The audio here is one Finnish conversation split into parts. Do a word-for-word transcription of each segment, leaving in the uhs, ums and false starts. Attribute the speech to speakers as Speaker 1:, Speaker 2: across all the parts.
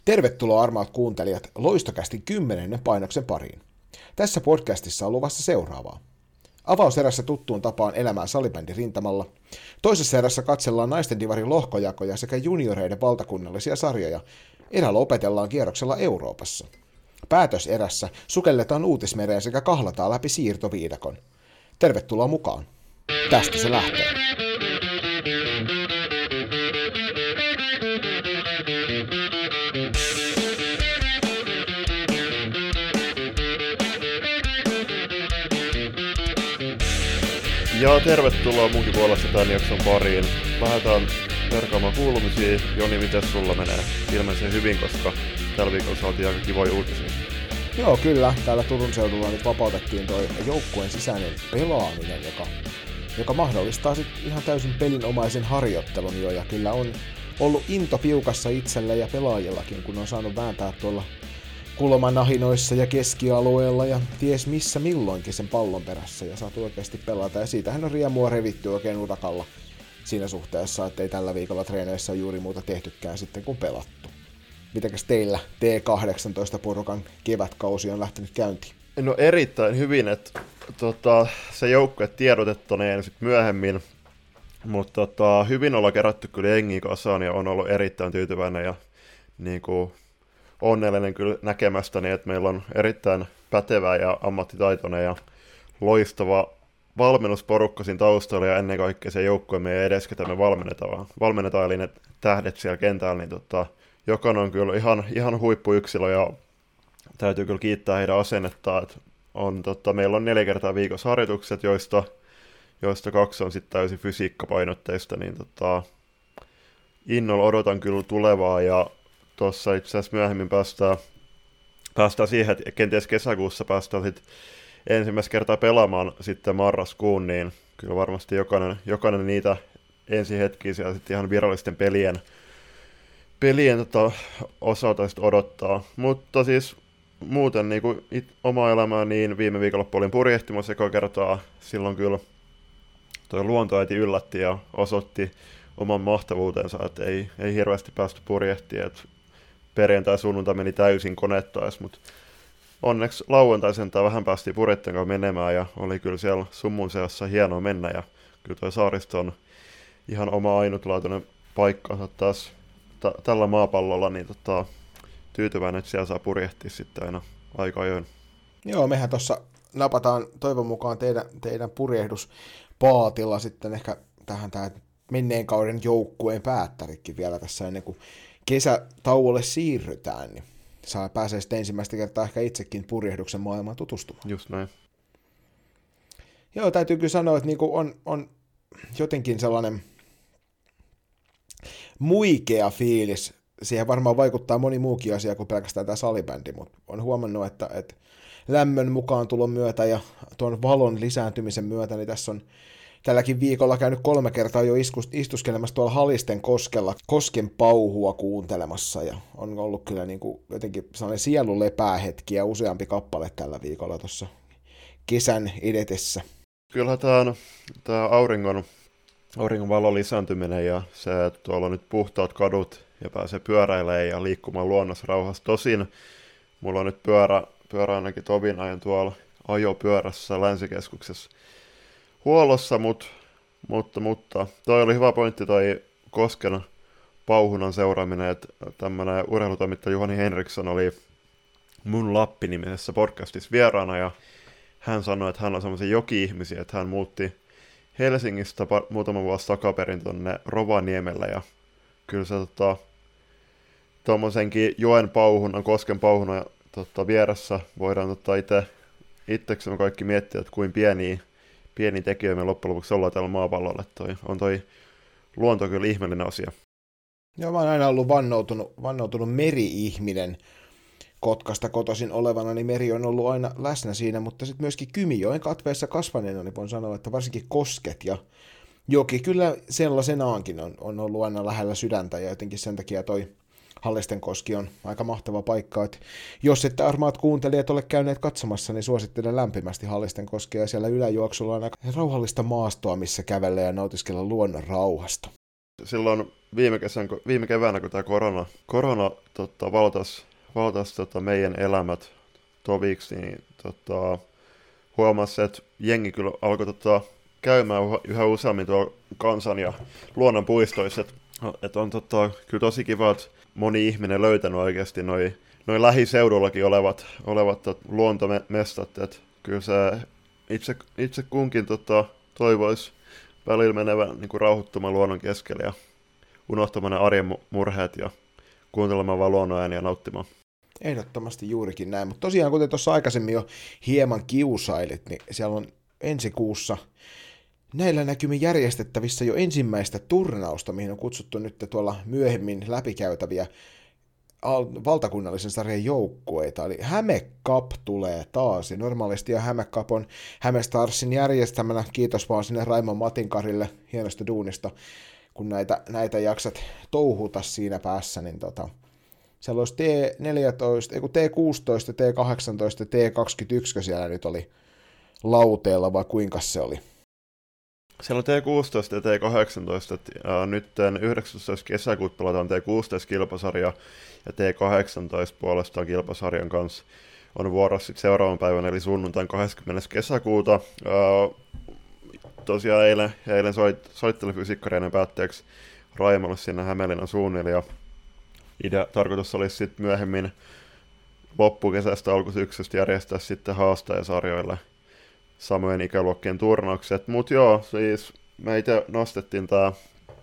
Speaker 1: Tervetuloa armaat kuuntelijat Loistokästin kymmenennen painoksen pariin. Tässä podcastissa on luvassa seuraavaa. Avauserässä tuttuun tapaan elämää salibändin rintamalla. Toisessa erässä katsellaan naisten divarin lohkojakoja sekä junioreiden valtakunnallisia sarjoja. Erällä opetellaan kierroksella Euroopassa. Päätöserässä sukelletaan uutismereen sekä kahlataan läpi siirtoviidakon. Tervetuloa mukaan. Tästä se lähtee.
Speaker 2: Ja tervetuloa munkin puolesta tämän jakson pariin. Lähdetään perkaamaan kuulumisia. Joni, miten sulla menee? Ilmeisesti hyvin, koska tällä viikolla saatiin aika kivoja uutisia.
Speaker 1: Joo, kyllä. Täällä Turun seudulla nyt vapautettiin toi joukkueen sisäinen pelaaminen, joka, joka mahdollistaa sitten ihan täysin pelinomaisen harjoittelun jo. Ja kyllä on ollut into piukassa itselle ja pelaajillakin, kun on saanut vääntää tuolla kulmanahinoissa ja keskialueella ja ties missä milloinkin sen pallon perässä ja saatu oikeasti pelata. Ja siitähän on riemua revitty oikein urakalla siinä suhteessa, ettei tällä viikolla treeneissä ole juuri muuta tehtykään sitten kuin pelattu. Mitenkäs teillä T kahdeksantoista-porukan kevätkausi on lähtenyt käyntiin?
Speaker 2: No erittäin hyvin, että tota, se joukkue tiedotettaneen sitten myöhemmin, mutta tota, hyvin ollaan kerätty kyllä jengiä kasaan ja on ollut erittäin tyytyväinen ja niin kuin onnellinen kyllä näkemästäni, että meillä on erittäin pätevä ja ammattitaitoinen ja loistava valmennusporukka siinä taustalla ja ennen kaikkea se joukkue meidän edes, ketä me valmennetaan, valmennetaan eli ne tähdet siellä kentällä, niin tota, jokainen on kyllä ihan, ihan huippuyksilö ja täytyy kyllä kiittää heidän asennettaan, että on, tota, meillä on neljä kertaa viikossa harjoitukset, joista, joista kaksi on sitten täysin fysiikkapainotteista, niin tota, innolla odotan kyllä tulevaa ja tuossa itse asiassa myöhemmin päästään, päästään siihen, että kenties kesäkuussa päästään sitten ensimmäistä kertaa pelaamaan sitten marraskuun, niin kyllä varmasti jokainen, jokainen niitä ensihetkiä siellä sitten ihan virallisten pelien, pelien tota, osalta sitten odottaa. Mutta siis muuten niin kuin it, oma elämää, niin viime viikolla olin purjehtimassa eka kertaa. Silloin kyllä tuo luontoäiti yllätti ja osoitti oman mahtavuutensa, että ei, ei hirveästi päästy purjehtimaan. Perjantai sunnuntai meni täysin konettaisi, mutta onneksi lauantai sentään vähän päästiin purjetten kanssa menemään ja oli kyllä siellä summun seassa hienoa mennä ja kyllä tuo saaristo on ihan oma ainutlaatuinen paikka taas t- tällä maapallolla, niin tota, tyytyväinen, että siellä saa purjehtia sitten aina aika ajoin.
Speaker 1: Joo, mehän tuossa napataan toivon mukaan teidän, teidän purjehduspaatilla sitten ehkä tähän tämä menneen kauden joukkueen päättärikin vielä tässä ennen kuin kesätauolle siirrytään, niin saa pääsee sitten ensimmäistä kertaa ehkä itsekin purjehduksen maailmaan tutustumaan.
Speaker 2: Just näin.
Speaker 1: Joo, täytyy kyllä sanoa, että niinku on, on jotenkin sellainen muikea fiilis. Siihen varmaan vaikuttaa moni muukin asia kuin pelkästään tämä salibändi, mutta on huomannut, että, että lämmön mukaan tulon myötä ja tuon valon lisääntymisen myötä, niin tässä on tälläkin viikolla käynyt kolme kertaa jo istuskelemassa tuolla Halisten koskella, kosken pauhua kuuntelemassa, ja on ollut kyllä niin kuin jotenkin sellainen sielun lepäähetki ja useampi kappale tällä viikolla tuossa kesän edetessä.
Speaker 2: Kyllähän tämä, tämä auringon, auringon valon lisääntyminen ja se, että tuolla on nyt puhtaat kadut ja pääsee pyöräilemään ja liikkumaan luonnossa rauhassa. Tosin mulla on nyt pyörä, pyörä ainakin tovin ajan tuolla ajopyörässä Länsikeskuksessa huollossa, mut, mutta, mutta toi oli hyvä pointti toi kosken pauhunnan seuraaminen, että tämmönen urheilutoimittaja Juhani Henriksson oli mun Lappi-nimisessä podcastissa vieraana ja hän sanoi, että hän on semmoisia joki-ihmisiä, että hän muutti Helsingistä par- muutama vuosi takaperin tonne Rovaniemelle ja kyllä se tota, tommosenkin joen pauhunnan, kosken pauhunnan tota, vieressä voidaan tota, itse itseksemme kaikki miettiä, että kuin pieniä pieni tekijä me loppujen lopuksi ollaan täällä maapallolla. Toi, on toi luonto kyllä ihmeellinen asia.
Speaker 1: Joo, mä oon aina ollut vannoutunut, vannoutunut meri-ihminen Kotkasta kotoisin olevana, niin meri on ollut aina läsnä siinä, mutta sitten myöskin Kymijoen katveessa kasvaneena, niin voin sanoa, että varsinkin kosket ja joki kyllä sellaisenaankin on, on ollut aina lähellä sydäntä ja jotenkin sen takia toi Hallistenkoski on aika mahtava paikka, että jos ette armaat kuuntelijat ole käyneet katsomassa, niin suosittelen lämpimästi Hallistenkoskea ja siellä yläjuoksulla on aika rauhallista maastoa, missä kävellä ja nautiskella luonnon rauhasta.
Speaker 2: silloin viime, kesän, viime keväänä, kun tämä korona, korona tota, valtasi valtas, tota, meidän elämät toviksi, niin tota, huomasi, että jengi kyllä alkoi tota, käymään yhä useammin tuolla kansan ja luonnon puistoissa. Että et on tota, kyllä tosi kiva, että moni ihminen löytänyt oikeasti noin noi lähiseudullakin olevat, olevat tot, luontomestat. Että kyllä se itse, itse kunkin tota, toivoisi välillä menevän niin kuin rauhoittumaan luonnon keskellä ja unohtamaan ne arjen murheet ja kuuntelemaan vaan luonnon ääniä ja nauttimaan.
Speaker 1: Ehdottomasti juurikin näin, mutta tosiaan kuten tuossa aikaisemmin jo hieman kiusailit, niin siellä on ensi kuussa näillä näkymin järjestettävissä jo ensimmäistä turnausta, mihin on kutsuttu nyt tuolla myöhemmin läpikäytäviä valtakunnallisen sarjan joukkueita, eli Häme Cup tulee taas, ja normaalisti ja Häme Cup on Häme Starsin järjestämänä, kiitos vaan sinne Raimon Matinkarille hienosta duunista, kun näitä, näitä jaksat touhuta siinä päässä, niin tota, siellä olisi T neljätoista, ei kun T kuusitoista, T kahdeksantoista, T kaksikymmentäyksi siellä nyt oli lauteella, vai kuinka se oli?
Speaker 2: Siellä on T kuusitoista ja T kahdeksantoista, äh, nyt yhdeksästoista kesäkuuta pelataan T kuusitoista-kilpasarja, ja T kahdeksantoista puolestaan kilpasarjan kanssa on vuorossa sitten seuraavan päivän, eli sunnuntain kahdeskymmenes kesäkuuta. Äh, tosiaan eilen, eilen soit, soitteli fysiikkareiden päätteeksi Raimolle sinne Hämeenlinnan suunnille, ja idea, tarkoitus olisi sitten myöhemmin loppukesästä alkusyksystä järjestää sitten haastajasarjoille samojen ikäluokkien turnaukset. Mutta joo, siis me itse nostettiin tämä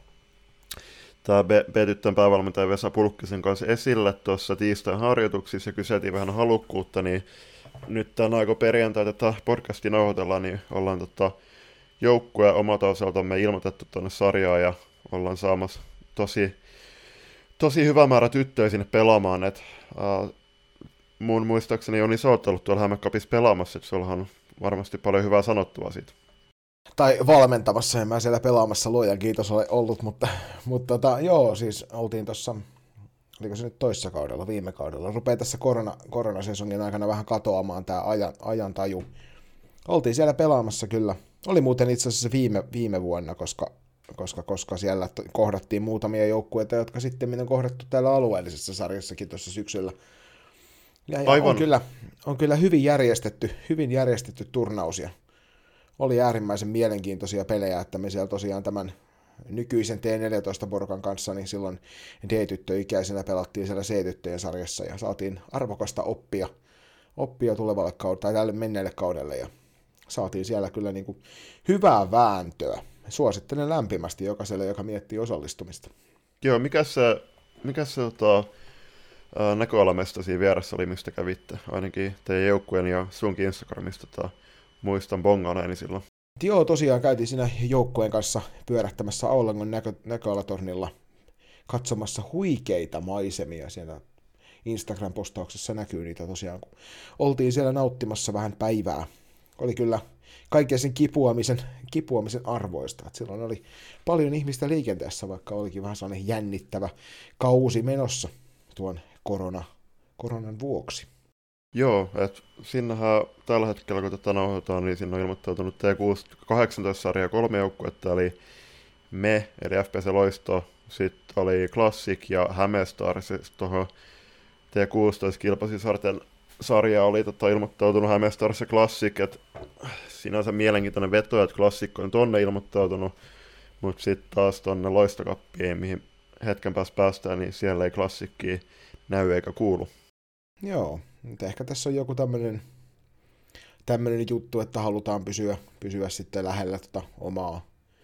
Speaker 2: tää B-tyttön päävalmentaja Vesa Pulkkisen kanssa esille tuossa tiistain harjoituksissa ja kyseltiin vähän halukkuutta, niin nyt tämän aiko perjantai tätä podcastia nauhoitellaan, niin ollaan tota joukkueen omalta osaltamme ilmoitettu tuonne sarjaan ja ollaan saamassa tosi, tosi hyvä määrä tyttöjä sinne pelaamaan, että uh, mun muistaakseni on iso ollut tuolla Häme Cupissa pelaamassa, että sullahan on varmasti paljon hyvää sanottavaa siitä.
Speaker 1: Tai valmentamassa, en mä siellä pelaamassa, luojan kiitos ole ollut, mutta, mutta tota, joo, siis oltiin tuossa, oliko se nyt toissa kaudella, viime kaudella, rupeaa tässä korona, koronasesongin aikana vähän katoamaan tämä ajan, ajan taju. Oltiin siellä pelaamassa kyllä, oli muuten itse asiassa viime, viime vuonna, koska, koska, koska siellä kohdattiin muutamia joukkueita, jotka sitten on kohdattu täällä alueellisessa sarjassakin tuossa syksyllä. Ja, ja on, kyllä, on kyllä hyvin järjestetty, hyvin järjestetty turnaus ja oli äärimmäisen mielenkiintoisia pelejä, että me siellä tosiaan tämän nykyisen T neljätoista-porukan kanssa, niin silloin D-tyttöikäisenä pelattiin siellä C-tyttöjen sarjassa ja saatiin arvokasta oppia, oppia tulevalle kaudelle tai tälle menneelle kaudelle ja saatiin siellä kyllä niin kuin hyvää vääntöä. Suosittelen lämpimästi jokaiselle, joka miettii osallistumista.
Speaker 2: Joo, mikä se, mikä se tota, näköalamesta siinä vieressä oli, mistä kävitte? Ainakin teidän joukkueen ja sunkin Instagramista tota, muistan bonganeeni silloin.
Speaker 1: Joo, tosiaan käytiin siinä joukkueen kanssa pyörähtämässä Aulangon näkö, näköalatornilla katsomassa huikeita maisemia. Siellä Instagram-postauksessa näkyy niitä tosiaan, kun oltiin siellä nauttimassa vähän päivää. Oli kyllä kaiken sen kipuamisen, kipuamisen arvoista. Et silloin oli paljon ihmistä liikenteessä, vaikka olikin vähän sellainen jännittävä kausi menossa tuon korona, koronan vuoksi.
Speaker 2: Joo, että sinnehän tällä hetkellä, kun tätä nauhoitetaan, niin sinne on ilmoittautunut T kahdeksantoista-sarja kolme joukkuetta, eli me, eli F P C Loisto, sitten oli Classic ja Häme Stars, tuohon T kuusitoista-kilpasisarten sarja oli tota, ilmoittautunut Häme Stars ja Classic, että sinänsä mielenkiintoinen veto, että Classic on tonne ilmoittautunut, mutta sitten taas tonne Loistokappiin, mihin hetken päästä päästään, niin siellä ei Classickia näy eikä kuulu.
Speaker 1: Joo, mutta ehkä tässä on joku tämmöinen tämmöinen juttu, että halutaan pysyä, pysyä sitten lähellä tota omaa,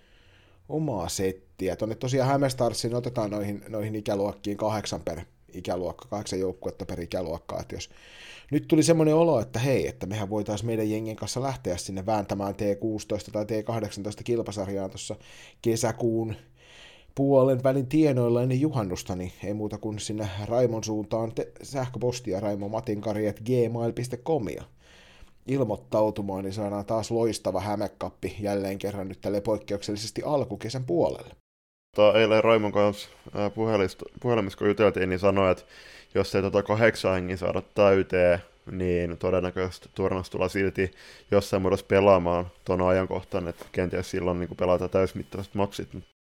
Speaker 1: omaa settiä. Tuonne tosiaan Häme Starsiin otetaan noihin, noihin ikäluokkiin kahdeksan per ikäluokka, kahdeksan joukkuetta per ikäluokka. Että jos nyt tuli semmoinen olo, että hei, että mehän voitaisiin meidän jengen kanssa lähteä sinne vääntämään T kuusitoista tai T kahdeksantoista kilpasarjaan tuossa kesäkuun puolen välin tienoilla ennen juhannusta, niin ei muuta kuin sinne Raimon suuntaan te- sähköpostia raimomatinkarja at gmail piste com ilmoittautumaan, niin saadaan taas loistava hämekappi jälleen kerran nyt tälle poikkeuksellisesti alkukesän puolelle.
Speaker 2: Tota, eilen Raimon kanssa puhelimissa kun juteltiin, niin sanoi, että jos ei tota kahdeksan hengiä saada täyteen, niin todennäköisesti turnaus tullaan silti jossain muodossa pelaamaan tuon ajankohtaan, että kenties silloin niin pelataan täysmittaiset matsit.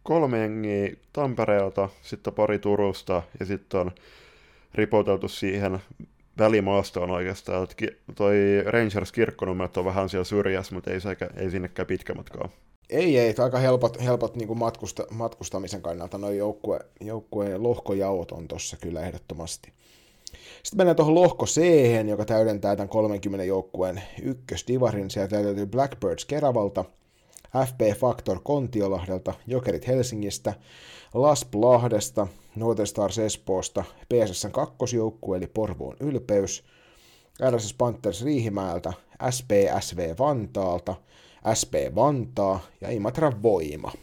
Speaker 2: kolme jengiä Tampereelta, sitten pari Turusta ja sitten on ripoteltu siihen välimaastoon oikeastaan. Että toi Rangers Kirkkonummet on vähän siellä syrjässä, mutta ei, sekä, ei sinnekään pitkä matkaa.
Speaker 1: Ei, ei, aika helpot, helpot niin kuin matkusta, matkustamisen kannalta noin joukkue, joukkueen lohkojaot on tossa kyllä ehdottomasti. Sitten mennään tuohon lohko C, joka täydentää tämän kolmenkymmenen joukkueen ykkösdivarin. Sieltä löytyy Blackbirds Keravalta, F P Factor Kontiolahdelta, Jokerit Helsingistä, Lasp Lahdesta, Northern Stars Espoosta, P S S:n kakkosjoukkue eli Porvoon Ylpeys, R S S Panthers Riihimäeltä, S P S V Vantaalta, S P Vantaa ja Imatran Voima.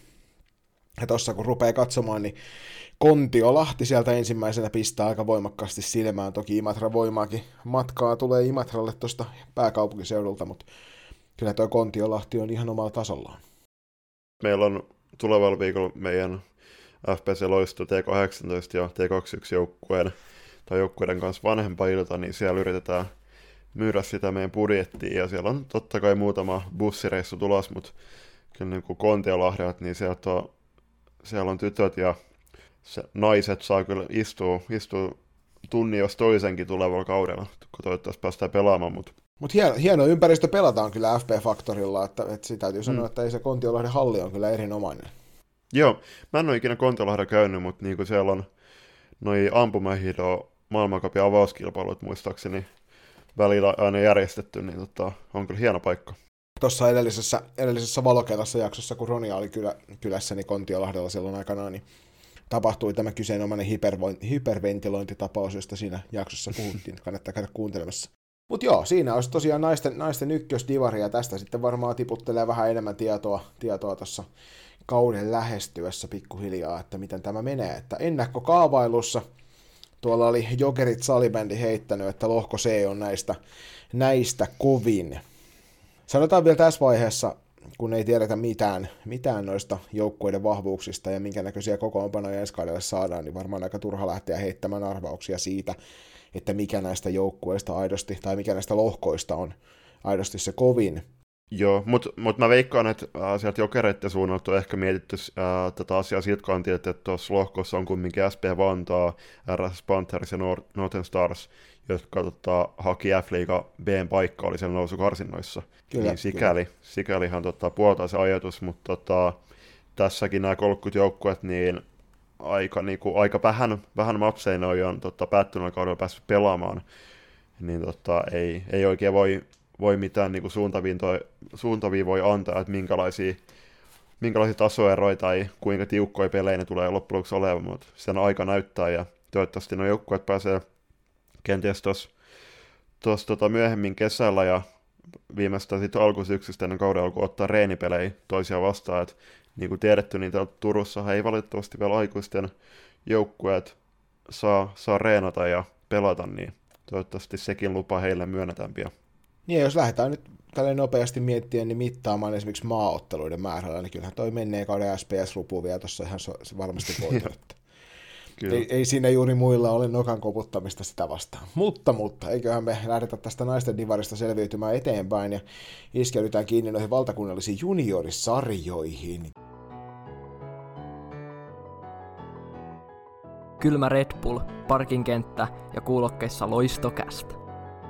Speaker 1: Ja tossa kun rupeaa katsomaan, niin Kontiolahti sieltä ensimmäisenä pistää aika voimakkaasti silmään. Toki Imatran Voimaakin matkaa tulee Imatralle tuosta pääkaupunkiseudulta, mutta kyllä tuo Kontiolahti on ihan omalla tasollaan.
Speaker 2: Meillä on tulevalla viikolla meidän F P C Loisto T kahdeksantoista ja T kaksikymmentäyksi joukkueen tai joukkueiden kanssa vanhempa ilta, niin siellä yritetään myydä sitä meidän budjettiin, ja siellä on totta kai muutama bussireissu tulos, mutta kyllä niin kuin Kontiolahdelta, niin sieltä on, siellä on tytöt ja se, naiset saa kyllä istua, istua tunnin jos toisenkin tulevalla kaudella, kun toivottavasti päästään pelaamaan. Mutta
Speaker 1: Mut hieno, hieno ympäristö pelataan kyllä F P-faktorilla, että, että sitä täytyy sanoa, mm. että ei se Kontiolahden halli on kyllä erinomainen.
Speaker 2: Joo, mä en ole ikinä Kontiolahden käynyt, mutta niin kuin siellä on noi ampumahido maailmancupin avauskilpailut muistaakseni välillä aina järjestetty, niin tota, on kyllä hieno paikka. Tuossa
Speaker 1: edellisessä, edellisessä Valokelassa jaksossa, kun Ronia oli kylä, kylässä, niin Kontiolahdella silloin aikanaan, niin tapahtui tämä kyseenomainen hypervo- hyperventilointitapaus, josta siinä jaksossa puhuttiin. Kannattaa käydä kuuntelemassa. Mutta joo, siinä olisi tosiaan naisten, naisten ykkösdivari, ja tästä sitten varmaan tiputtelee vähän enemmän tietoa tietoa tuossa kauden lähestyessä pikkuhiljaa, että miten tämä menee. Että ennakkokaavailussa tuolla oli Jokerit salibändi heittänyt, että lohko C on näistä, näistä kovin. Sanotaan vielä tässä vaiheessa, kun ei tiedetä mitään, mitään noista joukkueiden vahvuuksista ja minkä näköisiä kokoonpanoja ensi kaudelle saadaan, niin varmaan aika turha lähteä heittämään arvauksia siitä, että mikä näistä joukkueista aidosti, tai mikä näistä lohkoista on aidosti se kovin.
Speaker 2: Joo, mutta mut mä veikkaan, että äh, sieltä Jokereiden suunnalta on ehkä mietitty äh, tätä asiaa siltä kantilta, että tuossa lohkossa on kumminkin S P Vantaa, R S S Panthers ja Nor- Northern Stars, jotka tota, haki F-liiga B:n paikka, oli siellä nousukarsinnoissa. Kyllä, niin sikäli, kyllä. Sikälihan tota, puoltaa se ajatus, mutta tota, tässäkin nämä kolmekymmentä joukkueet, niin aika, niinku, aika vähän, vähän matseja ne on tota, päättyneellä kaudella päässyt pelaamaan, niin tota, ei, ei oikein voi voi mitään niin suuntavia voi antaa, että minkälaisia, minkälaisia tasoeroja tai kuinka tiukkoja pelejä ne tulee loppujen lopuksi olemaan, mutta sen aika näyttää, ja toivottavasti nuo joukkueet pääsee kenties tuossa tota myöhemmin kesällä ja viimeistään sitten alkusyksystä ennen kauden alkuun ottaa reenipelejä toisia vastaan, että niin kuin tiedetty, niin täällä Turussa ei valitettavasti vielä aikuisten joukkueet saa, saa reenata ja pelata, niin toivottavasti sekin lupa heille myönnetään pian.
Speaker 1: Niin, jos lähdetään nyt tälle nopeasti miettimään, niin mittaamaan esimerkiksi maaotteluiden määrällä, niin kyllähän toi menneen kauden S P S-lupu vielä tuossa ihan so, varmasti voitu. ei, ei siinä juuri muilla ole nokan koputtamista sitä vastaan. Mutta, mutta, eiköhän me lähdetä tästä naisten divarista selviytymään eteenpäin ja iskeydytään kiinni noihin valtakunnallisiin juniorisarjoihin.
Speaker 3: Kylmä Red Bull, parkinkenttä ja kuulokkeissa Loistokästä.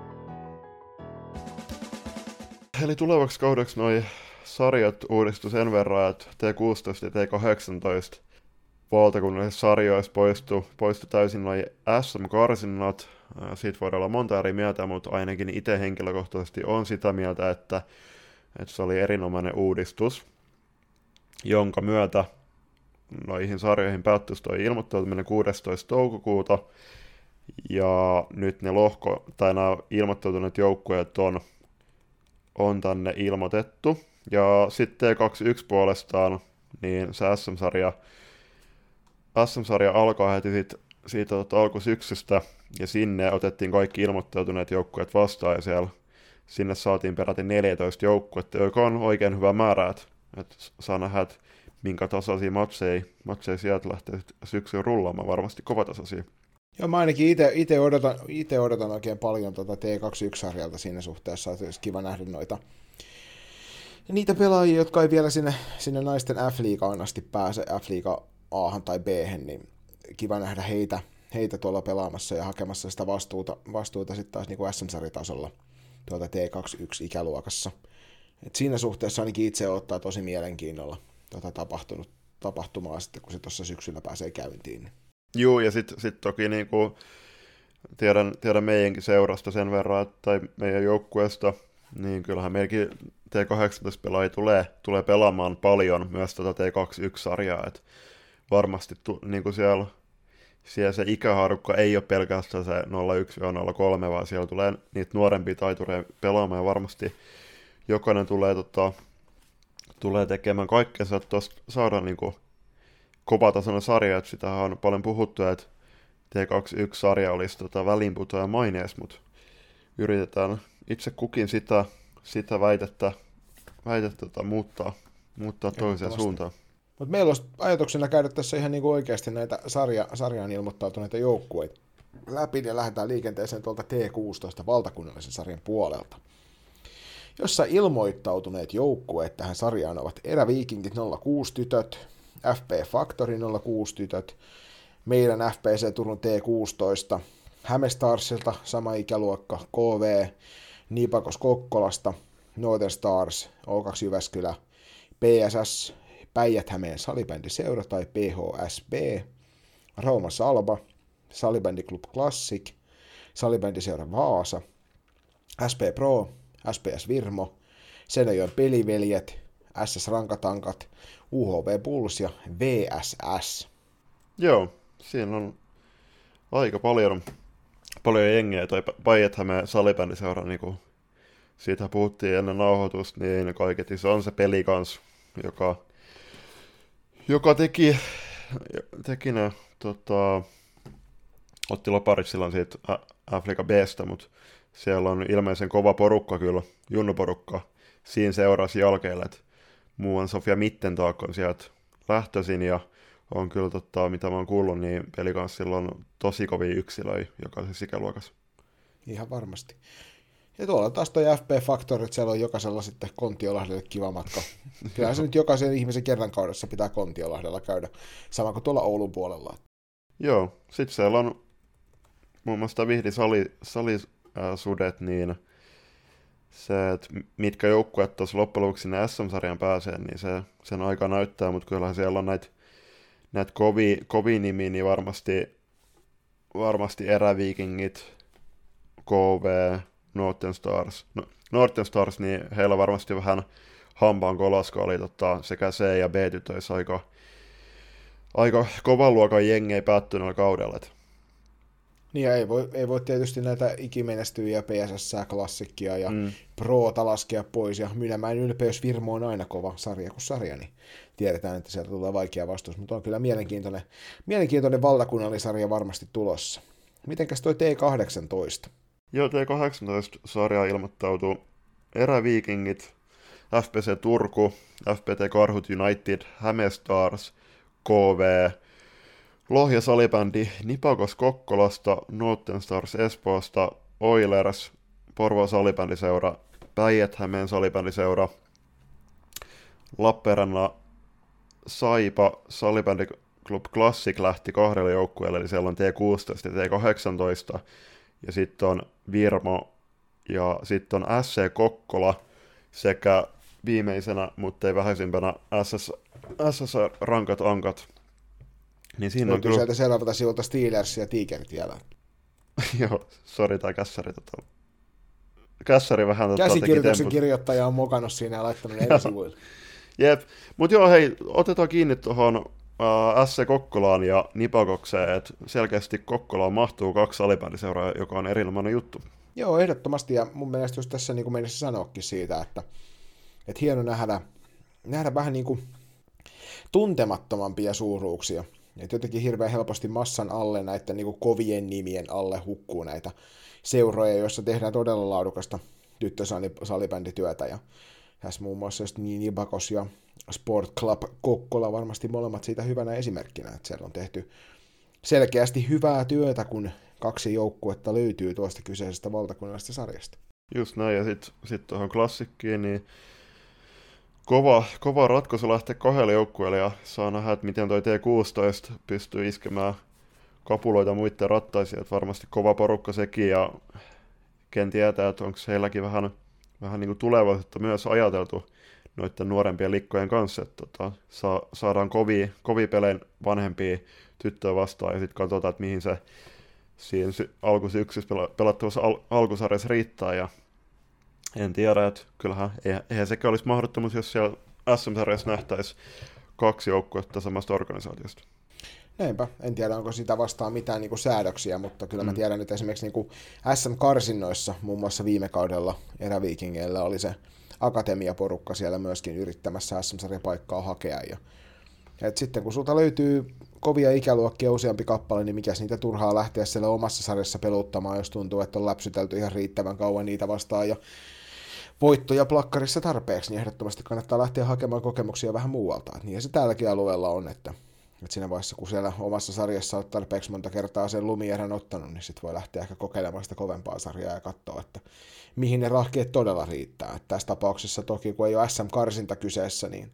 Speaker 2: Eli tulevaksi kaudeksi noi sarjat uudistui sen verran, että T kuusitoista ja T kahdeksantoista valtakunnallisissa sarjoissa poistui, poistui täysin noi S M-karsinnat. Siitä voidaan olla monta eri mieltä, mutta ainakin itse henkilökohtaisesti on sitä mieltä, että, että se oli erinomainen uudistus, jonka myötä noihin sarjoihin päättyisi toi ilmoittautuminen kuudestoista toukokuuta, ja nyt ne lohko, tai nämä ilmoittautuneet joukkueet on on tänne ilmoitettu. Ja sitten T kaksikymmentäyksi puolestaan, niin se S M-sarja, S M-sarja alkaa heti siitä, siitä tota alkusyksystä, ja sinne otettiin kaikki ilmoittautuneet joukkueet vastaan, ja siellä, sinne saatiin peräti neljätoista joukkuetta, joka on oikein hyvä määrä, että, että saa nähdä, että minkä tasaisia matseja, matseja sieltä lähtee syksyyn rullaamaan, varmasti kovatasaisia.
Speaker 1: Joo, mä ainakin itse odotan, ite odotan oikein paljon tuota T kaksikymmentäyksi-sarjalta siinä suhteessa, että olisi kiva nähdä noita niitä pelaajia, jotka ei vielä sinne, sinne naisten F-liigaan asti pääse, F-liiga A tai B, niin kiva nähdä heitä, heitä tuolla pelaamassa ja hakemassa sitä vastuuta, vastuuta sitten taas niin kuin S M-sarjatasolla tuolta T kaksikymmentäyksi-ikäluokassa. Et siinä suhteessa ainakin itse ottaa tosi mielenkiinnolla tuota tapahtunut, tapahtumaa sitten, kun se tuossa syksyllä pääsee käyntiin.
Speaker 2: Juu, ja sitten sit toki niinku, tiedän, tiedän meidänkin seurasta sen verran, tai meidän joukkueesta, niin kyllähän meidänkin T kahdeksantoista-pelaajia tulee, tulee pelaamaan paljon myös tätä T kaksikymmentäyksi-sarjaa, että varmasti tu, niinku siellä, siellä se ikähaarukka ei ole pelkästään se nolla yksi nolla kolme, vaan siellä tulee niitä nuorempia taitureja pelaamaan, ja varmasti jokainen tulee, tota, tulee tekemään kaikkensa, että tuosta saadaan niinku kovatasoinen sarja, että sitähän on paljon puhuttu, että T kaksikymmentäyksi-sarja olisi tota väliinputoaja maineessa, mutta yritetään itse kukin sitä, sitä väitettä, väitettä tota, muuttaa, muuttaa toiseen suuntaan.
Speaker 1: Mutta meillä olisi ajatuksena käydä tässä ihan niinku oikeasti näitä sarja, sarjaan ilmoittautuneita joukkueita läpi, ja lähdetään liikenteeseen tuolta T kuusitoista valtakunnallisen sarjan puolelta, jossa ilmoittautuneet joukkueet tähän sarjaan ovat Eräviikingit nolla kuusi tytöt, F P Factory nolla kuusi tytöt, meidän F P C Turun T kuusitoista, Hämestarsilta sama ikäluokka, K V, Nipakos Kokkolasta, Northern Stars, O kaksi Jyväskylä, P S S, Päijät-Hämeen salibändiseura tai P H S B, Rauma Salba, Salibändi Club Classic, Salibändiseura Vaasa, S P Pro, S P S Virmo, Seinäjoen Peliveljet, S S Rankatankat, U H V Bulls ja V S S.
Speaker 2: Joo, siinä on aika paljon, paljon jengiä, toi Päijät-Hämeen salibändiseura, niin kuin siitä puhuttiin ennen nauhoitusta, niin kaiketi se on se peli kanssa, joka, joka teki, teki ne, tota, otti loparit silloin siitä Afrika B:stä, mutta siellä on ilmeisen kova porukka kyllä, junnuporukka, siinä seurasi jälkeellä, että muuan Sofia Mittentaak on sieltä lähtöisin, ja on kyllä, tota, mitä mä oon kuullut, niin pelikanssilla on tosi kovia yksilöjä jokaisessa ikäluokassa.
Speaker 1: Ihan varmasti. Ja tuolla taas toi F P Factory, että siellä on jokaisella sitten Kontiolahdelle kiva matka. Kyllä se nyt jokaisen ihmisen kerran kaudessa pitää Kontiolahdella käydä, sama kuin tuolla Oulun puolella.
Speaker 2: Joo, sitten siellä on muun muassa Vihdi sali, salisudet, niin se, että mitkä joukkueet tuossa loppujen lopuksi sinne S M-sarjan pääsee, niin se, sen aika näyttää, mutta kyllähän siellä on näitä näitä kovia, kovia nimiä, niin varmasti, varmasti Eräviikingit, K V, Northern Stars. No, Northern Stars, niin heillä varmasti vähän hampaan kolasko oli tota, sekä C- ja B-tytöissä aika, aika kovan luokan jengejä päättyneellä kaudella.
Speaker 1: Niin ja ei voi, ei voi tietysti näitä ikimenestyviä P S S-klassikkia ja
Speaker 2: mm.
Speaker 1: Proota laskea pois, ja Mynämäen ylpeys Virmo on aina kova sarja kuin sarja, niin tiedetään, että sieltä tulee vaikea vastaus, mutta on kyllä mielenkiintoinen, mielenkiintoinen valtakunnallisarja varmasti tulossa. Mitenkäs toi T kahdeksantoista?
Speaker 2: Joo, T kahdeksantoista-sarjaa ilmoittautuu Eräviikingit, F P C Turku, F P T Karhut United, Häme Stars, K V, Lohja salibändi Nipakos Kokkolasta, Northern Stars Espoosta, Oilers, Porvoo salibändiseura, Päijät-Hämeen salibändiseura, Lappeenrannan Saipa Salibändi Club Classic lähti kahdelle joukkueelle, eli siellä on T kuusitoista ja T kahdeksantoista, ja sitten on Virmo, ja sitten on S C Kokkola, sekä viimeisenä, mutta ei vähäisimpänä, S S, S S Rankat Ankat. Niin siinä on kyllä
Speaker 1: sieltä seuraavalta sivulta Steelers ja Tigerit vielä.
Speaker 2: Joo, sori tää kässäri. Tota... Kässäri vähän... Tota,
Speaker 1: käsikirjoituksen kirjoittaja on mokannut siinä ja laittanut eri sivuille.
Speaker 2: Jep, mutta joo hei, otetaan kiinni tuohon uh, S C Kokkolaan ja Nipakokseen, että selkeästi Kokkolaan mahtuu kaksi salibändiseuraa, joka on erinomainen juttu.
Speaker 1: Joo, ehdottomasti, ja mun mielestä just tässä niin kuin meinasi sanoakin siitä, että, että hieno nähdä, nähdä vähän niin kuin tuntemattomampia suuruuksia. Että jotenkin hirveän helposti massan alle näiden niin kuin kovien nimien alle hukkuu näitä seuroja, joissa tehdään todella laadukasta tyttösalibändityötä. Ja tässä muun muassa just Nipakos ja Sport Club Kokkola varmasti molemmat siitä hyvänä esimerkkinä, että siellä on tehty selkeästi hyvää työtä, kun kaksi joukkuetta löytyy tuosta kyseisestä valtakunnallisesta sarjasta.
Speaker 2: Just näin, ja sitten sit tuohon klassikkiin, niin kova, kova ratkaisu lähteä kahdelle joukkueelle ja saa nähdä, että miten toi T kuusitoista pystyy iskemään kapuloita muiden rattaisiin, että varmasti kova porukka sekin ja ken tietää, että onko heilläkin vähän, vähän niin kuin tulevaisuutta myös ajateltu noiden nuorempien likkojen kanssa, että tota, saa, saadaan kovia, kovia pelejä vanhempia tyttöjä vastaan ja sitten katsotaan, että mihin se siinä sy- alkusyksyssä pelattavassa al- alkusarjassa riittää ja en tiedä, että kyllähän eihän sekä olisi mahdottomuus, jos siellä S M-sarjassa nähtäisi kaksi joukkuetta samasta organisaatiosta.
Speaker 1: Näinpä. En tiedä, onko sitä vastaan mitään niin kuin säädöksiä, mutta kyllä mä
Speaker 2: Mm.
Speaker 1: tiedän, että esimerkiksi niin kuin S M-karsinnoissa, muun muassa viime kaudella eräviikingeillä oli se akatemiaporukka siellä myöskin yrittämässä S M-sarjapaikkaa hakea. Ja, et sitten kun sulta löytyy kovia ikäluokkia useampi kappale, niin mikäs niitä turhaa lähteä siellä omassa sarjassa peluttamaan, jos tuntuu, että on läpsytelty ihan riittävän kauan niitä vastaan ja voittoja plakkarissa tarpeeksi, niin ehdottomasti kannattaa lähteä hakemaan kokemuksia vähän muualta. Et niin se täälläkin alueella on, että, että siinä vaiheessa, kun siellä omassa sarjassa olet tarpeeksi monta kertaa sen lumierän ottanut, niin sitten voi lähteä ehkä kokeilemaan sitä kovempaa sarjaa ja katsoa, että mihin ne rahkeet todella riittää. Et tässä tapauksessa toki, kun ei ole S M-karsinta kyseessä, niin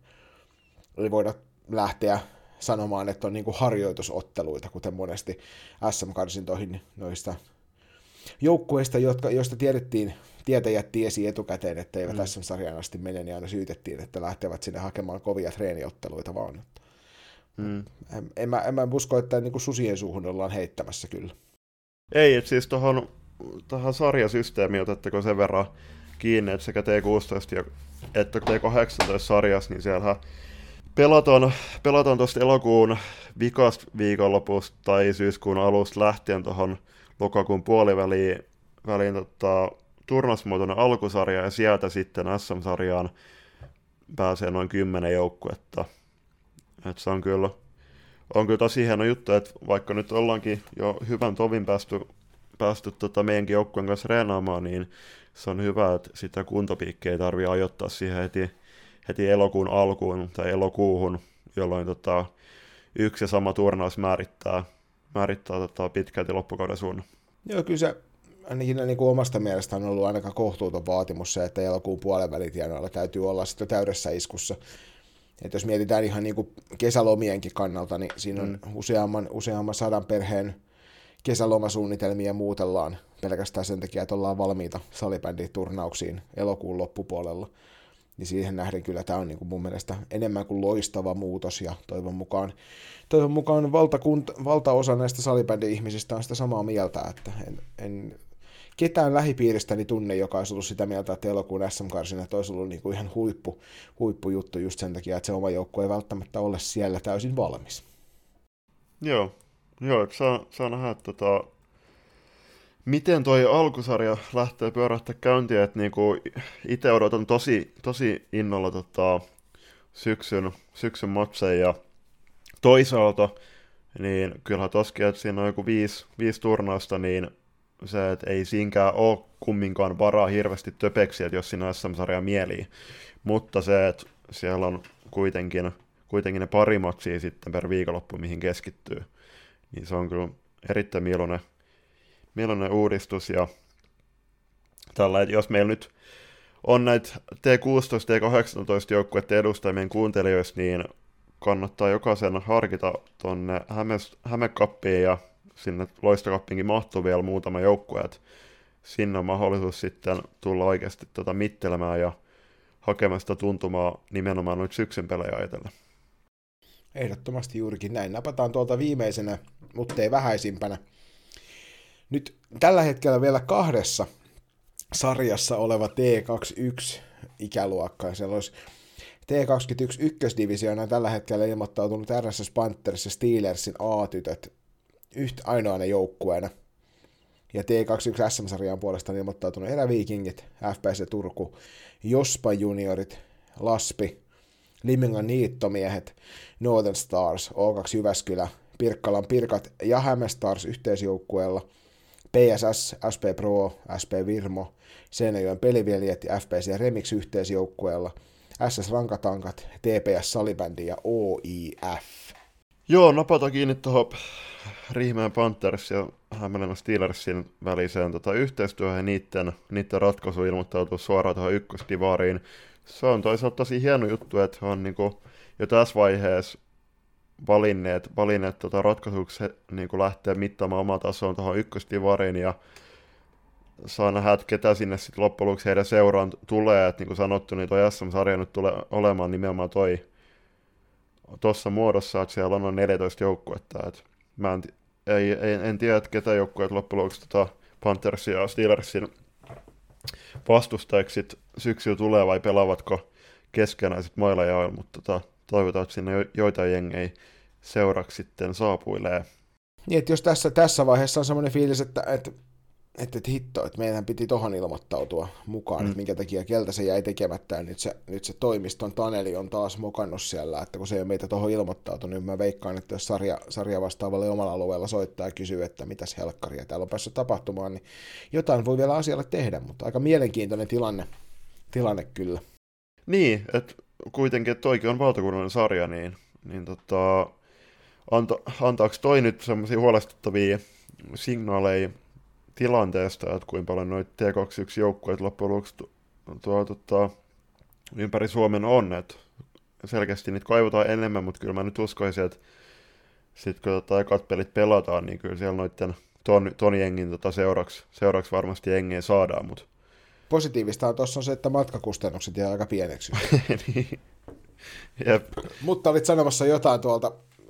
Speaker 1: ei voida lähteä sanomaan, että on niin kuin harjoitusotteluita, kuten monesti S M-karsintoihin noista joukkueista, jotka, joista tiedettiin, tietäjät tiesi etukäteen, että eivät mm. S M-sarjaan asti mene, niin aina syytettiin, että lähtevät sinne hakemaan kovia treeniotteluita vaan. Mm. En, en, mä, en mä usko, että niin kuin susien suuhun ollaan heittämässä kyllä.
Speaker 2: Ei, että siis tuohon tähän sarjasysteemiin otetteko sen verran kiinni, että sekä T kuusitoista ja että T kahdeksantoista sarjassa, niin siellähän pelataan, pelataan tuosta elokuun vikasta viikonlopusta tai syyskuun alusta lähtien tuohon lokakuun puoliväliin väliin, tota, turnasmuotoinen alkusarja ja sieltä sitten S M-sarjaan pääsee noin kymmenen joukkuetta. Et se on kyllä, on kyllä tosi hieno juttu, että vaikka nyt ollaankin jo hyvän tovin päästy, päästy tota meidänkin joukkueen kanssa reenaamaan, niin se on hyvä, että sitä kuntopiikkiä ei tarvitse ajoittaa siihen heti, heti elokuun alkuun tai elokuuhun, jolloin tota, yksi ja sama turnaus määrittää, määrittää tota, pitkälti loppukauden suunnan.
Speaker 1: Joo, kyllä se ainakin niin kuin omasta mielestä on ollut ainakaan kohtuuton vaatimus se, että elokuun puolen välitienoilla täytyy olla sitten täydessä iskussa. Että jos mietitään ihan niin kuin kesälomienkin kannalta, niin siinä on mm. useamman, useamman sadan perheen kesälomasuunnitelmia muutellaan pelkästään sen takia, että ollaan valmiita salibänditurnauksiin elokuun loppupuolella. Niin siihen nähden kyllä tämä on niin kuin mun mielestä enemmän kuin loistava muutos ja toivon mukaan, toivon mukaan valtakunta, valtaosa näistä salibändi-ihmisistä on sitä samaa mieltä, että en, en ketään lähipiiristäni tunne, joka olisi ollut sitä mieltä, että elokuun S M-karsinat olisi ollut niin kuin ihan huippu, huippujuttu just sen takia, että se oma joukko ei välttämättä ole siellä täysin valmis.
Speaker 2: Joo, joo saa, saa nähdä, että tota, miten toi alkusarja lähtee pyörähtää käyntiin, että niinku itse odotan tosi, tosi innolla tota, syksyn, syksyn matseja ja toisaalta, niin kyllähän toskin, että siinä on joku viisi, viisi turnausta, niin se, että ei siinkään ole kumminkaan varaa hirveästi töpeksiä, jos siinä on S M-sarja mieliin, mutta se, että siellä on kuitenkin, kuitenkin ne pari matsia sitten per viikonloppu, mihin keskittyy, niin se on kyllä erittäin mieluinen, mieluinen uudistus, ja tällä, että jos meillä nyt on näitä T kuusitoista T kahdeksantoista joukkueiden edustajien kuuntelijoista, niin kannattaa jokaisen harkita tuonne Hämekappiin ja sinne Loistokappiinkin mahtuu vielä muutama joukkue, että sinne on mahdollisuus sitten tulla oikeasti tota mittelemään ja hakemaan sitä tuntumaa nimenomaan noita syksyn pelejä ajatellen.
Speaker 1: Ehdottomasti juurikin näin. Napataan tuolta viimeisenä, mutta ei vähäisimpänä. Nyt tällä hetkellä vielä kahdessa sarjassa oleva T kaksikymmentäyksi ikäluokka. Siellä olisi T kaksikymmentäyksi ykkösdivisioona tällä hetkellä ilmoittautunut R S S Panthers ja Steelersin A-tytöt yhtä ainoana joukkueena. Ja T kaksikymmentäyksi S M-sarjaan puolestaan ilmoittautunut Eräviikingit, F P C Turku, Jospa juniorit, Laspi, Limingan niittomiehet, Northern Stars, O kaksi Jyväskylä, Pirkkalan Pirkat ja Häme Stars yhteisjoukkueella, P S S, S P Pro, S P Virmo, Seinäjoen peliveljet ja F P C Remix yhteisjoukkueella, S S Rankatankat, T P S Salibändi ja O I F.
Speaker 2: Joo, napata kiinni tuohon Riihimäen Panthers ja Hämeenlinnan Steelersin väliseen tota, yhteistyöhön ja niiden, niiden ratkaisu ilmoittautuu suoraan tuohon ykkösdivariin. se on toisaalta tosi hieno juttu, että he on niin kuin jo tässä vaiheessa valinneet, valinneet tota ratkaisuksi niin kuin lähteä mittaamaan omaa tasoon tuohon ykköstivariin ja saa nähdä, että ketä sinne sitten loppujen lopuksi heidän seuraan tulee, että niin kuin sanottu, niin toi S M-sarja nyt tulee olemaan nimenomaan toi tuossa muodossa, että siellä on noin neljätoista joukkuetta, että mä en, ei, ei, en tiedä, että ketä joukkueet loppujen lopuksi tota Panthersin ja Steelersin vastustajiksi syksyllä tulee vai pelaavatko keskenään sitten mailla jaoilla, mutta tota, toivotaan, että sinne jo, joitain jengejä seuraksi sitten saapuilee.
Speaker 1: Niin, että jos tässä, tässä vaiheessa on semmoinen fiilis, että, että, että, että hitto, että meidän piti tohon ilmoittautua mukaan, mm. että minkä takia keltä se jäi tekemättä, ja nyt se, nyt se toimiston Taneli on taas mokannut siellä, että kun se ei ole meitä tohon ilmoittautunut, niin mä veikkaan, että jos sarja, sarja vastaavalle omalla alueella soittaa ja kysyy, että mitäs helkkaria täällä on päässyt tapahtumaan, niin jotain voi vielä asialle tehdä, mutta aika mielenkiintoinen tilanne, tilanne kyllä.
Speaker 2: Niin, että kuitenkin, että toikin on valtakunnallinen sarja, niin, niin tota, anta, antaako toi nyt semmoisia huolestuttavia signaaleja tilanteesta, että kuinka paljon noita T kaksikymmentäyksi-joukkueet loppujen lopuksi tu, tuo, tuo, ympäri Suomen on, että selkeästi niitä kaivutaan enemmän, mutta kyllä mä nyt uskoisin, että sitten kun tota, ekat pelit pelataan, niin kyllä siellä noiden ton, ton jengin tota, seuraksi, seuraksi varmasti jengiä saadaan, mutta
Speaker 1: positiivista tuossa on se, että matkakustannukset jää aika pieneksi.
Speaker 2: niin. Jep.
Speaker 1: Mutta olit sanomassa jotain tuolta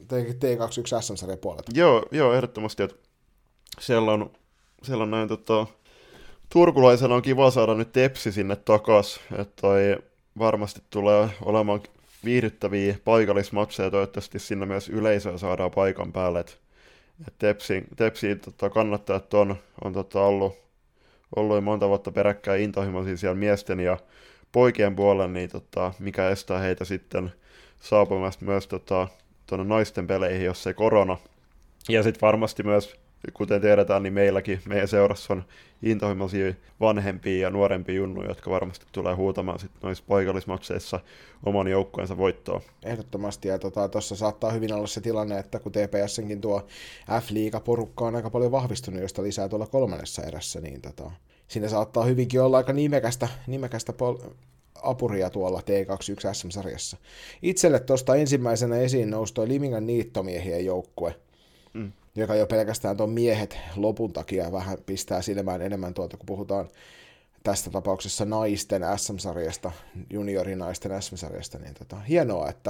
Speaker 1: T kaksikymmentäyksi S M-sarjan puolelta.
Speaker 2: Joo, joo, ehdottomasti, että siellä on, siellä on näin tota, turkulaisena on kiva saada nyt Tepsi sinne takas, että toi varmasti tulee olemaan viihdyttäviä paikallismatseja, toivottavasti sinne myös yleisöä saadaan paikan päälle, että et Tepsi, Tepsi tota, kannattajat on, on tota, ollut ollut jo monta vuotta peräkkäin intohimoisia siellä miesten ja poikien puolella, niin tota, mikä estää heitä sitten saapumasta myös tota, tuonne naisten peleihin, jos ei korona. Ja sitten varmasti myös, kuten tiedetään, niin meilläkin, meidän seurassa on intohimoisia vanhempia ja nuorempia junnuja, jotka varmasti tulee huutamaan sitten noissa paikallismatseissa oman joukkueensa voittoa.
Speaker 1: Ehdottomasti, ja tuossa tota, saattaa hyvin olla se tilanne, että kun T P S:nkin tuo F-liiga-porukka on aika paljon vahvistunut, josta lisää tuolla kolmannessa erässä, niin tota, siinä saattaa hyvinkin olla aika nimekästä, nimekästä pol- apuria tuolla T kaksikymmentäyksi S M-sarjassa. Itselle tuosta ensimmäisenä esiin nousi tuo Limingan niittomiehien joukkue, mm. joka jo pelkästään tuon miehet lopun takia vähän pistää silmään enemmän tuolta, kun puhutaan tästä tapauksessa naisten S M-sarjasta, juniorinaisten S M-sarjasta, niin tota, hienoa, että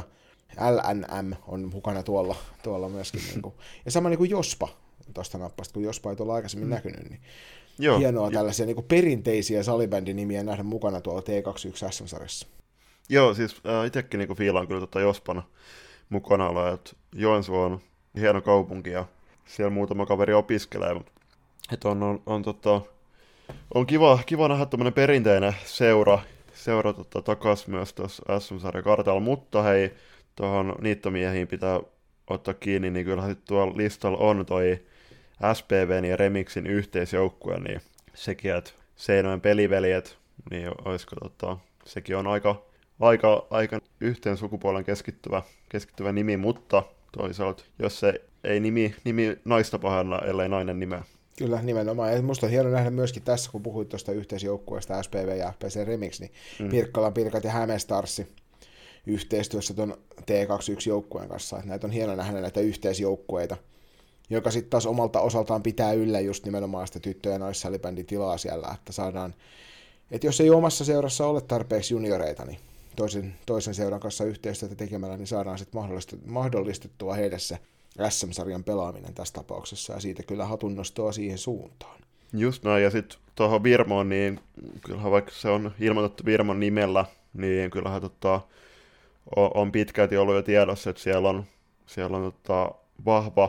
Speaker 1: L N M on mukana tuolla, tuolla myöskin. Niin kuin, ja sama niin kuin Jospa tuosta nappasta, kun Jospa ei tuolla aikaisemmin mm. näkynyt, niin Joo, hienoa jo. Tällaisia niin kuin perinteisiä salibändinimiä nähdä mukana tuolla T kaksikymmentäyksi S M-sarjassa.
Speaker 2: Joo, siis äh, itsekin niin fiilaan kyllä tota Jospan mukana olla, että Joensuu on hieno kaupunki ja siellä muutama kaveri opiskelee, mutta että on, on, on, tota, on kiva, kiva nähdä tämmöinen perinteinen seura, seura tota, takas myös tuossa S M-sarjan kartalla, mutta hei, tuohon niittomiehiin pitää ottaa kiinni, niin kyllähän sitten tuolla listalla on toi S P V:n ja Remixin yhteisjoukkue, niin sekin, että Seinäjoen peliveljet, niin olisiko tota, sekin on aika, aika, aika yhteen sukupuolen keskittyvä, keskittyvä nimi, mutta toisaalta, jos se ei nimi, nimi naista pahalla, ellei nainen nimeä.
Speaker 1: Kyllä, nimenomaan. Ja musta on hieno nähdä myöskin tässä, kun puhuit tuosta yhteisjoukkueesta S P V ja F P C Remix, niin mm. Pirkkalan Pirkat ja Hämeenstarssi yhteistyössä tuon T kaksikymmentäyksi-joukkueen kanssa. Että näitä on hieno nähdä näitä yhteisjoukkueita, joka sitten taas omalta osaltaan pitää yllä just nimenomaan sitä tyttö- ja naissalibändin tilaa siellä, että saadaan, että jos ei omassa seurassa ole tarpeeksi junioreita, niin toisen, toisen seuran kanssa yhteistyötä tekemällä, niin saadaan sitten mahdollistettua heille se S M-sarjan pelaaminen tässä tapauksessa, ja siitä kyllä hatunnostoa siihen suuntaan.
Speaker 2: Just näin, ja sitten tuohon Virmoon, niin kyllähän vaikka se on ilmoitettu Virmon nimellä, niin kyllähän tota, on pitkälti ollut jo tiedossa, että siellä on, siellä on tota, vahva,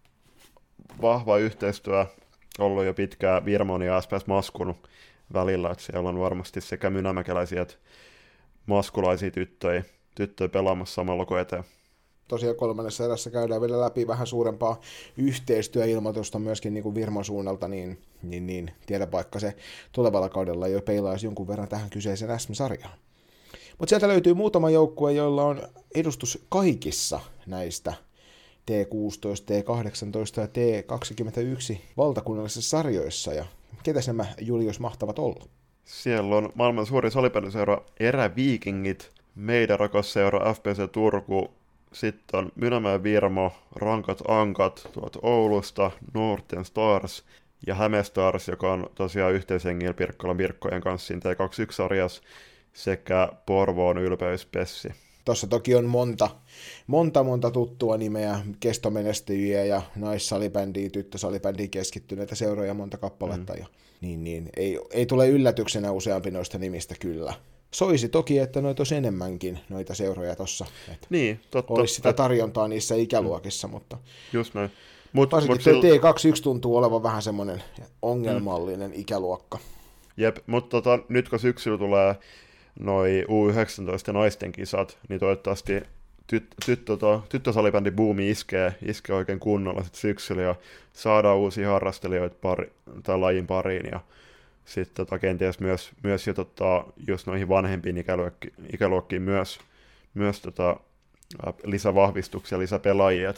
Speaker 2: vahva yhteistyö ollut jo pitkään Virmon ja S P S Maskun välillä, että siellä on varmasti sekä mynämäkeläisiä että maskulaisia tyttöjä, tyttöjä pelaamassa samalla kuin eteen.
Speaker 1: Tosiaan kolmannessa erässä käydään vielä läpi vähän suurempaa yhteistyöilmoitusta myöskin niin kuin Virmon suunnalta, niin, niin, niin tiedä vaikka se tulevalla kaudella jo peilaisi jonkun verran tähän kyseiseen S M-sarjaan. Mutta sieltä löytyy muutama joukkue, joilla on edustus kaikissa näistä T kuusitoista, T kahdeksantoista ja T kaksikymmentäyksi valtakunnallisissa sarjoissa, ja ketäs nämä, Julius, mahtavat olla?
Speaker 2: Siellä on maailman suurin salibändiseura Eräviikingit, meidän rakas seura F P C Turku, sitten on Mynämäen Virmo, Rankat Ankat tuolta Oulusta, Northern Stars ja Häme Stars, joka on tosiaan yhteishengillä Pirkkolan Pirkkojen kanssa siinä T kaksikymmentäyksi-sarjassa, sekä Porvoon Ylpeys Pessi.
Speaker 1: Tuossa toki on monta, monta, monta tuttua nimeä, kestomenestyjiä ja naissalibändiä, tyttösalibändiä keskittyneitä seuroja monta kappaletta. Mm. Ja, niin, niin, ei, ei tule yllätyksenä useampi noista nimistä kyllä. Soisi toki, että noita olisi enemmänkin, noita seuroja tuossa.
Speaker 2: Niin, totta.
Speaker 1: Olisi sitä tarjontaa niissä ikäluokissa, mm. mutta...
Speaker 2: Just näin. Mut,
Speaker 1: varsinkin
Speaker 2: mut
Speaker 1: se
Speaker 2: sil...
Speaker 1: T kaksikymmentäyksi tuntuu olevan vähän semmoinen ongelmallinen mm. ikäluokka.
Speaker 2: Jep, mutta tota, nyt kun syksyllä tulee noi U yhdeksäntoista naisten kisat, niin toivottavasti tyt, tyt, tota, tyttösalibändi buumi iskee, iskee oikein kunnolla sit syksyllä ja saadaan uusia harrastelijoita pari, tai lajin pariin ja sitten tota, kenties myös, myös jo, tota, just noihin vanhempiin ikäluokkiin, ikäluokkiin myös, myös tota, lisävahvistuksia, lisäpelaajia.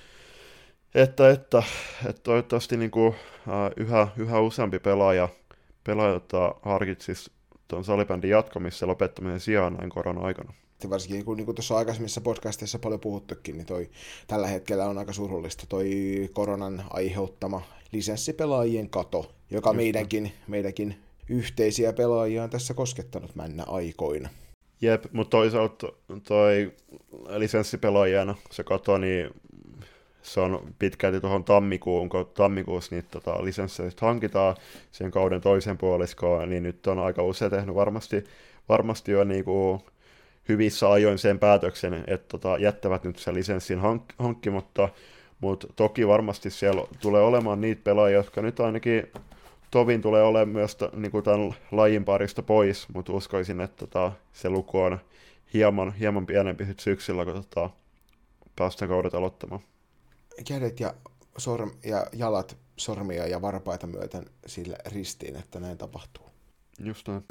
Speaker 2: Että, että, että toivottavasti niin kuin, äh, yhä, yhä useampi pelaaja, pelaaja tota, harkitsisi tuon salibändin jatkamisen ja lopettamisen sijaan näin korona-aikana.
Speaker 1: Varsinkin kun, niin kuin tuossa aikaisemmissa podcasteissa paljon puhuttukin, niin toi, tällä hetkellä on aika surullista toi koronan aiheuttama lisenssipelaajien kato, joka meidänkin, meidänkin yhteisiä pelaajia on tässä koskettanut männä aikoina.
Speaker 2: Jep, mutta toisaalta toi lisenssipelaajana se kato, niin se on pitkälti tuohon tammikuun, kun tammikuussa niitä tota, lisenssejä hankitaan sen kauden toisen puoliskoon, niin nyt on aika usein tehnyt varmasti, varmasti jo niinku hyvissä ajoin sen päätöksen, että tota, jättävät nyt sen lisenssin hank- hankkimatta, mutta toki varmasti siellä tulee olemaan niitä pelaajia, jotka nyt ainakin tovin tulee olemaan myös t- niinku tämän lajin parista pois, mutta uskoisin, että tota, se luku on hieman, hieman pienempi sit syksyllä, kun tota, päästään kaudet aloittamaan.
Speaker 1: Kädet ja, sorm- ja jalat sormia ja varpaita myöten sille ristiin, että näin tapahtuu.
Speaker 2: Just näin.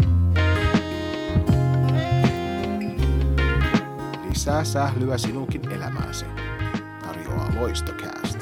Speaker 1: Lisää sählyä sinunkin elämääsi. Tarjoaa Loistocast.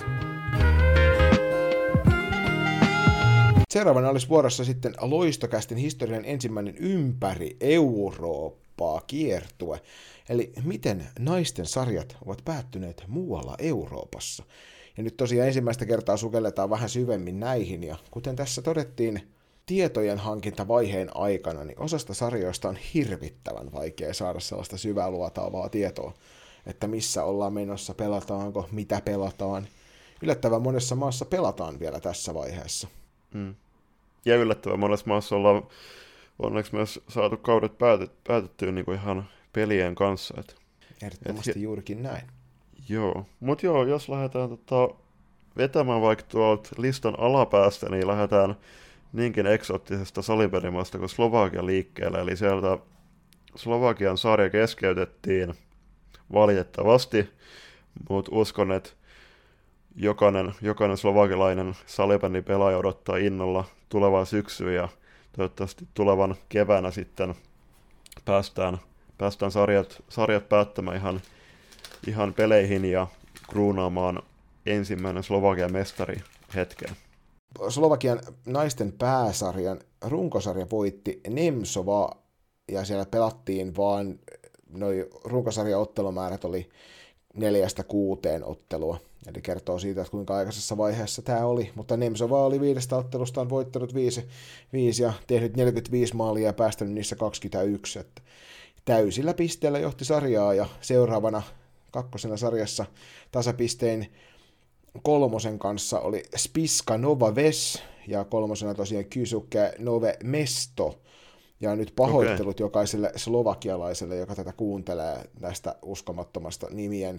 Speaker 1: Seuraavana olisi vuorossa sitten Loistocastin historian ensimmäinen ympäri Eurooppaa kiertue. Eli miten naisten sarjat ovat päättyneet muualla Euroopassa. Ja nyt tosiaan ensimmäistä kertaa sukelletaan vähän syvemmin näihin. Ja kuten tässä todettiin tietojen hankintavaiheen aikana, niin osasta sarjoista on hirvittävän vaikea saada sellaista syvää luotaavaa tietoa, että missä ollaan menossa, pelataanko, mitä pelataan. Yllättävän monessa maassa pelataan vielä tässä vaiheessa.
Speaker 2: Hmm. Ja yllättävän monessa maassa ollaan onneksi myös saatu kaudet päätet, päätettyä niin kuin ihan pelien kanssa. Et,
Speaker 1: Ehdottomasti et, juurikin näin.
Speaker 2: Joo, mutta joo, jos lähdetään tota, vetämään vaikka tuolta listan alapäästä, niin lähdetään niinkin eksoottisesta salibändimaasta kuin Slovakia liikkeelle. Eli sieltä Slovakian sarja keskeytettiin valitettavasti, mutta uskon, että jokainen, jokainen slovakilainen salibändin pelaaja odottaa innolla tulevaa syksyä ja toivottavasti tulevan keväänä sitten päästään, päästään sarjat, sarjat päättämään ihan, ihan peleihin ja kruunaamaan ensimmäinen Slovakian mestari hetkeen.
Speaker 1: Slovakian naisten pääsarjan runkosarja voitti Nemsova ja siellä pelattiin vaan, noi runkosarjan ottelumäärät oli neljästä kuuteen ottelua. Eli kertoo siitä, että kuinka aikaisessa vaiheessa tämä oli, mutta Nemsova oli viidestä ottelustaan voittanut viisi, viisi ja tehnyt neljäkymmentäviisi maalia ja päästänyt niissä kaksikymmentäyksi. Että täysillä pisteellä johti sarjaa ja seuraavana kakkosena sarjassa tasapistein kolmosen kanssa oli Spiska Nova Ves ja kolmosena tosiaan Kysuke Nove Mesto. Ja nyt pahoittelut okay. jokaiselle slovakialaiselle, joka tätä kuuntelee näistä uskomattomasta nimien,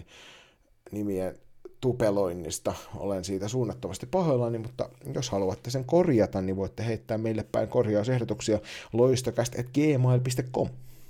Speaker 1: nimien tupeloinnista. Olen siitä suunnattomasti pahoillani, mutta jos haluatte sen korjata, niin voitte heittää meille päin korjausehdotuksia loistocast at gmail dot com.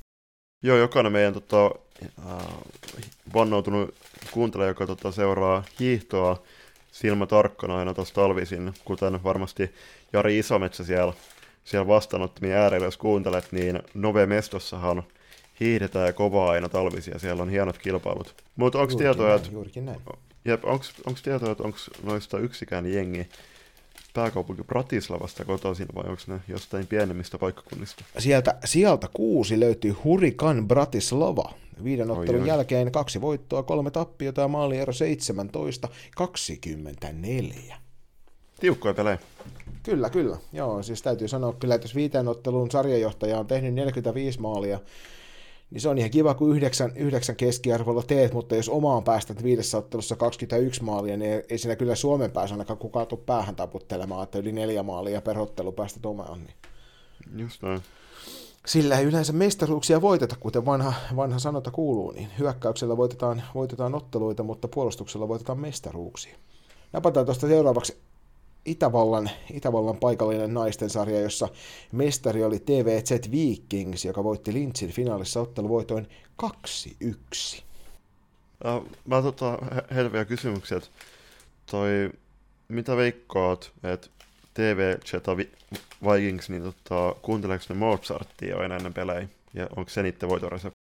Speaker 2: Joo, jokainen meidän tota, äh, vannoutunut kuuntelija, joka tota, seuraa hiihtoa silmä tarkkana aina tuossa talvisin, kuten varmasti Jari Isometsä siellä, siellä vastaanottimien äärellä, jos kuuntelet, niin Nove Mestossahan hiihdetään ja kovaa aina talvisin ja siellä on hienot kilpailut. Mutta onko tietoa, että onko tietoa, että onko noista yksikään jengi pääkaupunki Bratislavasta kotoisin, vai onko ne jostain pienemmistä paikkakunnista?
Speaker 1: Sieltä, sieltä kuusi löytyy Hurican Bratislava. Viiden ottelun oi, jälkeen kaksi voittoa, kolme tappiota ja maaliero seitsemäntoista kaksikymmentäneljä.
Speaker 2: Tiukkoja pelejä.
Speaker 1: Kyllä, kyllä. Joo, siis täytyy sanoa kyllä, että jos viiteen ottelun sarjajohtaja on tehnyt neljäkymmentäviisi maalia, niin se on ihan kiva, kun yhdeksän, yhdeksän keskiarvolla teet, mutta jos omaan päästät viidessä ottelussa kaksikymmentäyksi maalia, niin ei siinä kyllä Suomen päässä ainakaan kukaan tule päähän taputtelemaan, että yli neljä maalia per ottelu päästät omaan. Niin.
Speaker 2: Just näin.
Speaker 1: Sillä ei yleensä mestaruuksia voiteta, kuten vanha, vanha sanota kuuluu, niin hyökkäyksellä voitetaan, voitetaan otteluita, mutta puolustuksella voitetaan mestaruuksia. Napataan tuosta seuraavaksi Itävallan, Itävallan paikallinen naisten sarja, jossa mestari oli T V Z Vikings, joka voitti Linzin finaalissa otteluvoitoin kaksi yksi.
Speaker 2: Äh, mä tota, heitän vielä kysymyksiä, että toi, mitä veikkaat, että T V Z Vikings, niin tota, kuunteleeko ne Mozartia aina ennen pelejä, ja onko se niiden voitoresepti?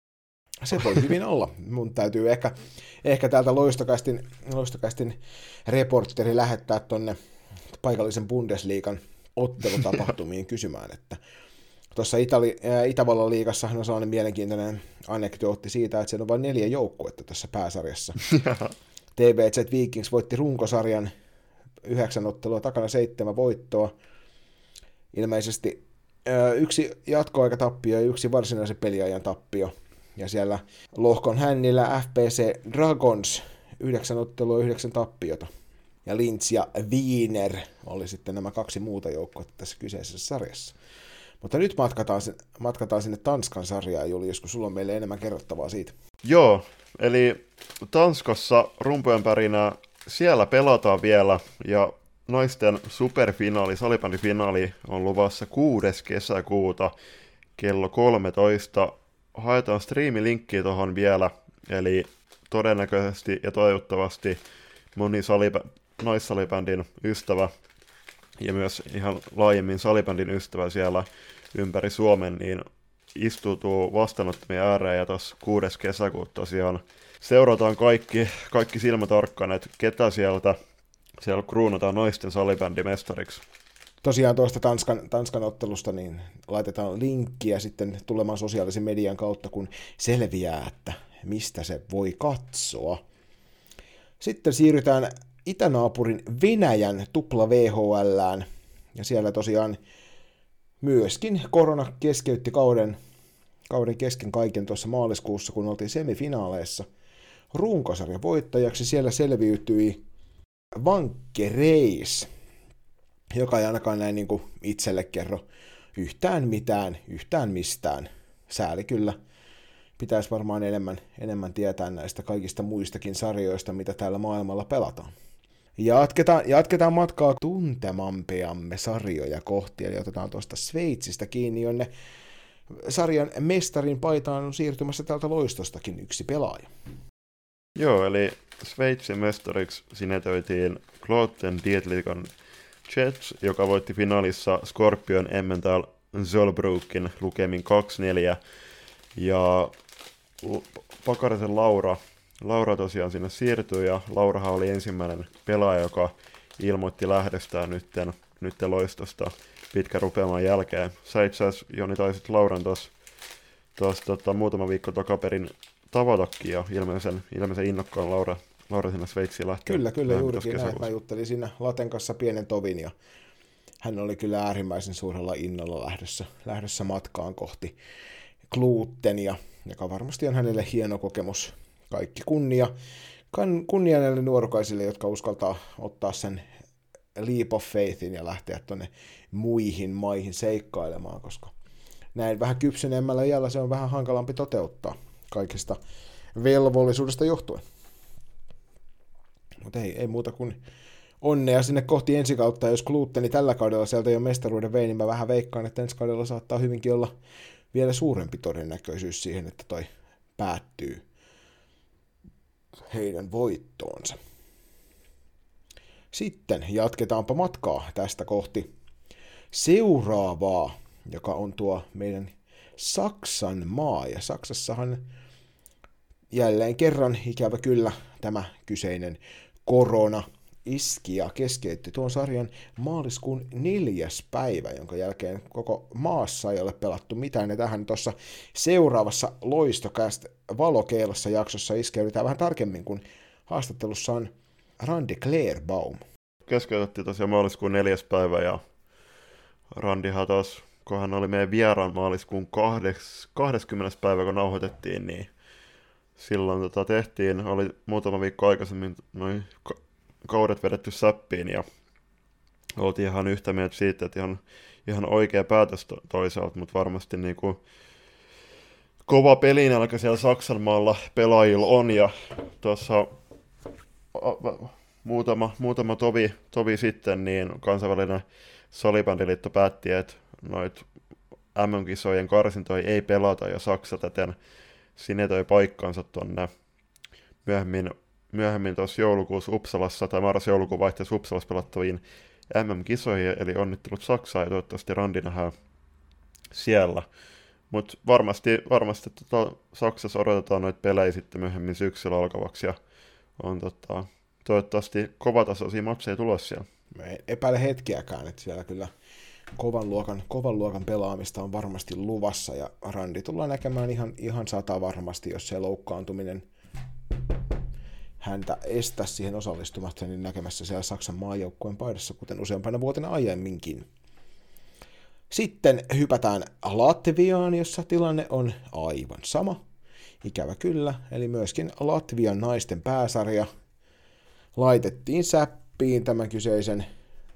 Speaker 1: Se voi hyvin olla. Mun täytyy ehkä, ehkä täältä Loistokästin, Loistokästin reporteri lähettää tonne paikallisen Bundesliigan ottelutapahtumiin kysymään, että tuossa Itali, ää, Itävallan liigassahan on sellainen mielenkiintoinen anekdootti siitä, että siellä on vain neljä joukkuetta tässä pääsarjassa. T V Z Vikings voitti runkosarjan yhdeksän ottelua takana seitsemän voittoa. Ilmeisesti ää, yksi jatkoaikatappio ja yksi varsinaisen peliajan tappio. Ja siellä lohkon hännillä F P C Dragons, yhdeksän ottelua, yhdeksän tappiota. Ja Linz ja Wiener oli sitten nämä kaksi muuta joukkoa tässä kyseisessä sarjassa. Mutta nyt matkataan, matkataan sinne Tanskan sarjaan, Julius, kun sulla on meille enemmän kerrottavaa siitä.
Speaker 2: Joo, eli Tanskassa rumpujen pärinä siellä pelataan vielä, ja naisten superfinaali, salibändifinaali on luvassa kuudes kesäkuuta kello kolmetoista. Haetaan striimilinkkiä tuohon vielä, eli todennäköisesti ja toivottavasti moni salibä- naissalibändin ystävä ja myös ihan laajemmin salibändin ystävä siellä ympäri Suomen, niin istuutuu vastaanottomien ääreen, ja tuossa kuudes kesäkuuta tosiaan seurataan kaikki, kaikki silmätarkkaan, että ketä sieltä siellä kruunataan naisten salibändimestariksi.
Speaker 1: Tosiaan tuosta Tanskan, Tanskan ottelusta niin laitetaan linkkiä sitten tulemaan sosiaalisen median kautta, kun selviää, että mistä se voi katsoa. Sitten siirrytään itänaapurin Venäjän tupla V H L:ään, ja siellä tosiaan myöskin korona keskeytti kauden, kauden kesken kaiken tuossa maaliskuussa, kun oltiin semifinaaleissa. Runkosarjan voittajaksi siellä selviytyi Vankkereis, joka ei ainakaan näin niin kuin itselle kerro yhtään mitään, yhtään mistään. Sääli kyllä. Pitäisi varmaan enemmän, enemmän tietää näistä kaikista muistakin sarjoista, mitä täällä maailmalla pelataan. Jatketaan, jatketaan matkaa tuntemampiamme sarjoja kohti, eli otetaan tuosta Sveitsistä kiinni, jonne sarjan mestarin paitaan on siirtymässä täältä Loistostakin yksi pelaaja.
Speaker 2: Joo, eli Sveitsin mestariksi sinetöitiin Kloten Dietlikan Jets, joka voitti finaalissa Scorpion Emmental Zolbrukin lukemin kaksi neljä, ja Pakarisen Laura, Laura tosiaan sinne siirtyi, ja Laurahan oli ensimmäinen pelaaja, joka ilmoitti lähdöstään nytten, nytten Loistosta pitkän rupeaman jälkeen. Sä itse asiassa, Joni, taisit Lauran tuossa tota, muutama viikko takaperin tavatakin, ja ilmeisen, ilmeisen innokkaan Laura, Laura sinne Sveitsiin lähtee.
Speaker 1: Kyllä, kyllä, juurikin näin. Mä juttelin siinä Laten kanssa pienen tovin, ja hän oli kyllä äärimmäisen suurella innolla lähdössä, lähdössä matkaan kohti Klutenia, joka varmasti on hänelle hieno kokemus. Kaikki kunnia, kunnia näille nuorukaisille, jotka uskaltaa ottaa sen leap of faithin ja lähteä tuonne muihin maihin seikkailemaan, koska näin vähän kypsyneemmällä iällä se on vähän hankalampi toteuttaa kaikista velvollisuudesta johtuen. Mutta ei, ei muuta kuin onnea sinne kohti ensi kautta. Jos Kluteni tällä kaudella sieltä jo mestaruuden vei, niin mä vähän veikkaan, että ensi kaudella saattaa hyvinkin olla vielä suurempi todennäköisyys siihen, että toi päättyy heidän voittoonsa. Sitten jatketaanpa matkaa tästä kohti seuraavaa, joka on tuo meidän Saksan maa. Ja Saksassahan jälleen kerran, ikävä kyllä, tämä kyseinen korona iski ja keskeytti tuon sarjan maaliskuun neljäs päivä, jonka jälkeen koko maassa ei ole pelattu mitään. Ja tähän tuossa seuraavassa Loistocast valokeilassa jaksossa iskeydytään vähän tarkemmin, kun haastattelussa on Randy Claerbaum.
Speaker 2: Keskeytettiin tosiaan maaliskuun neljäs päivä ja Randyhan taas, kun hän oli meidän vieraan maaliskuun kahdeskymmenes päivä, kun nauhoitettiin, niin silloin tota tehtiin, oli muutama viikko aikaisemmin noin kaudet vedetty säppiin ja oltiin ihan yhtä mieltä siitä, että ihan, ihan oikea päätös to- toisaalta, mutta varmasti niin kuin kova pelinälkä siellä Saksan maalla pelaajilla on ja tuossa muutama, muutama tovi, tovi sitten niin kansainvälinen salibändiliitto päätti, että noit M M-kisojen karsintoja ei pelata ja Saksa täten sinetöi paikkansa tuonne myöhemmin, myöhemmin tuossa joulukuussa Uppsalassa tai marras-joulukuun vaihteessa Uppsalassa pelattaviin M M-kisoihin, eli onnittelut Saksaa ja toivottavasti Randi nähdään siellä. Mutta varmasti, varmasti tota, Saksassa odotetaan noita pelejä sitten myöhemmin syksyllä alkavaksi ja on tota, toivottavasti kovatasoisia matseja tulossa siellä.
Speaker 1: Mä en epäile hetkiäkään, että siellä kyllä kovan luokan, kovan luokan pelaamista on varmasti luvassa, ja Randi tullaan näkemään ihan, ihan sata varmasti, jos se loukkaantuminen häntä estä siihen osallistumasta, niin näkemässä siellä Saksan maajoukkueen paidassa, kuten useampana vuotena aiemminkin. Sitten hypätään Latviaan, jossa tilanne on aivan sama. Ikävä kyllä, eli myöskin Latvian naisten pääsarja laitettiin säppiin tämän kyseisen.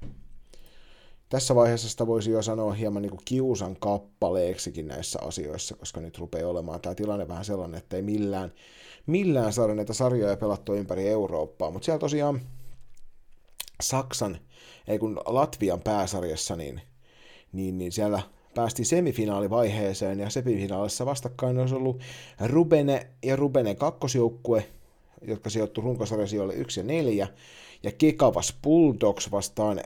Speaker 1: Tässä vaiheessa sitä voisi jo sanoa hieman niin kuin kiusan kappaleeksikin näissä asioissa, koska nyt rupeaa olemaan tämä tilanne vähän sellainen, että ei millään, millään saada näitä sarjoja pelattua ympäri Eurooppaa. Mutta siellä tosiaan Saksan, ei kun Latvian pääsarjassa, niin, niin, niin siellä päästiin semifinaalivaiheeseen, ja semifinaalissa vastakkain olisi ollut Rubene ja Rubene kakkosjoukkue, jotka sijoittu runkosarjan sijoille yksi ja neljä, ja Kekavas Bulldogs vastaan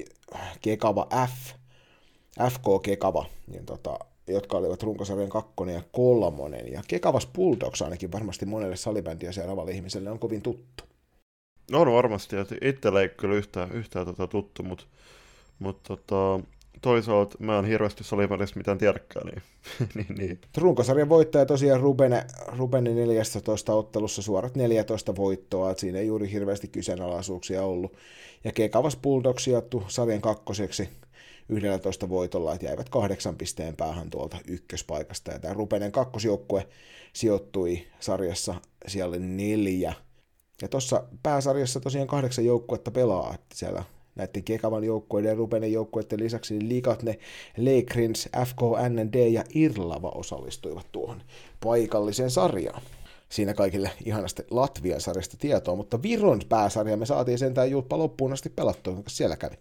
Speaker 1: Kekava F, F K Kekava, niin tota, jotka olivat runkosarjan kakkonen ja kolmonen. Ja Kekavas Bulldogs ainakin varmasti monelle salibändiä ja seuraavalle ihmiselle on kovin tuttu.
Speaker 2: No on varmasti, että itselle ei kyllä yhtään, yhtään tota tuttu, mutta mut tota, toisaalta mä en hirveästi salibändistä mitään tiedäkään. Niin, niin, niin.
Speaker 1: Runkosarjan voittaja tosiaan Rubene, Rubene neljätoista ottelussa suorat neljätoista voittoa, että siinä ei juuri hirveästi kyseenalaisuuksia ollut. Ja Kekavas Bulldogs sijoittu sarjan kakkoseksi yksitoista voitolla, että jäivät kahdeksan pisteen päähän tuolta ykköspaikasta. Ja tämä Rubenen kakkosjoukkue sijoittui sarjassa siellä neljä. Ja tuossa pääsarjassa tosiaan kahdeksan joukkuetta pelaa, että siellä näiden Kekavan joukkueiden ja Rubenen joukkueiden lisäksi niin Ligatne, Leikrins, F K N N D ja Irlava osallistuivat tuohon paikalliseen sarjaan. Siinä kaikille ihanasti Latvian sarjasta tietoa, mutta Viron pääsarja me saatiin sentään julppa loppuun asti pelattua, jonka siellä kävi.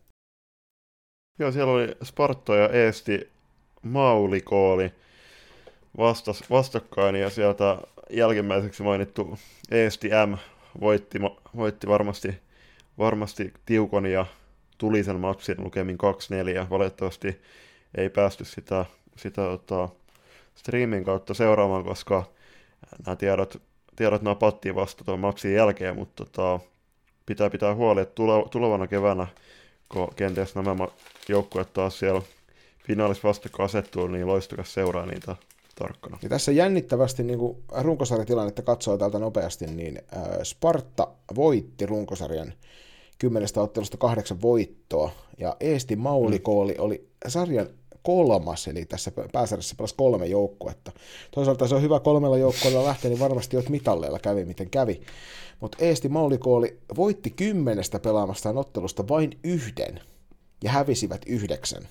Speaker 2: Joo, siellä oli Sparta ja Eesti Maulikooli vastas, vastakkain, ja sieltä jälkimmäiseksi mainittu Eesti M voitti, voitti varmasti, varmasti tiukon ja tulisen matsin lukemin kaksi neljä. Valitettavasti ei päästy sitä, sitä tota, streamin kautta seuraamaan, koska nämä tiedot, tiedot napattiin vasta tuon matsin jälkeen, mutta tota, pitää pitää huoli, että tulevana keväänä, kun kenties nämä joukkueet taas siellä finaalissa vastakkain asettuu, niin Loistokas seuraa niitä tarkkana.
Speaker 1: Ja tässä jännittävästi niin kuin runkosarjatilannetta katsoo täältä nopeasti, niin Sparta voitti runkosarjan kymmenestä ottelusta kahdeksan voittoa, ja Eesti Maulikooli mm. oli sarjan kolmas, eli tässä pääsarjassa pelasi kolme joukkuetta. Toisaalta se on hyvä kolmella joukkueella lähteä, niin varmasti olet mitalleilla kävi, miten kävi. Mutta Eesti Maulikooli voitti kymmenestä pelaamastaan ottelusta vain yhden, ja hävisivät yhdeksän.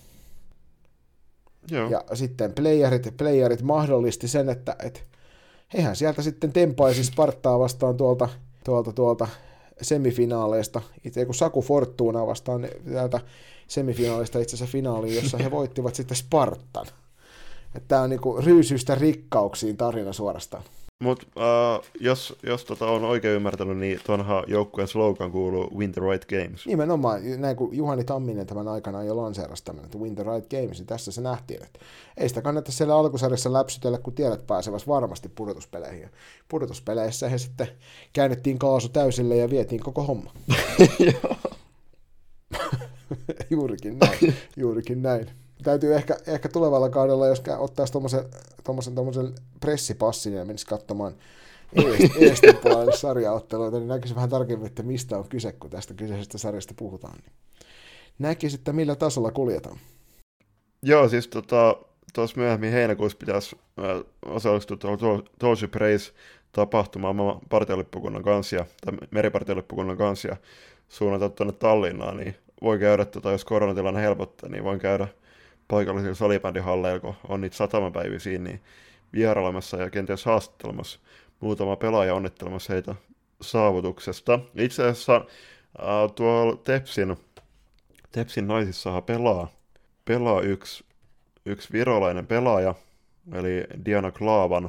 Speaker 2: Joo.
Speaker 1: Ja sitten playerit, playerit mahdollisti sen, että et, hehän sieltä sitten tempaisi Spartaa vastaan tuolta, tuolta, tuolta semifinaaleista, itse kun Saku Fortuna vastaan täältä semifinaaleista itse asiassa finaaliin, jossa he voittivat sitten Spartan. Tämä on niinku ryysyistä rikkauksiin tarina suorastaan.
Speaker 2: Mutta uh, jos, jos tota on oikein ymmärtänyt, niin tuonhan joukkueen slogan kuuluu Win the Right Games.
Speaker 1: Nimenomaan, näin kuin Juhani Tamminen tämän aikana jo lanseerasi tämmöinen, että Win the Right Games, niin tässä se nähtiin, että ei sitä kannata siellä alkusarjassa läpsytellä, kun tiedät pääsevässä varmasti pudotuspeleihin. Ja pudotuspeleissä he sitten käännettiin kaasu täysille ja vietiin koko homma. Juurikin näin, juurikin näin. Täytyy ehkä, ehkä tulevalla kaudella, jos ottaisi tuommoisen tommosen pressipassin ja menisi katsomaan Eestin puolelle sarjaotteluita, niin näkisi vähän tarkemmin, että mistä on kyse, kun tästä kyseisestä sarjasta puhutaan. Niin näkisi, että millä tasolla kuljetaan.
Speaker 2: Joo, siis tuossa tota, myöhemmin heinäkuussa pitäisi äh, osallistua Toshi Praise-tapahtumaan partiolippukunnan kanssa, ja, tai meripartiolippukunnan kanssa, ja suunnata tuonne Tallinnaan, niin voi käydä, tota, jos koronatilanne helpottaa, niin voin käydä paikallisilla salibändihalleilla, kun on niitä satamapäivisiä, niin vierailemassa ja kenties haastattelemassa muutama pelaaja onnittelemassa heitä saavutuksesta. Itse asiassa äh, tuolla Tepsin, Tepsin naisissahan pelaa, pelaa yksi, yksi virolainen pelaaja, eli Diana Klaavan,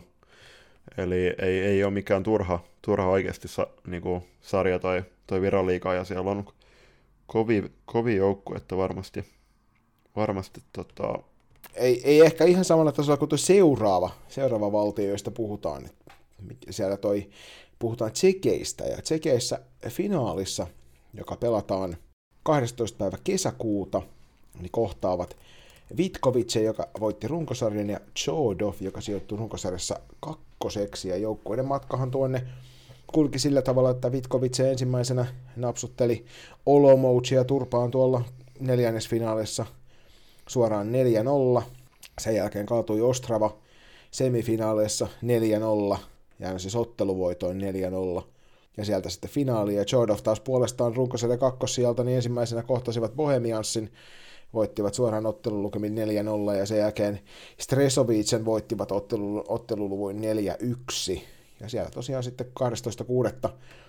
Speaker 2: eli ei, ei ole mikään turha, turha oikeasti sa, niinku sarja tai, tai viraliiga, ja siellä on kovia, kovia joukkuetta varmasti. Varmasti tota...
Speaker 1: Ei, ei ehkä ihan samalla tasolla kuin tuo seuraava, seuraava valtio, josta puhutaan. Siellä toi, puhutaan Tsekeistä, ja Tsekeissä finaalissa, joka pelataan kahdestoista päivä kesäkuuta, niin kohtaavat Vitkovice, joka voitti runkosarjan, ja Chodov, joka sijoittui runkosarjassa kakkoseksi, ja joukkueiden matkahan tuonne kulki sillä tavalla, että Vitkovice ensimmäisenä napsutteli Olomoucia turpaan tuolla neljännesfinaalissa suoraan neljä nolla. Sen jälkeen kaatui Ostrava semifinaaleissa neljä nolla, ja siis otteluvoitoin neljä nolla. Ja sieltä sitten finaali, ja Chodov taas puolestaan runkosarjan kakkossijalta, niin ensimmäisenä kohtasivat Bohemiansin, voittivat suoraan ottelulukemin neljä nolla, ja sen jälkeen Stresovicen voittivat ottelu, otteluluvuin neljä yksi. Ja siellä tosiaan sitten kahdestoista kuudetta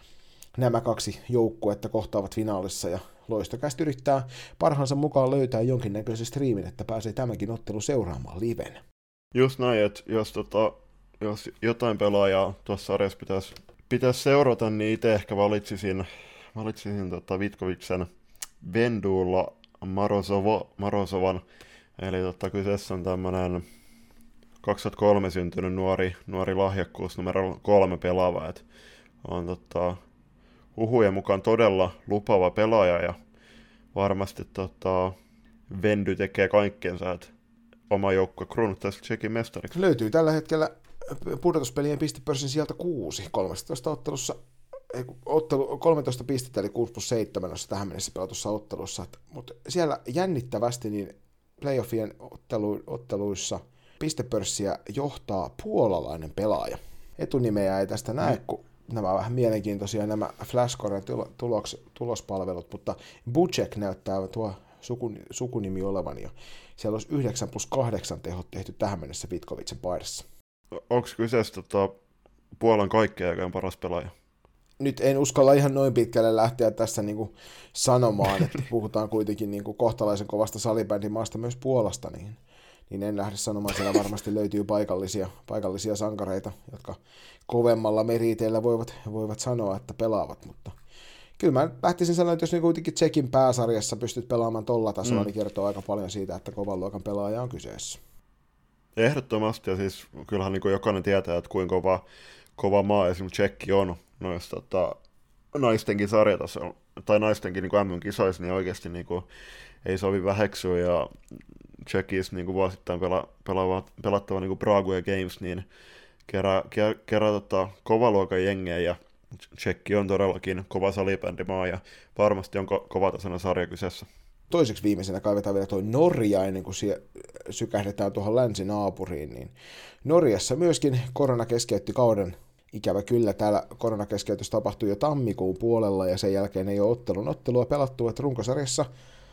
Speaker 1: nämä kaksi joukkuetta kohtaavat finaalissa, ja Loistokäst yrittää parhaansa mukaan löytää jonkinnäköisen striimin, että pääsee tämänkin ottelu seuraamaan livenä.
Speaker 2: Just näin, että jos, tota, jos jotain pelaajaa tuossa sarjassa pitäisi, pitäisi seurata, niin itse ehkä valitsisin, valitsisin tota Vitkovicen Vendulla Marozovo, Marozovan, eli tota, kyseessä on tämmöinen kaksituhattakolme syntynyt nuori, nuori lahjakkuus numero kolme pelaava, että on tota, huhujen mukaan todella lupaava pelaaja, ja varmasti tota, Vendy tekee kaikkensa, että oma joukkue kruunuttaisi Tsekin mestariksi.
Speaker 1: Löytyy tällä hetkellä pudotuspelien pistepörssin sieltä kuusi, kolmetoista ottelussa, ei, ottelu, kolmetoista pistettä, eli kuusi plus seitsemän noissa tähän mennessä pelatussa ottelussa, mutta siellä jännittävästi niin playoffien ottelu, otteluissa pistepörssiä johtaa puolalainen pelaaja. Etunimeä ei tästä näe, kun nämä on vähän mielenkiintoisia nämä Flashcoren tulos, tulospalvelut, mutta Bucek näyttää tuo sukun, sukunimi olevan, ja siellä olisi yhdeksän plus kahdeksan tehot tehty tähän mennessä Vitkovicen paidassa.
Speaker 2: Onko kyseessä tota, Puolan kaikkea aikaan paras pelaaja?
Speaker 1: Nyt en uskalla ihan noin pitkälle lähteä tässä niinku sanomaan, että puhutaan kuitenkin niinku kohtalaisen kovasta salibändimaasta myös Puolasta, niin niin en lähde sanomaan, siellä varmasti löytyy paikallisia, paikallisia sankareita, jotka kovemmalla meriteillä voivat, voivat sanoa, että pelaavat, mutta kyllä mä lähtisin sanoa, että jos niin kuitenkin Tsekin pääsarjassa pystyt pelaamaan tolla tasolla, mm. niin kertoo aika paljon siitä, että kovan luokan pelaaja on kyseessä.
Speaker 2: Ehdottomasti, ja siis kyllähän niin kuin jokainen tietää, että kuinka kova, kova maa esimerkiksi Tsekki on noissa tota, naistenkin sarjatasolla, tai naistenkin niin kuin M M-kisoissa, niin oikeasti niin kuin ei sovi väheksyä, ja Tsekissä niin kuin vuosittain pela, pelaava, pelattava niin kuin Prague Games, niin kerää, kerää, kerää tota, kovaluokan jengeä, ja Tsekki on todellakin kova salibändimaa, ja varmasti on ko- kovatasoinen sarja kyseessä.
Speaker 1: Toiseksi viimeisenä kaivetaan vielä tuo Norja, ennen kuin sie- sykähdetään tuohon länsinaapuriin, niin Norjassa myöskin korona keskeytti kauden. Ikävä kyllä, täällä koronakeskeytys tapahtui jo tammikuun puolella, ja sen jälkeen ei ole ottelun ottelua pelattu, että runkosarjassa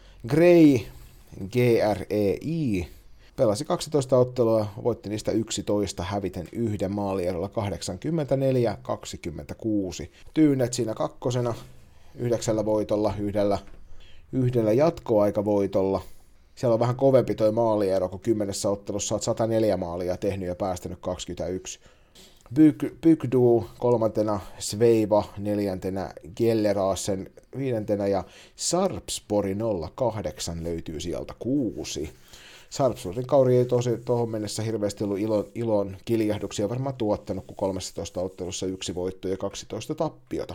Speaker 1: Grey, G R E I, pelasi kaksitoista ottelua, voitti niistä yksitoista häviten yhden maalierolla kahdeksankymmentäneljä kaksikymmentäkuusi. Tyynet siinä kakkosena yhdeksällä voitolla, yhdellä, yhdellä jatkoaikavoitolla. Siellä on vähän kovempi toi maaliero, kun kymmenessä ottelussa olet sata neljä maalia tehnyt ja päästänyt kaksikymmentäyksi. Bygdu kolmantena, Sveiva neljäntenä, Gelleraasen viidentenä ja Sarpsborg nolla kahdeksan löytyy sieltä kuusi. Sarpsborgin kauri ei tosi tuohon mennessä hirveästi ollut ilon, ilon kiljahduksia varmaan tuottanut, kun kolmetoista ottelussa yksi voitto ja kaksitoista tappiota.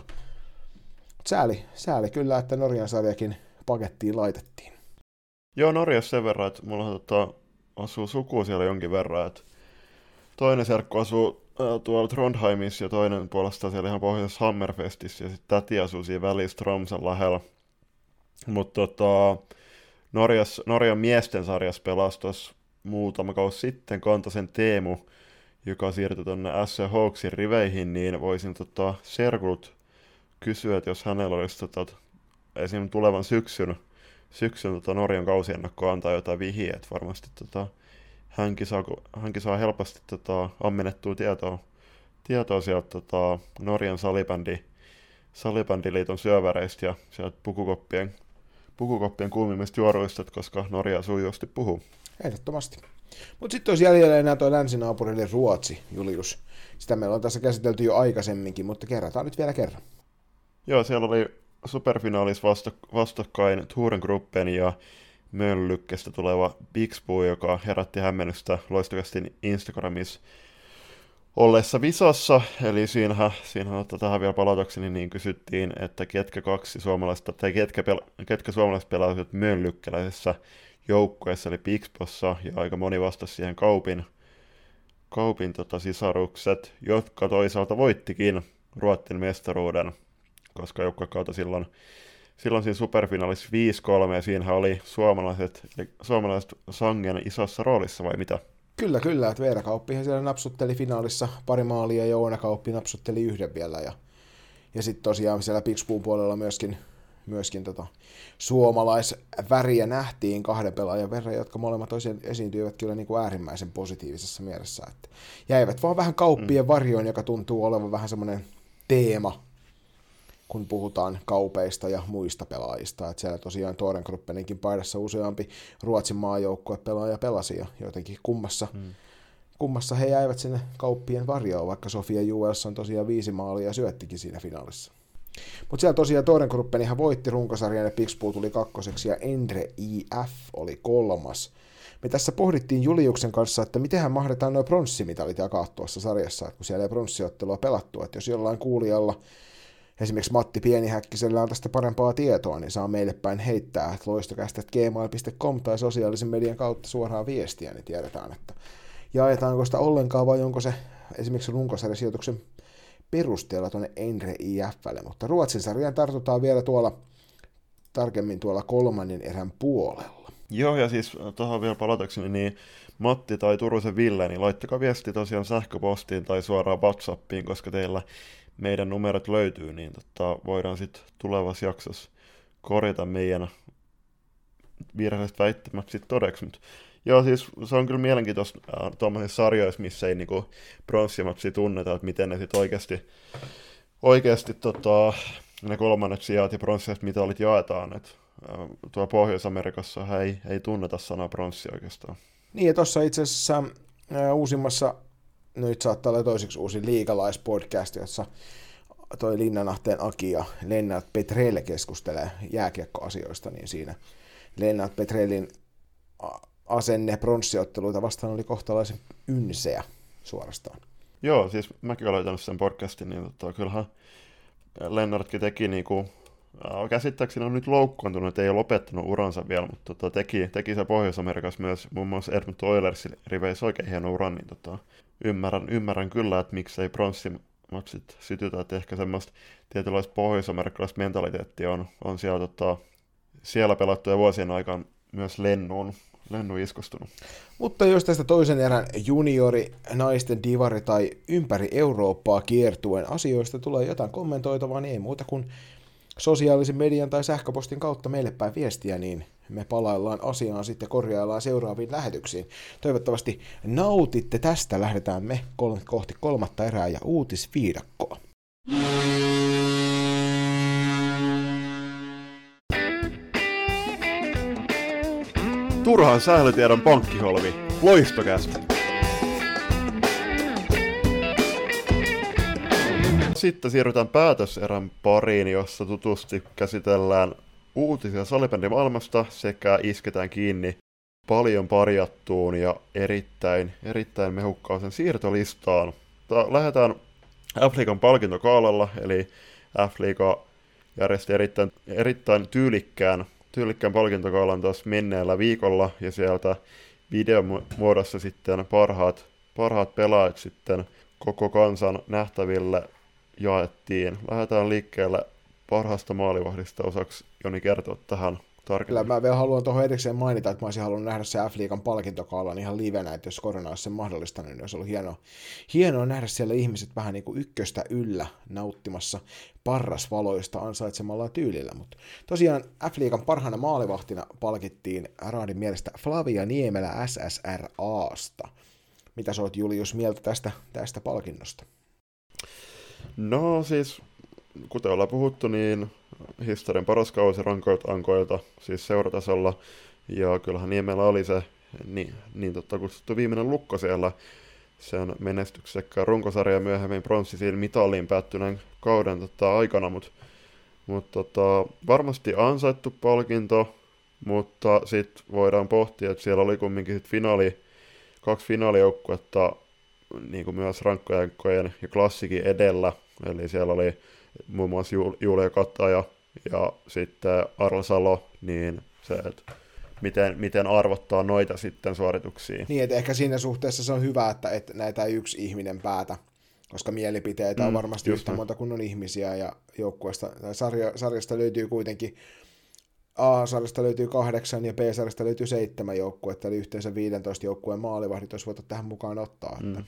Speaker 1: Sääli, sääli kyllä, että Norjan sarjakin pakettiin laitettiin.
Speaker 2: Joo, Norjassa sen verran, että mulla tota, asuu suku siellä jonkin verran, että toinen serkku asuu äh, tuolla Trondheimissa ja toinen puolestaan siellä ihan pohjoisessa Hammerfestissä ja sitten täti asuu siinä välissä Tromsan lähellä. Mutta tota, Norjas, Norjan miesten sarjassa pelasi tuossa muutama kausi sitten Kantasen Teemu, joka siirtyi tuonne S C Hawksin riveihin, niin voisin tota, serkulut kysyä, että jos hänellä olisi tota, esimerkiksi tulevan syksyn, syksyn tota, Norjan kausiennakkoa antaa jotain vihiä, että varmasti tota, hänkin, saa, hänkin saa helposti tota, ammennettua tietoa, tietoa sieltä tota, Norjan salibändi, salibändiliiton syöväreistä ja sieltä pukukoppien, pukukoppien kuumimmista juoruista, koska Norja sujusti puhuu.
Speaker 1: Ehdottomasti. Mutta sitten olisi jäljellä enää tuo länsinaapuri eli Ruotsi, Julius. Sitä meillä on tässä käsitelty jo aikaisemminkin, mutta kerrataan nyt vielä kerran.
Speaker 2: Joo, siellä oli superfinaalissa vastak- vastakkain Thorengruppen ja Mölnlyckestä tuleva Bixbu, joka herätti hämmennystä Loistokästin Instagramissa olleessa visassa. Eli siinähän, siinähän että tähän vielä palatakseni niin kysyttiin, että ketkä kaksi suomalaista, tai ketkä, pel- ketkä suomalaiset pelasivat Mölnlyckeläisessä joukkueessa, eli Pixbossa, ja aika moni vastasi siihen Kaupin, Kaupin tota, sisarukset, jotka toisaalta voittikin Ruotsin mestaruuden, koska joukkuekautta silloin, silloin siinä superfinaalissa viisi kolme, ja siinähän oli suomalaiset, suomalaiset sangen isossa roolissa, vai mitä?
Speaker 1: Kyllä, kyllä, että Veera Kauppihan siellä napsutteli finaalissa pari maalia, ja Joona Kauppi napsutteli yhden vielä, ja, ja sitten tosiaan siellä Pixbun puolella myöskin, myöskin tota, suomalaisväriä nähtiin kahden pelaajan verran, jotka molemmat tosiaan esiintyivät kyllä niin kuin äärimmäisen positiivisessa mielessä, että jäivät vaan vähän Kauppien mm. varjoon, joka tuntuu olevan vähän semmoinen teema, kun puhutaan Kaupeista ja muista pelaajista, että siellä tosiaan Thorengruppenikin paidassa useampi Ruotsin maajoukkuepelaaja pelasi, ja jotenkin kummassa, hmm. kummassa he jäivät sinne Kauppien varjoon, vaikka Sofia Juelsson tosiaan viisi maalia syöttikin siinä finaalissa. Mutta siellä tosiaan Thorengruppenihan voitti runkosarjan ja Pixbo tuli kakkoseksi ja Endre I F oli kolmas. Me tässä pohdittiin Juliuksen kanssa, että mitenhän mahdetaan nuo pronssimitalit jakaa tuossa sarjassa, että kun siellä ei pronssiottelua pelattu, että jos jollain kuulijalla esimerkiksi Matti Pienihäkkisellä on tästä parempaa tietoa, niin saa meille päin heittää, että loistokästä gmail piste com tai sosiaalisen median kautta suoraan viestiä, niin tiedetään, että jaetaanko sitä ollenkaan vai onko se esimerkiksi runkosarjasijoituksen perusteella tuonne Endre I F:lle, mutta Ruotsin sarjaan tartutaan vielä tuolla tarkemmin tuolla kolmannen erän puolella.
Speaker 2: Joo, ja siis tuohon vielä palatakseni, niin Matti tai Turusen Ville, niin laittakaa viesti tosiaan sähköpostiin tai suoraan WhatsAppiin, koska teillä meidän numerot löytyy, niin tota, voidaan sitten tulevassa jaksossa korjata meidän virheelliset väittämät sitten todeksi. Mut, joo, siis se on kyllä mielenkiintoista äh, tuollaisissa sarjoissa, missä ei niinku pronssimatsia tunneta, että miten ne sitten oikeasti, oikeasti tota, ne kolmannet sijat ja pronssiset mitalit jaetaan. Et, äh, tuolla Pohjois-Amerikassa ei, ei tunneta sanaa pronssi oikeastaan.
Speaker 1: Niin, ja tuossa itse asiassa äh, uusimmassa, nyt saattaa olla toiseksi uusi liigalaispodcast, jossa toi Linnanahteen Aki ja Lennart Petrelle keskustelee jääkiekkoasioista, niin siinä Lennart Petrellin asenne pronssiotteluita vastaan oli kohtalaisen ynseä suorastaan.
Speaker 2: Joo, siis mäkin olen löytänyt sen podcastin, niin tota, kyllähän Lennartkin teki niinku, äh, käsittääkseni on nyt loukkaantunut, että ei ole lopettanut uransa vielä, mutta tota, teki, teki se Pohjois-Amerikassa myös muun muassa Edmonton Oilersin riveissä oikein hieno uran, niin tota, ymmärrän, ymmärrän kyllä, että miksei pronssimatsit sytytä, että ehkä semmoista tietynlaista pohjois-amerikkalaista mentaliteettia on, on siellä, tota, siellä pelattuja vuosien aikaan myös lennuun, lennuun iskostunut.
Speaker 1: Mutta jos tästä toisen erän juniori, naisten divari tai ympäri Eurooppaa kiertuen asioista tulee jotain kommentoitavaa, niin ei muuta kuin sosiaalisen median tai sähköpostin kautta meille päin viestiä, niin me palaillaan asiaan sitten korjaillaan seuraaviin lähetyksiin. Toivottavasti nautitte tästä, lähdetään me kohti kolmatta erää ja uutisviidakkoa.
Speaker 2: Turhan sählytiedon pankkiholvi, Loistokästä. Sitten siirrytään päätöserän pariin, jossa tutusti käsitellään uutisia salibändimaailmasta sekä isketään kiinni paljon parjattuun ja erittäin, erittäin mehukkaaseen siirtolistaan. Lähdetään F-liigan palkintokaalalla, eli F-liiga järjesti erittäin, erittäin tyylikkään, tyylikkään palkintokaalan taas menneellä viikolla, ja sieltä videon muodossa sitten parhaat, parhaat pelaajat sitten koko kansan nähtäville jaettiin. Lähdetään liikkeelle parhaasta maalivahdista. Osaksi Joni kertoa tähän tarkemmin?
Speaker 1: Kyllä mä vielä haluan tuohon erikseen mainita, että mä olisin halunnut nähdä se F-liigan palkintokaalan ihan livenä, että jos korona olisi sen mahdollistanut, niin olisi ollut hienoa, hienoa nähdä siellä ihmiset vähän niin kuin ykköstä yllä nauttimassa parrasvaloista ansaitsemallaan tyylillä. Mutta tosiaan F-liigan parhaana maalivahtina palkittiin Raadin mielestä Flavia Niemelä S S R A:sta. Mitä sä oot, Julius, mieltä tästä, tästä palkinnosta?
Speaker 2: No siis, kuten ollaan puhuttu, niin historian paras kausi rankoilta ankoilta, siis seuratasolla, ja kyllähän Niemelä oli se niin, niin totta kutsuttu viimeinen lukko siellä sen menestyksekkään runkosarja myöhemmin pronssisiin mitaliin päättyneen kauden tota, aikana, mutta mut, tota, varmasti ansaittu palkinto, mutta sitten voidaan pohtia, että siellä oli kumminkin sit finaali, kaksi finaalijoukkuetta niin kuin myös rankkojen ja klassikin edellä, eli siellä oli muun muassa Julia Kataja ja sitten Arla Salo, niin se, että miten, miten arvottaa noita sitten suorituksia.
Speaker 1: Niin, että ehkä siinä suhteessa se on hyvä, että, että näitä ei yksi ihminen päätä, koska mielipiteitä mm, on varmasti yhtä monta kuin on ihmisiä, ja joukkueesta, tai sarja, sarjasta löytyy kuitenkin, A-sarjasta löytyy kahdeksan ja B-sarjasta löytyy seitsemän joukkuetta, eli yhteensä viisitoista joukkueen maalivahdit olisi voitu tähän mukaan ottaa. Mm. Että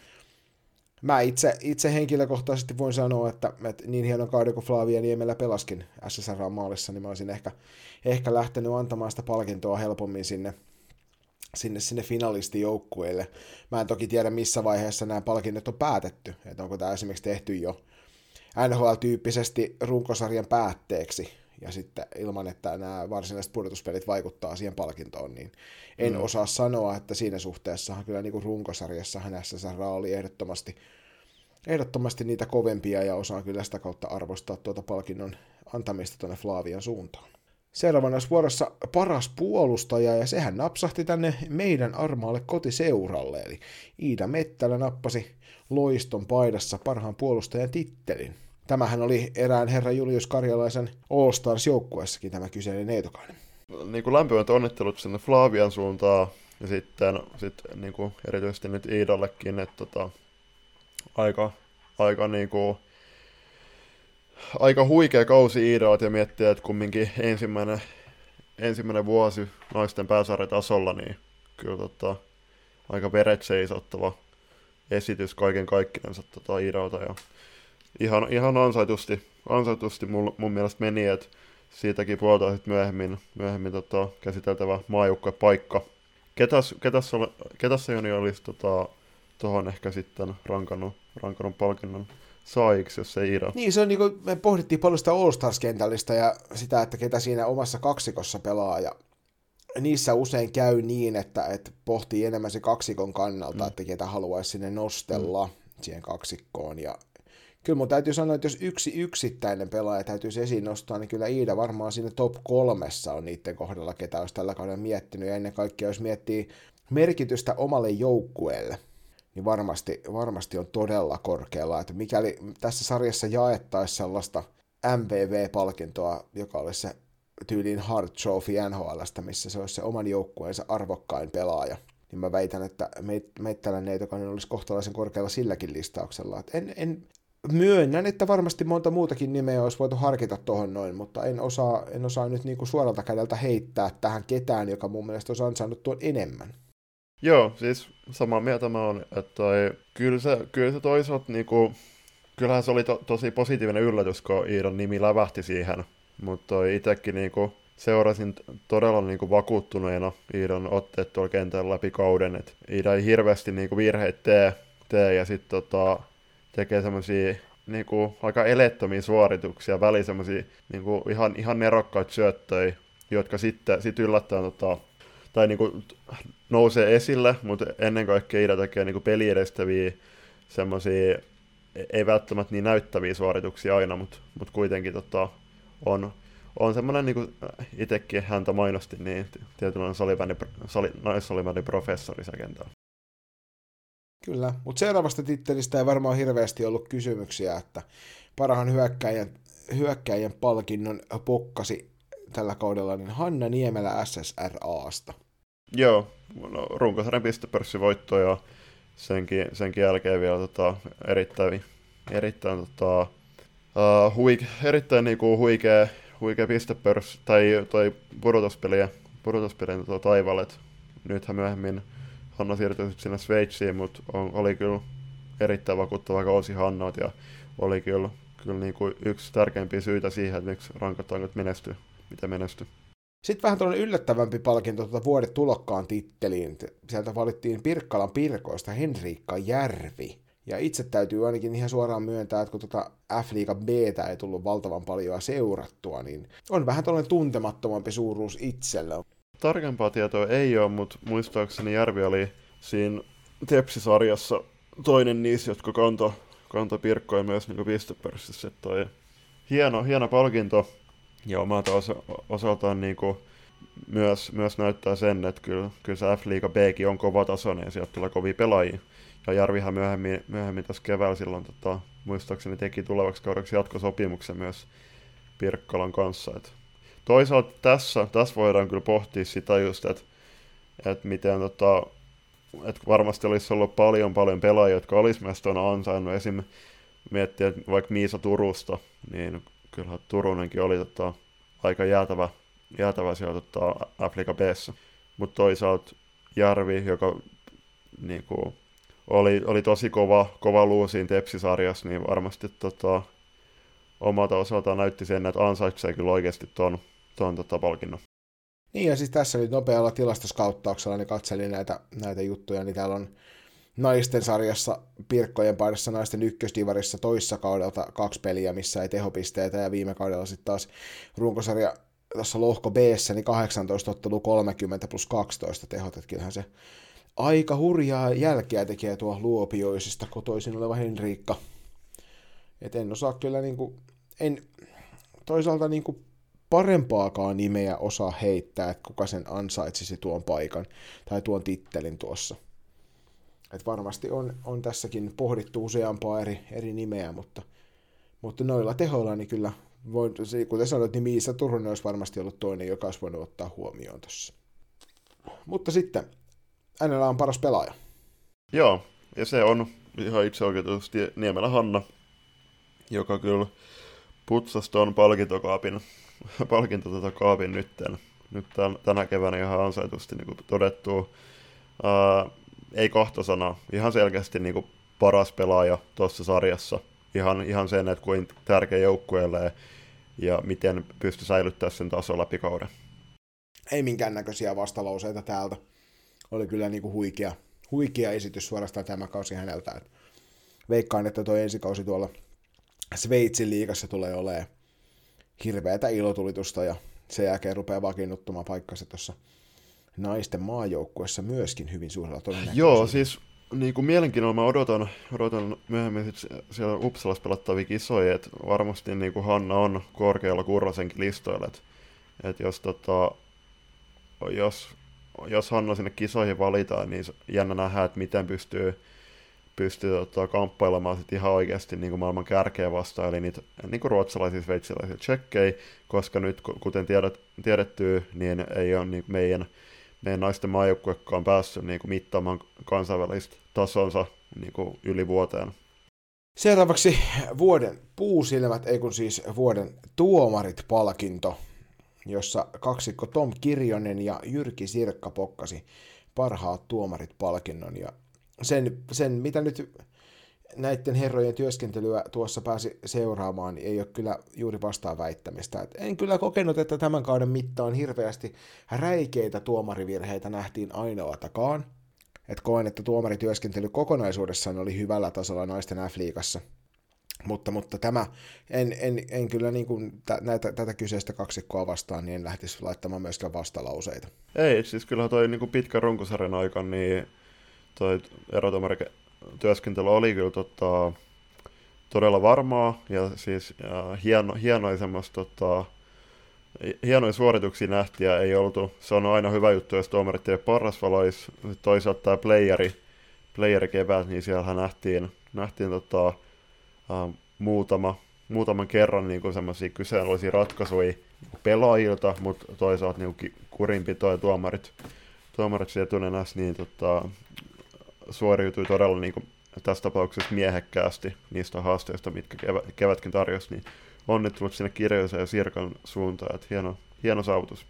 Speaker 1: mä itse, itse henkilökohtaisesti voin sanoa, että, että niin hienon kauden kuin Flavia Niemelä pelaskin S S R-maalissa, niin mä olisin ehkä, ehkä lähtenyt antamaan sitä palkintoa helpommin sinne, sinne, sinne finalistijoukkueille. Mä en toki tiedä, missä vaiheessa nämä palkinnot on päätetty, että onko tämä esimerkiksi tehty jo N H L-tyyppisesti runkosarjan päätteeksi, ja sitten ilman, että nämä varsinaiset pudotuspelit vaikuttaa siihen palkintoon, niin en mm. osaa sanoa, että siinä suhteessahan kyllä niin kuin runkosarjassahan S S R oli ehdottomasti, ehdottomasti niitä kovempia, ja osaan kyllä sitä kautta arvostaa tuota palkinnon antamista tuonne Flavian suuntaan. Seuraavana olisi vuorossa paras puolustaja, ja sehän napsahti tänne meidän armaalle kotiseuralle, eli Iida Mettälä nappasi Loiston paidassa parhaan puolustajan tittelin. Tämähän oli erään herra Julius Karjalaisen All Stars-joukkueessakin tämä kyseinen neitokainen.
Speaker 2: Niin kuin lämpimät onnittelut sinne Flavian suuntaan, ja sitten sit, niin kuin erityisesti nyt Iidallekin, että tota, aika, aika, niin kuin, aika huikea kausi Iidalta, ja miettiä, että kumminkin ensimmäinen, ensimmäinen vuosi naisten pääsarjatasolla, niin kyllä tota, aika veret seisottava esitys kaiken kaikkinensa tota, Iidalta, ja Ihan, ihan ansaitusti, ansaitusti mun, mun mielestä meni, että siitäkin puolta sitten myöhemmin, myöhemmin tota, käsiteltävä maajoukkuepaikka. Ketäs, ketäs, ketäs Joni olisi tuohon tota, ehkä sitten rankannut, rankannut palkinnon saajiksi, jos ei Iida?
Speaker 1: Niin, se on niin kuin, me pohdittiin paljon sitä All Stars-kentällistä ja sitä, että ketä siinä omassa kaksikossa pelaa, ja niissä usein käy niin, että, että pohtii enemmän se kaksikon kannalta, mm. että ketä haluaisi sinne nostella mm. siihen kaksikkoon, ja kyllä mun täytyy sanoa, että jos yksi yksittäinen pelaaja täytyisi esiin nostaa, niin kyllä Iida varmaan siinä top kolmessa on niiden kohdalla, ketä olisi tällä kaudella miettinyt, ja ennen kaikkea jos miettii merkitystä omalle joukkueelle, niin varmasti, varmasti on todella korkealla, että mikäli tässä sarjassa jaettaisiin sellaista M V V-palkintoa, joka olisi se tyyliin Hart Trophy N H L:stä, missä se olisi se oman joukkueensa arvokkain pelaaja, niin mä väitän, että Mettälän neitokainen olisi kohtalaisen korkealla silläkin listauksella. Että en, en myönnän, että varmasti monta muutakin nimeä olisi voitu harkita tuohon noin, mutta en osaa, en osaa nyt niinku suoralta kädeltä heittää tähän ketään, joka mun mielestä olisi ansainnut tuon enemmän.
Speaker 2: Joo, siis samaa mieltä mä oon, että toi, kyllä, se, kyllä se toisaalta, niinku, kyllähän se oli to, tosi positiivinen yllätys, kun Iidan nimi lävähti siihen, mutta itsekin niinku, seurasin todella niinku, vakuuttuneena Iidan otteet tuolla kentällä läpi kauden, että Iida ei hirveästi niinku, virheitä tee, tee ja sitten tota, tekee semmosia niinku, aika elettömiä suorituksia, väliin semmosia niinku, ihan, ihan nerokkaita syöttöjä, jotka sitten sit yllättäen tota, tai niinku, nousee esille, mutta ennen kaikkea Iida tekee niinku, peliedestäviä semmosia ei välttämättä niin näyttäviä suorituksia aina, mutta mut kuitenkin tota, on, on semmoinen, niin kuin itsekin häntä mainosti, niin tietynlainen salibändi, sali, naissalibändin professori se kentällä.
Speaker 1: Kyllä, mutta seuraavasta tittelistä ei varmaan hirveästi ollut kysymyksiä, että parhaan hyökkäjän, hyökkäjän palkinnon pokkasi tällä kaudella niin Hanna Niemelä S S R A:sta.
Speaker 2: Joo, no, runkosarjan pistepörssivoitto ja senkin, senkin jälkeen vielä tota, erittäin, erittäin, tota, uh, huike, erittäin niinku huikea, huikea pistepörssi tai toi pudotuspelien, pudotuspelien tota, taival. Nythän myöhemmin Hanna siirtyi sinne Sveitsiin, mutta on, oli kyllä erittäin vakuuttava kausi Hannat ja oli kyllä, kyllä niinku yksi tärkeimpiä syitä siihen, että miksi rankatangot menestyy, mitä menestyy.
Speaker 1: Sitten vähän tuollainen yllättävämpi palkinto tuota vuoden tulokkaan titteliin. Sieltä valittiin Pirkkalan Pirkoista Henriikka Järvi. Ja itse täytyy ainakin ihan suoraan myöntää, että kun tuota F-liiga B:tä ei tullut valtavan paljon seurattua, niin on vähän tuollainen tuntemattomampi suuruus itsellä.
Speaker 2: Tarkempaa tietoa ei ole, mutta muistaakseni Järvi oli siinä Tepsi-sarjassa toinen niissä, jotka kantoi kanto Pirkkoja myös niin pistepörssissä. Toi hieno, hieno palkinto. Ja omalta osa- osaltaan niin kuin myös, myös näyttää sen, että kyllä, kyllä se F-liiga B:kin on kova tasoinen ja sieltä tulee kovia pelaajia. Ja Järvihän myöhemmin, myöhemmin tässä keväällä silloin tota, muistaakseni teki tulevaksi kaudeksi jatkosopimuksen myös Pirkkalan kanssa. Et toisaalta tässä, tässä voidaan kyllä pohtia sitä just, että et miten tota, et varmasti olisi ollut paljon paljon pelaajia, jotka olisi myös tuona ansainnut. Esim. Miettiä, että vaikka Miisa Turusta, niin kyllähän Turunenkin oli tota, aika jäätävä, jäätävä siellä tota, F-liiga B:ssä. Mutta toisaalta Järvi, joka niinku, oli, oli tosi kova, kova luu siinä Tepsi-sarjassa, niin varmasti tota, omalta osaltaan näytti sen, että ansaitsee kyllä oikeasti tuon ton, tota, palkinnon.
Speaker 1: Niin ja siis tässä nyt nopealla tilastoskauttauksella niin katselin näitä, näitä juttuja, niin täällä on naisten sarjassa Pirkkojen paidassa naisten ykkösdivarissa toissa kaudelta kaksi peliä, missä ei tehopisteitä, ja viime kaudella sitten taas runkosarja tuossa lohko B:ssä, niin kahdeksantoista ottelua kolmekymmentä plus kaksitoista tehot, että kyllähän se aika hurjaa jälkeä tekee tuo Luopioisista kotoisin oleva Henriikka. Et en osaa kyllä niinku, en toisaalta niinku parempaakaan nimeä osaa heittää, että kuka sen ansaitsisi tuon paikan tai tuon tittelin tuossa. Et varmasti on, on tässäkin pohdittu useampaa eri, eri nimeä, mutta, mutta noilla tehoilla niin kyllä, voin, kuten sanoit, niin Miisa Turunen olisi varmasti ollut toinen, joka olisi voinut ottaa huomioon tuossa. Mutta sitten, hänellä on paras pelaaja.
Speaker 2: Joo, ja se on ihan itse oikeutusti Niemelä Hanna, joka kyllä putsasi tuon palkintokaapin, palkintokaapin nytten, nyt tämän, tänä keväänä ihan ansaitusti niin kuin todettua. Ää, ei kahta sanaa, ihan selkeästi niin kuin paras pelaaja tuossa sarjassa. Ihan, ihan sen, että kuinka tärkeä joukkueelle ja miten pystyi säilyttämään sen tason läpi kauden.
Speaker 1: Ei minkäännäköisiä vastalauseita täältä. Oli kyllä niin kuin huikea, huikea esitys suorastaan tämä kausi häneltä. Et veikkaan, että tuo ensikausi tuolla Sveitsin liigassa tulee olemaan hirveätä ilotulitusta ja sen jälkeen rupeaa vakiinnuttamaan paikkansa tuossa naisten maajoukkuessa myöskin hyvin suurella todennäköisyydellä.
Speaker 2: Joo, siis niin kuin mielenkiinnolla mä odotan, odotan myöhemmin siellä Uppsalassa pelattavia kisoja, että varmasti niin kuin Hanna on korkealla Kurrasenkin listoilla, että, että jos, tota, jos, jos Hanna sinne kisoihin valitaan, niin jännä nähdä, että miten pystyy, pystyy tota, kamppailemaan sit ihan oikeasti niin kuin maailman kärkeä vastaan, eli niitä niin kuin ruotsalaisia, sveitsiläisiä tsekkejä, koska nyt, kuten tiedet, tiedettyy, niin ei ole niin meidän meidän naisten maajoukkuekaan päässyt niin kuin mittaamaan kansainvälistä tasonsa niin kuin yli vuoteen.
Speaker 1: Seuraavaksi vuoden puusilmät, ei kun siis vuoden tuomarit-palkinto, jossa kaksikko Tom Kirjonen ja Jyrki Sirkka pokkasi parhaat tuomarit-palkinnon. Ja sen, sen, mitä nyt näiden herrojen työskentelyä tuossa pääsi seuraamaan, niin ei ole kyllä juuri vastaan väittämistä. Et en kyllä kokenut, että tämän kauden mittaan hirveästi räikeitä tuomarivirheitä nähtiin ainoatakaan. Et koen, että tuomarityöskentely kokonaisuudessaan oli hyvällä tasolla naisten F-liigassa. Mutta, mutta tämä, en, en, en kyllä niin kuin tä, näitä, tätä kyseistä kaksikkoa vastaan, niin en lähtisi laittamaan myöskään vastalauseita.
Speaker 2: Ei, siis kyllähän toi niin kuin pitkän runkosarjan aikana, niin toi erotuomarityöskentely oli kyllä tota, todella varmaa, ja siis ja hieno, hienoja semmoista tota, hienoja suorituksia nähtiin, ja ei oltu, se on aina hyvä juttu, jos tuomarit ei parasvalois, toisaalta tämä playeri, playeri kevät, niin siellä nähtiin, nähtiin tota, uh, muutama, muutaman kerran niin semmoisia kyseenalaisia ratkaisuja pelaajilta, mutta toisaalta niin kurinpitoa ja tuomarit, tuomarit etunenässä niin tota, suoriutui todella niin kuin, tässä tapauksessa miehekkäästi niistä haasteista, mitkä kevät, kevätkin tarjosi, niin onnittelut sinne Kirjoisen ja Sirkan suuntaan, että hieno, hieno saavutus.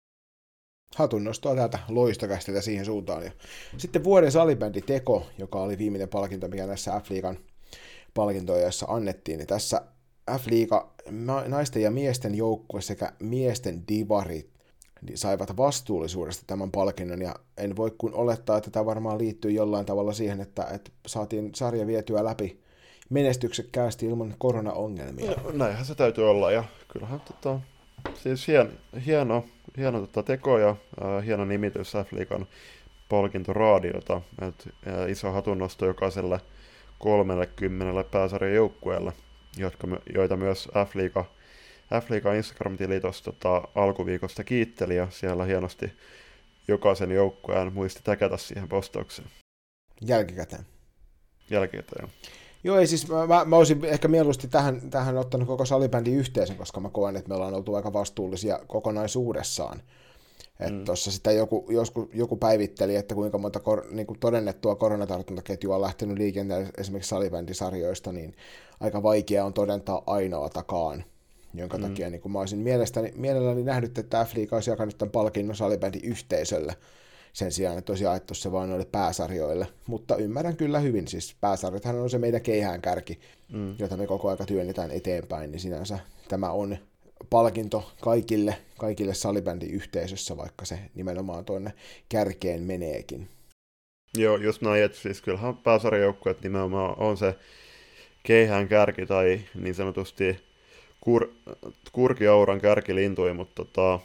Speaker 1: Hatunnostoa täältä Loistokästiltä siihen suuntaan. Ja sitten vuoden salibändi Teko, joka oli viimeinen palkinto, mikä tässä F-liigan palkintoajassa annettiin, niin tässä F-liiga naisten ja miesten joukkue sekä miesten divarit niin saivat vastuullisuudesta tämän palkinnon, ja en voi kun olettaa, että tämä varmaan liittyy jollain tavalla siihen, että, että saatiin sarja vietyä läpi menestyksekkäästi ilman koronaongelmia.
Speaker 2: No, näinhän se täytyy olla, ja kyllähän tota, siis hien, hieno, hieno tota, teko ja äh, hieno nimitys F-liigan palkintoraadiolta, että äh, iso hatunnosto jokaiselle kolmekymmentä pääsarjan joukkueelle, jotka, joita myös F-liiga F-liigan Instagram-tili tuossa tota, alkuviikosta kiitteli, ja siellä hienosti jokaisen joukkueen muisti täkätä siihen postaukseen.
Speaker 1: Jälkikäteen.
Speaker 2: Jälkikäteen, joo.
Speaker 1: Joo, ei siis, mä, mä, mä olisin ehkä mieluusti tähän, tähän ottanut koko salibändin yhteisön, koska mä koen, että me ollaan oltu aika vastuullisia kokonaisuudessaan. Että mm. tuossa sitä joku, joskus, joku päivitteli, että kuinka monta kor, niin kuin todennettua koronatartuntaketjua on lähtenyt liikenteelle esimerkiksi salibändisarjoista, niin aika vaikea on todentaa ainoatakaan. Jonka mm. takia niin kun mä olisin mielestäni, mielelläni nähnyt, että F-liiga olisi jakanut tämän palkinnon salibändin yhteisölle sen sijaan, että olisi jaettu se vain noille pääsarjoille. Mutta ymmärrän kyllä hyvin, siis pääsarjathan on se meidän keihäänkärki, mm. jota me koko ajan työnnetään eteenpäin, niin sinänsä tämä on palkinto kaikille, kaikille salibändin yhteisössä, vaikka se nimenomaan tuonne kärkeen meneekin.
Speaker 2: Joo, just näin, että siis kyllähän pääsarjajoukkueet nimenomaan on se keihäänkärki tai niin sanotusti Kur, kurkiauran kärkilintui, mutta tota,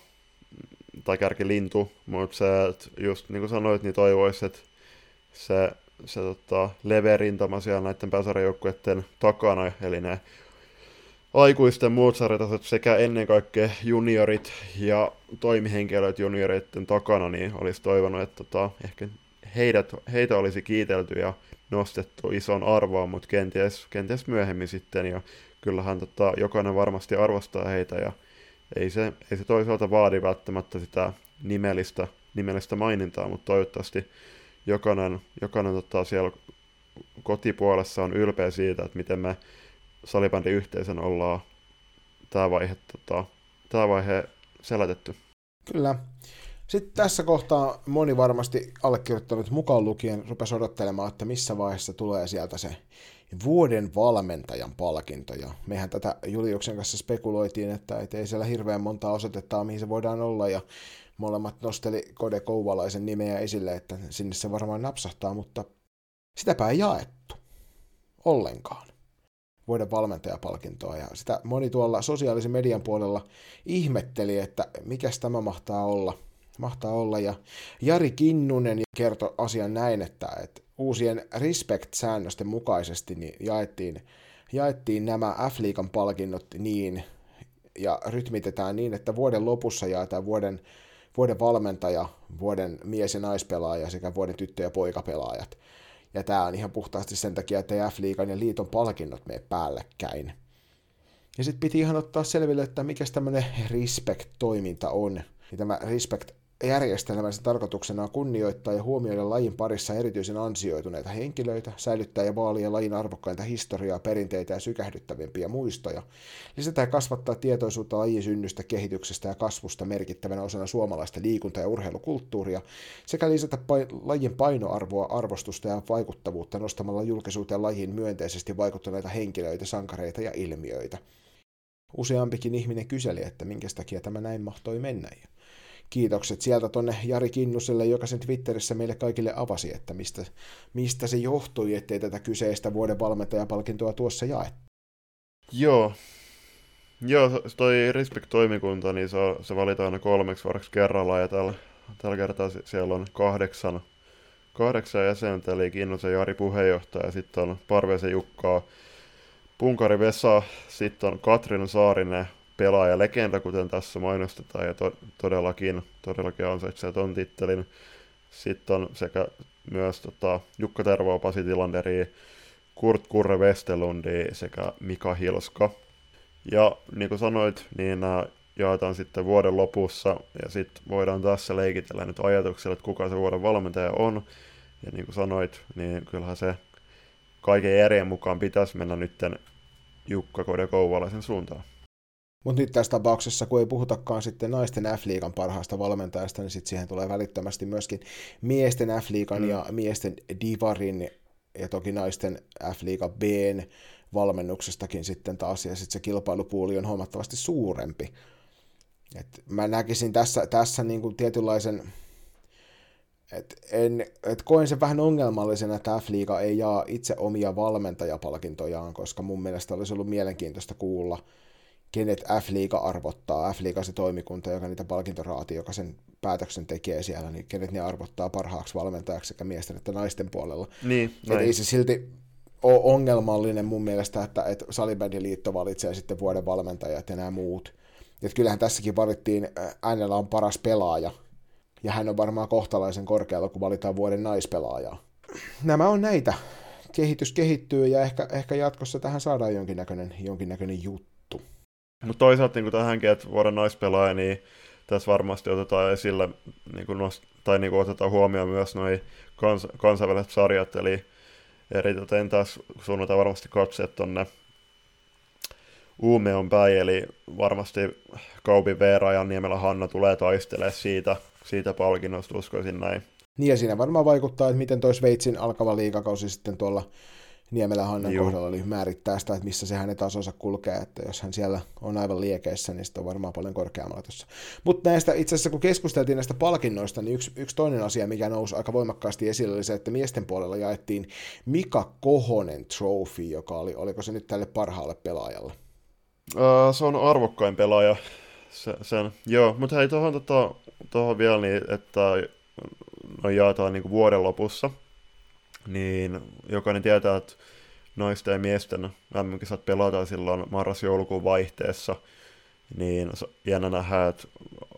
Speaker 2: tai kärkilintu, mutta se, että just niin kuin sanoit, niin toivoisi, että se, se tota, leveä rintama siellä näiden pääsarjajoukkueiden takana, eli ne aikuisten muut sarjatasot sekä ennen kaikkea juniorit ja toimihenkilöt junioreiden takana, niin olisi toivonut, että tota, ehkä heidät, heitä olisi kiitelty ja nostettu ison arvoa, mutta kenties, kenties myöhemmin sitten, ja kyllähän tota, jokainen varmasti arvostaa heitä, ja ei se, ei se toisaalta vaadi välttämättä sitä nimellistä, nimellistä mainintaa, mutta toivottavasti jokainen, jokainen tota, siellä kotipuolessa on ylpeä siitä, että miten me salibändin yhteisön ollaan tämä vaihe, tota, tämä vaihe selätetty.
Speaker 1: Kyllä. Sitten tässä kohtaa moni varmasti allekirjoittanut mukaan lukien rupesi odottelemaan, että missä vaiheessa tulee sieltä se vuoden valmentajan palkinto. Ja mehän tätä Juliuksen kanssa spekuloitiin, että ei siellä hirveän montaa osoitetta mihin se voidaan olla, ja molemmat nosteli Kode Kouvalaisen nimeä esille, että sinne se varmaan napsahtaa, mutta sitäpä ei jaettu ollenkaan. Vuoden valmentajapalkintoa, ja sitä moni tuolla sosiaalisen median puolella ihmetteli, että mikäs tämä mahtaa olla. Mahtaa olla, ja Jari Kinnunen kertoi asian näin, että, että uusien Respect-säännösten mukaisesti niin jaettiin, jaettiin nämä F-liigan palkinnot niin, ja rytmitetään niin, että vuoden lopussa jaetaan vuoden, vuoden valmentaja, vuoden mies- ja naispelaaja sekä vuoden tyttö- ja poikapelaajat. Ja tämä on ihan puhtaasti sen takia, että ei F-liigan ja liiton palkinnot mene päällekkäin. Ja sitten piti ihan ottaa selville, että mikä tämmöinen Respect-toiminta on. Ja tämä Respect-järjestelmän sen tarkoituksena on kunnioittaa ja huomioida lajin parissa erityisen ansioituneita henkilöitä, säilyttää ja vaalia lajin arvokkainta historiaa, perinteitä ja sykähdyttävimpiä muistoja, lisätä ja kasvattaa tietoisuutta lajin synnystä, kehityksestä ja kasvusta merkittävänä osana suomalaista liikunta- ja urheilukulttuuria, sekä lisätä pain- lajin painoarvoa, arvostusta ja vaikuttavuutta nostamalla julkisuuteen lajiin myönteisesti vaikuttaneita henkilöitä, sankareita ja ilmiöitä. Useampikin ihminen kyseli, että minkä takia tämä näin mahtoi mennä. Kiitokset sieltä tonne Jari Kinnuselle, joka sen Twitterissä meille kaikille avasi, että mistä, mistä se johtui, ettei tätä kyseistä vuoden valmentajapalkintoa tuossa jaettu.
Speaker 2: Joo. Joo, toi Respect-toimikunta, niin se, se valitaan aina kolmeksi vuodeksi kerrallaan, ja tällä, tällä kertaa siellä on kahdeksan, kahdeksan jäsentä, eli Kinnusen Jari puheenjohtaja, ja sitten on Parvesen Jukkaa Punkari Vesa, sitten on Katriina Saarinen, pelaaja legenda, kuten tässä mainostetaan, ja to- todellakin, todellakin ansaitsee ton tittelin. Sitten on sekä myös tota, Jukka Tervoa, Pasi Tilanderi, Kurt Kurre Westerlundi sekä Mika Hilska. Ja niin kuin sanoit, niin nämä jaetaan sitten vuoden lopussa, ja sitten voidaan tässä leikitellä nyt ajatuksella, että kuka se vuoden valmentaja on. Ja niin kuin sanoit, niin kyllähän se kaiken järjen mukaan pitäisi mennä nytten Jukka Kode Kouvalaisen suuntaan.
Speaker 1: Mutta nyt tässä tapauksessa, kun ei puhutakaan sitten naisten F-liigan parhaasta valmentajasta, niin sitten siihen tulee välittömästi myöskin miesten F-liigan mm. ja miesten Divarin ja toki naisten F-liigan B:n valmennuksestakin sitten taas, ja sitten se kilpailupuoli on huomattavasti suurempi. Et mä näkisin tässä, tässä niin kuin tietynlaisen, että et koen sen vähän ongelmallisena, että F-liiga ei jaa itse omia valmentajapalkintojaan, koska mun mielestä olisi ollut mielenkiintoista kuulla, kenet F-liiga arvottaa, F-liiga se toimikunta, joka niitä palkintoraati, joka sen päätöksen tekee siellä, niin kenet ne arvottaa parhaaksi valmentajaksi sekä miesten että naisten puolella.
Speaker 2: Niin,
Speaker 1: ei se silti ole ongelmallinen mun mielestä, että, että salibändiliitto valitsee sitten vuoden valmentajat ja nämä muut. Et kyllähän tässäkin valittiin, äänellä on paras pelaaja, ja hän on varmaan kohtalaisen korkealla, kun valitaan vuoden naispelaajaa. Nämä on näitä. Kehitys kehittyy, ja ehkä, ehkä jatkossa tähän saadaan jonkinnäköinen, jonkinnäköinen juttu.
Speaker 2: Mutta toisaalta niin tähänkin, että vuoden naispelaaja, niin tässä varmasti otetaan esille, niin kuin nost- tai niin kuin otetaan huomioon myös nuo kans- kansainväliset sarjat, eli eritoten tässä suunnataan varmasti katseet tuonne Uumeon päin, eli varmasti Kaupi Veera ja Niemelä Hanna tulee taistelemaan siitä, siitä palkinnosta, uskoisin näin.
Speaker 1: Niin, ja siinä varmaan vaikuttaa, että miten toi Sveitsin alkava liigakausi sitten tuolla Niemelä Hannan Juu. kohdalla oli määrittää sitä, että missä se hänen tasonsa kulkee, että jos hän siellä on aivan liekeissä, niin sitten on varmaan paljon korkeammalla tuossa. Mutta näistä, itse asiassa kun keskusteltiin näistä palkinnoista, niin yksi, yksi toinen asia, mikä nousi aika voimakkaasti esille, oli se, että miesten puolella jaettiin Mika Kohonen trophy, joka oli, oliko se nyt tälle parhaalle pelaajalle?
Speaker 2: Uh, se on arvokkain pelaaja. Se, sen, joo, mutta hei, tuohon tota, vielä niin, että no jaetaan niin kuin vuoden lopussa, niin jokainen tietää, että naisten ja miesten M M-kisat pelataan silloin marras-joulukuun vaihteessa, niin jännä nähdä, että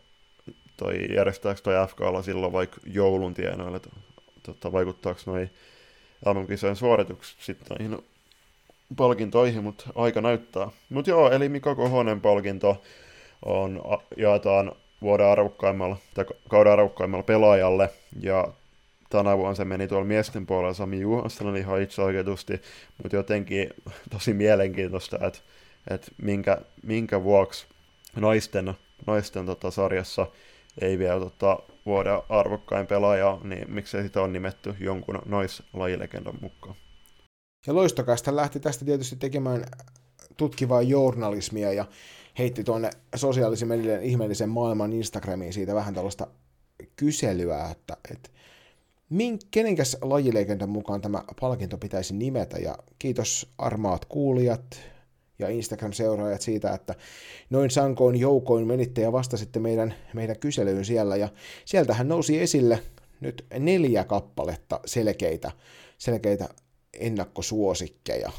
Speaker 2: toi, järjestääkö toi F K:lla silloin vaikka joulun tienoille, että tota, vaikuttaako noi M M-kisojen suoritukset sitten noihin palkintoihin, mutta aika näyttää. Mutta joo, eli Mika Kohonen palkinto on, jaetaan vuoden arvokkaimmalla, tai kauden arvokkaimmalla pelaajalle, ja tänä vuonna se meni tuolla miesten puolella Sami Juhansson ihan itse oikeutusti, mutta jotenkin tosi mielenkiintoista, että, että minkä, minkä vuoksi naisten, naisten tota, sarjassa ei vielä tota, vuoden arvokkain pelaaja, niin miksei sitä on nimetty jonkun naislajilegendan mukaan.
Speaker 1: Ja Loistokästä lähti tästä tietysti tekemään tutkivaa journalismia ja heitti tuonne sosiaalisen median ihmeellisen maailman Instagramiin siitä vähän tällaista kyselyä, että, että min, kenenkäs lajilegendan mukaan tämä palkinto pitäisi nimetä, ja kiitos armaat kuulijat ja Instagram-seuraajat siitä, että noin sankoin joukoin menitte ja vastasitte meidän, meidän kyselyyn siellä, ja sieltähän nousi esille nyt neljä kappaletta selkeitä, selkeitä ennakkosuosikkeja.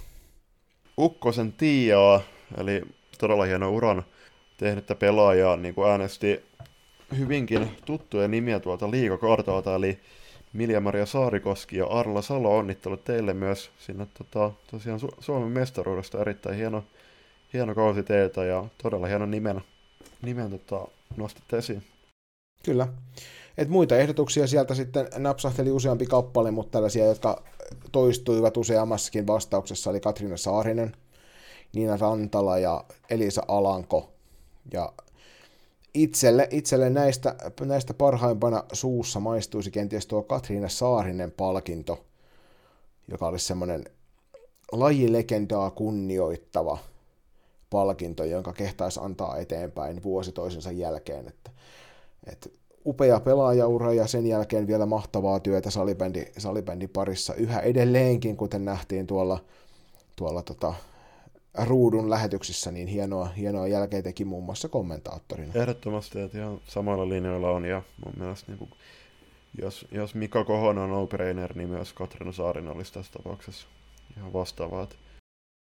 Speaker 2: Ukkosen Tiiaa, eli todella hieno uran tehnyttä pelaajaa, niin kuin äänesti hyvinkin tuttuja nimiä tuolta liigakartalta, eli Milja-Maria Saarikoski ja Arla Salo, onnittelut teille myös sinne tota, tosiaan Su- Suomen mestaruudesta, erittäin hieno, hieno kausi teiltä ja todella hieno nimen, nimen tota, nostit esiin.
Speaker 1: Kyllä. Et muita ehdotuksia sieltä sitten napsahteli useampi kappale, mutta tällaisia, jotka toistuivat useammassakin vastauksessa, oli Katriina Saarinen, Niina Rantala ja Elisa Alanko. Ja itselle, itselle näistä, näistä parhaimpana suussa maistuisi kenties tuo Katriina Saarinen palkinto, joka olisi semmoinen lajilegendaa kunnioittava palkinto, jonka kehtaisi antaa eteenpäin vuosi toisensa jälkeen. Että, että upea pelaajaura ja sen jälkeen vielä mahtavaa työtä salibändi, salibändin parissa yhä edelleenkin, kuten nähtiin tuolla, tuolla tota, ruudun lähetyksissä, niin hienoa, hienoa jälkeen teki muun muassa kommentaattorina.
Speaker 2: Ehdottomasti, että ihan samoilla linjoilla on, ja mun mielestä niin kuin, jos, jos Mika Kohonen on no-brainer, niin myös Katriina Saarinen olisi tässä tapauksessa ihan vastaavaa.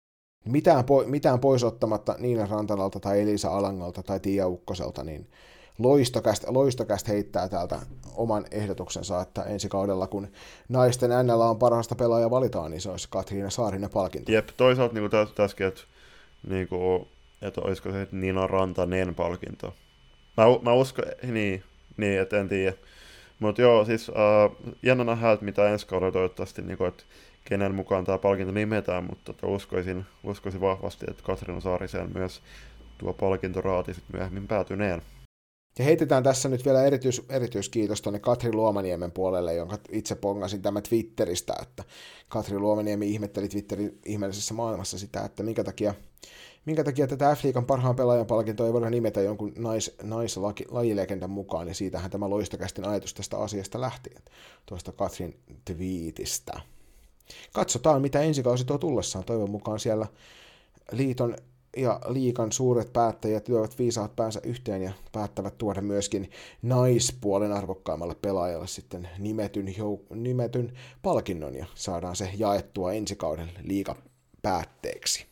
Speaker 1: Mitään, po- mitään pois ottamatta Niina Rantalalta tai Elisa Alangalta tai Tiia Ukkoselta, niin Loistokästä, Loistokästä heittää täältä oman ehdotuksensa, että ensi kaudella, kun naisten N L on parhaasta pelaajaa valitaan, niin se olisi Katriina Saarinen palkinto.
Speaker 2: Jep, toisaalta niin kuin tässäkin, että, niin kuin, että olisiko se Niina Rantanen palkinto. Mä, mä uskon, niin, niin että en tiedä. Mutta joo, siis äh, jännä nähdä, että mitä ensi kaudella toivottavasti, niin kuin, että kenen mukaan tämä palkinto nimetään, mutta että uskoisin, uskoisin vahvasti, että Katriina Saariseen myös tuo palkintoraati sitten myöhemmin päätyneen.
Speaker 1: Ja heitetään tässä nyt vielä erityis, erityiskiitos tuonne Katri Luomaniemen puolelle, jonka itse pongasin tämä Twitteristä, että Katri Luomaniemi ihmetteli Twitterin ihmeellisessä maailmassa sitä, että minkä takia, minkä takia tätä F-liigan parhaan pelaajan palkintoa ei voida nimetä jonkun nais, naislajilegendan mukaan, ja siitähän tämä Loistokästin ajatus tästä asiasta lähti, tuosta Katrin twiitistä. Katsotaan, mitä ensi kausi tuo tullessaan. Toivon mukaan siellä liiton ja liigan suuret päättäjät lyövät viisaat päänsä yhteen ja päättävät tuoda myöskin naispuolen arvokkaimmalle pelaajalle sitten nimetyn, jou- nimetyn palkinnon ja saadaan se jaettua ensi kauden liigan päätteeksi.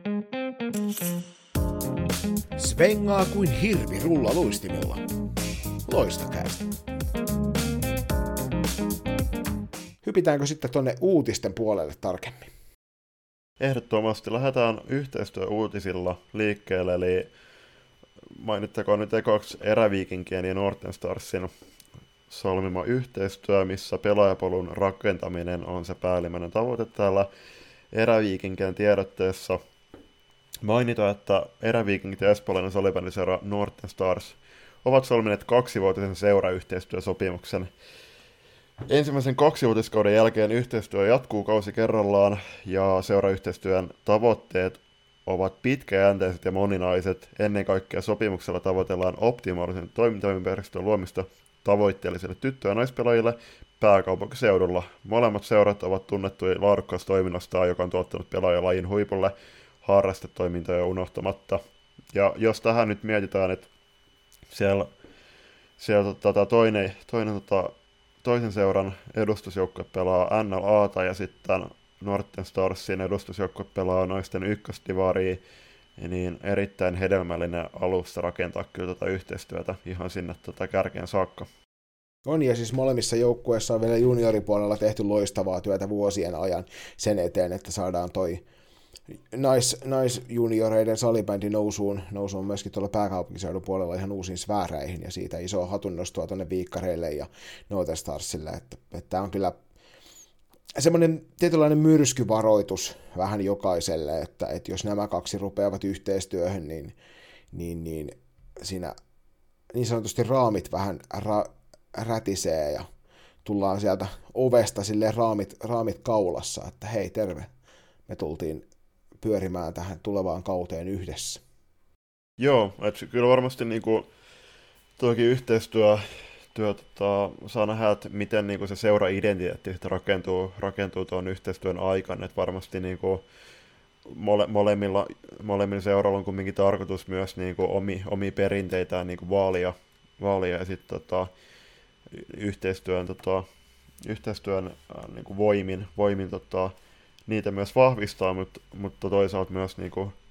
Speaker 1: Svengaa kuin hirvi rulla luistimilla. Loistokästä. Hypitäänkö sitten tuonne uutisten puolelle tarkemmin?
Speaker 2: Ehdottomasti lähdetään yhteistyöuutisilla liikkeelle, eli mainittakoon nyt ekoksi Eräviikinkien ja Northern Starsin solmima yhteistyö, missä pelaajapolun rakentaminen on se päällimmäinen tavoite täällä Eräviikinkien tiedotteessa. Mainitaan, että Eräviikinkit ja espoolainen salibändiseura Northern Stars ovat solmineet kaksivuotisen seurayhteistyösopimuksen. Ensimmäisen kaksivuotiskauden jälkeen yhteistyö jatkuu kausi kerrallaan, ja seurayhteistyön tavoitteet ovat pitkäjänteiset ja moninaiset. Ennen kaikkea sopimuksella tavoitellaan optimaalisen toimintaympäristön luomista tavoitteellisille tyttö- ja naispelaajille pääkaupunkiseudulla. Molemmat seurat ovat tunnettuja laadukkaasta toiminnastaan, joka on tuottanut pelaajalajin huipulle harrastetoimintoja unohtamatta. Ja jos tähän nyt mietitään, että siellä, siellä tota, toinen, toinen tota, toisen seuran edustusjoukkue pelaa N L A:ta ja sitten Northern Starsin edustusjoukkue pelaa naisten ykkösdivaria, niin erittäin hedelmällinen alusta rakentaa kyllä tätä yhteistyötä ihan sinne tätä kärkeen saakka.
Speaker 1: On, ja siis molemmissa joukkueissa on vielä junioripuolella tehty loistavaa työtä vuosien ajan sen eteen, että saadaan toi nais, naisjunioreiden salibändi nousuun, nousuun myöskin tuolla pääkaupunkiseudun puolella ihan uusiin sfääreihin, ja siitä iso hatunnostoa tuonne Viikkareille ja Northern Starsille, että, että tämä on kyllä semmoinen tietynlainen myrskyvaroitus vähän jokaiselle, että, että jos nämä kaksi rupeavat yhteistyöhön, niin, niin, niin siinä niin sanotusti raamit vähän ra, rätisee ja tullaan sieltä ovesta silleen raamit, raamit kaulassa, että hei terve, me tultiin pyörimään tähän tulevaan kauteen yhdessä.
Speaker 2: Joo, että kyllä varmasti niinku tuokin yhteistyö työ, tota, saa nähdä, että miten niinku se seura-identiteetti rakentuu, rakentuu tuon yhteistyön aikana, että varmasti niinku mole, molemmilla, molemmilla seuralla on kumminkin tarkoitus myös niinku omi, omi perinteitään niinku vaalia, vaalia ja sitten tota, yhteistyön, tota, yhteistyön äh, niinku voimin, voimin tota, niitä myös vahvistaa, mutta, mutta toisaalta myös niinku, äh,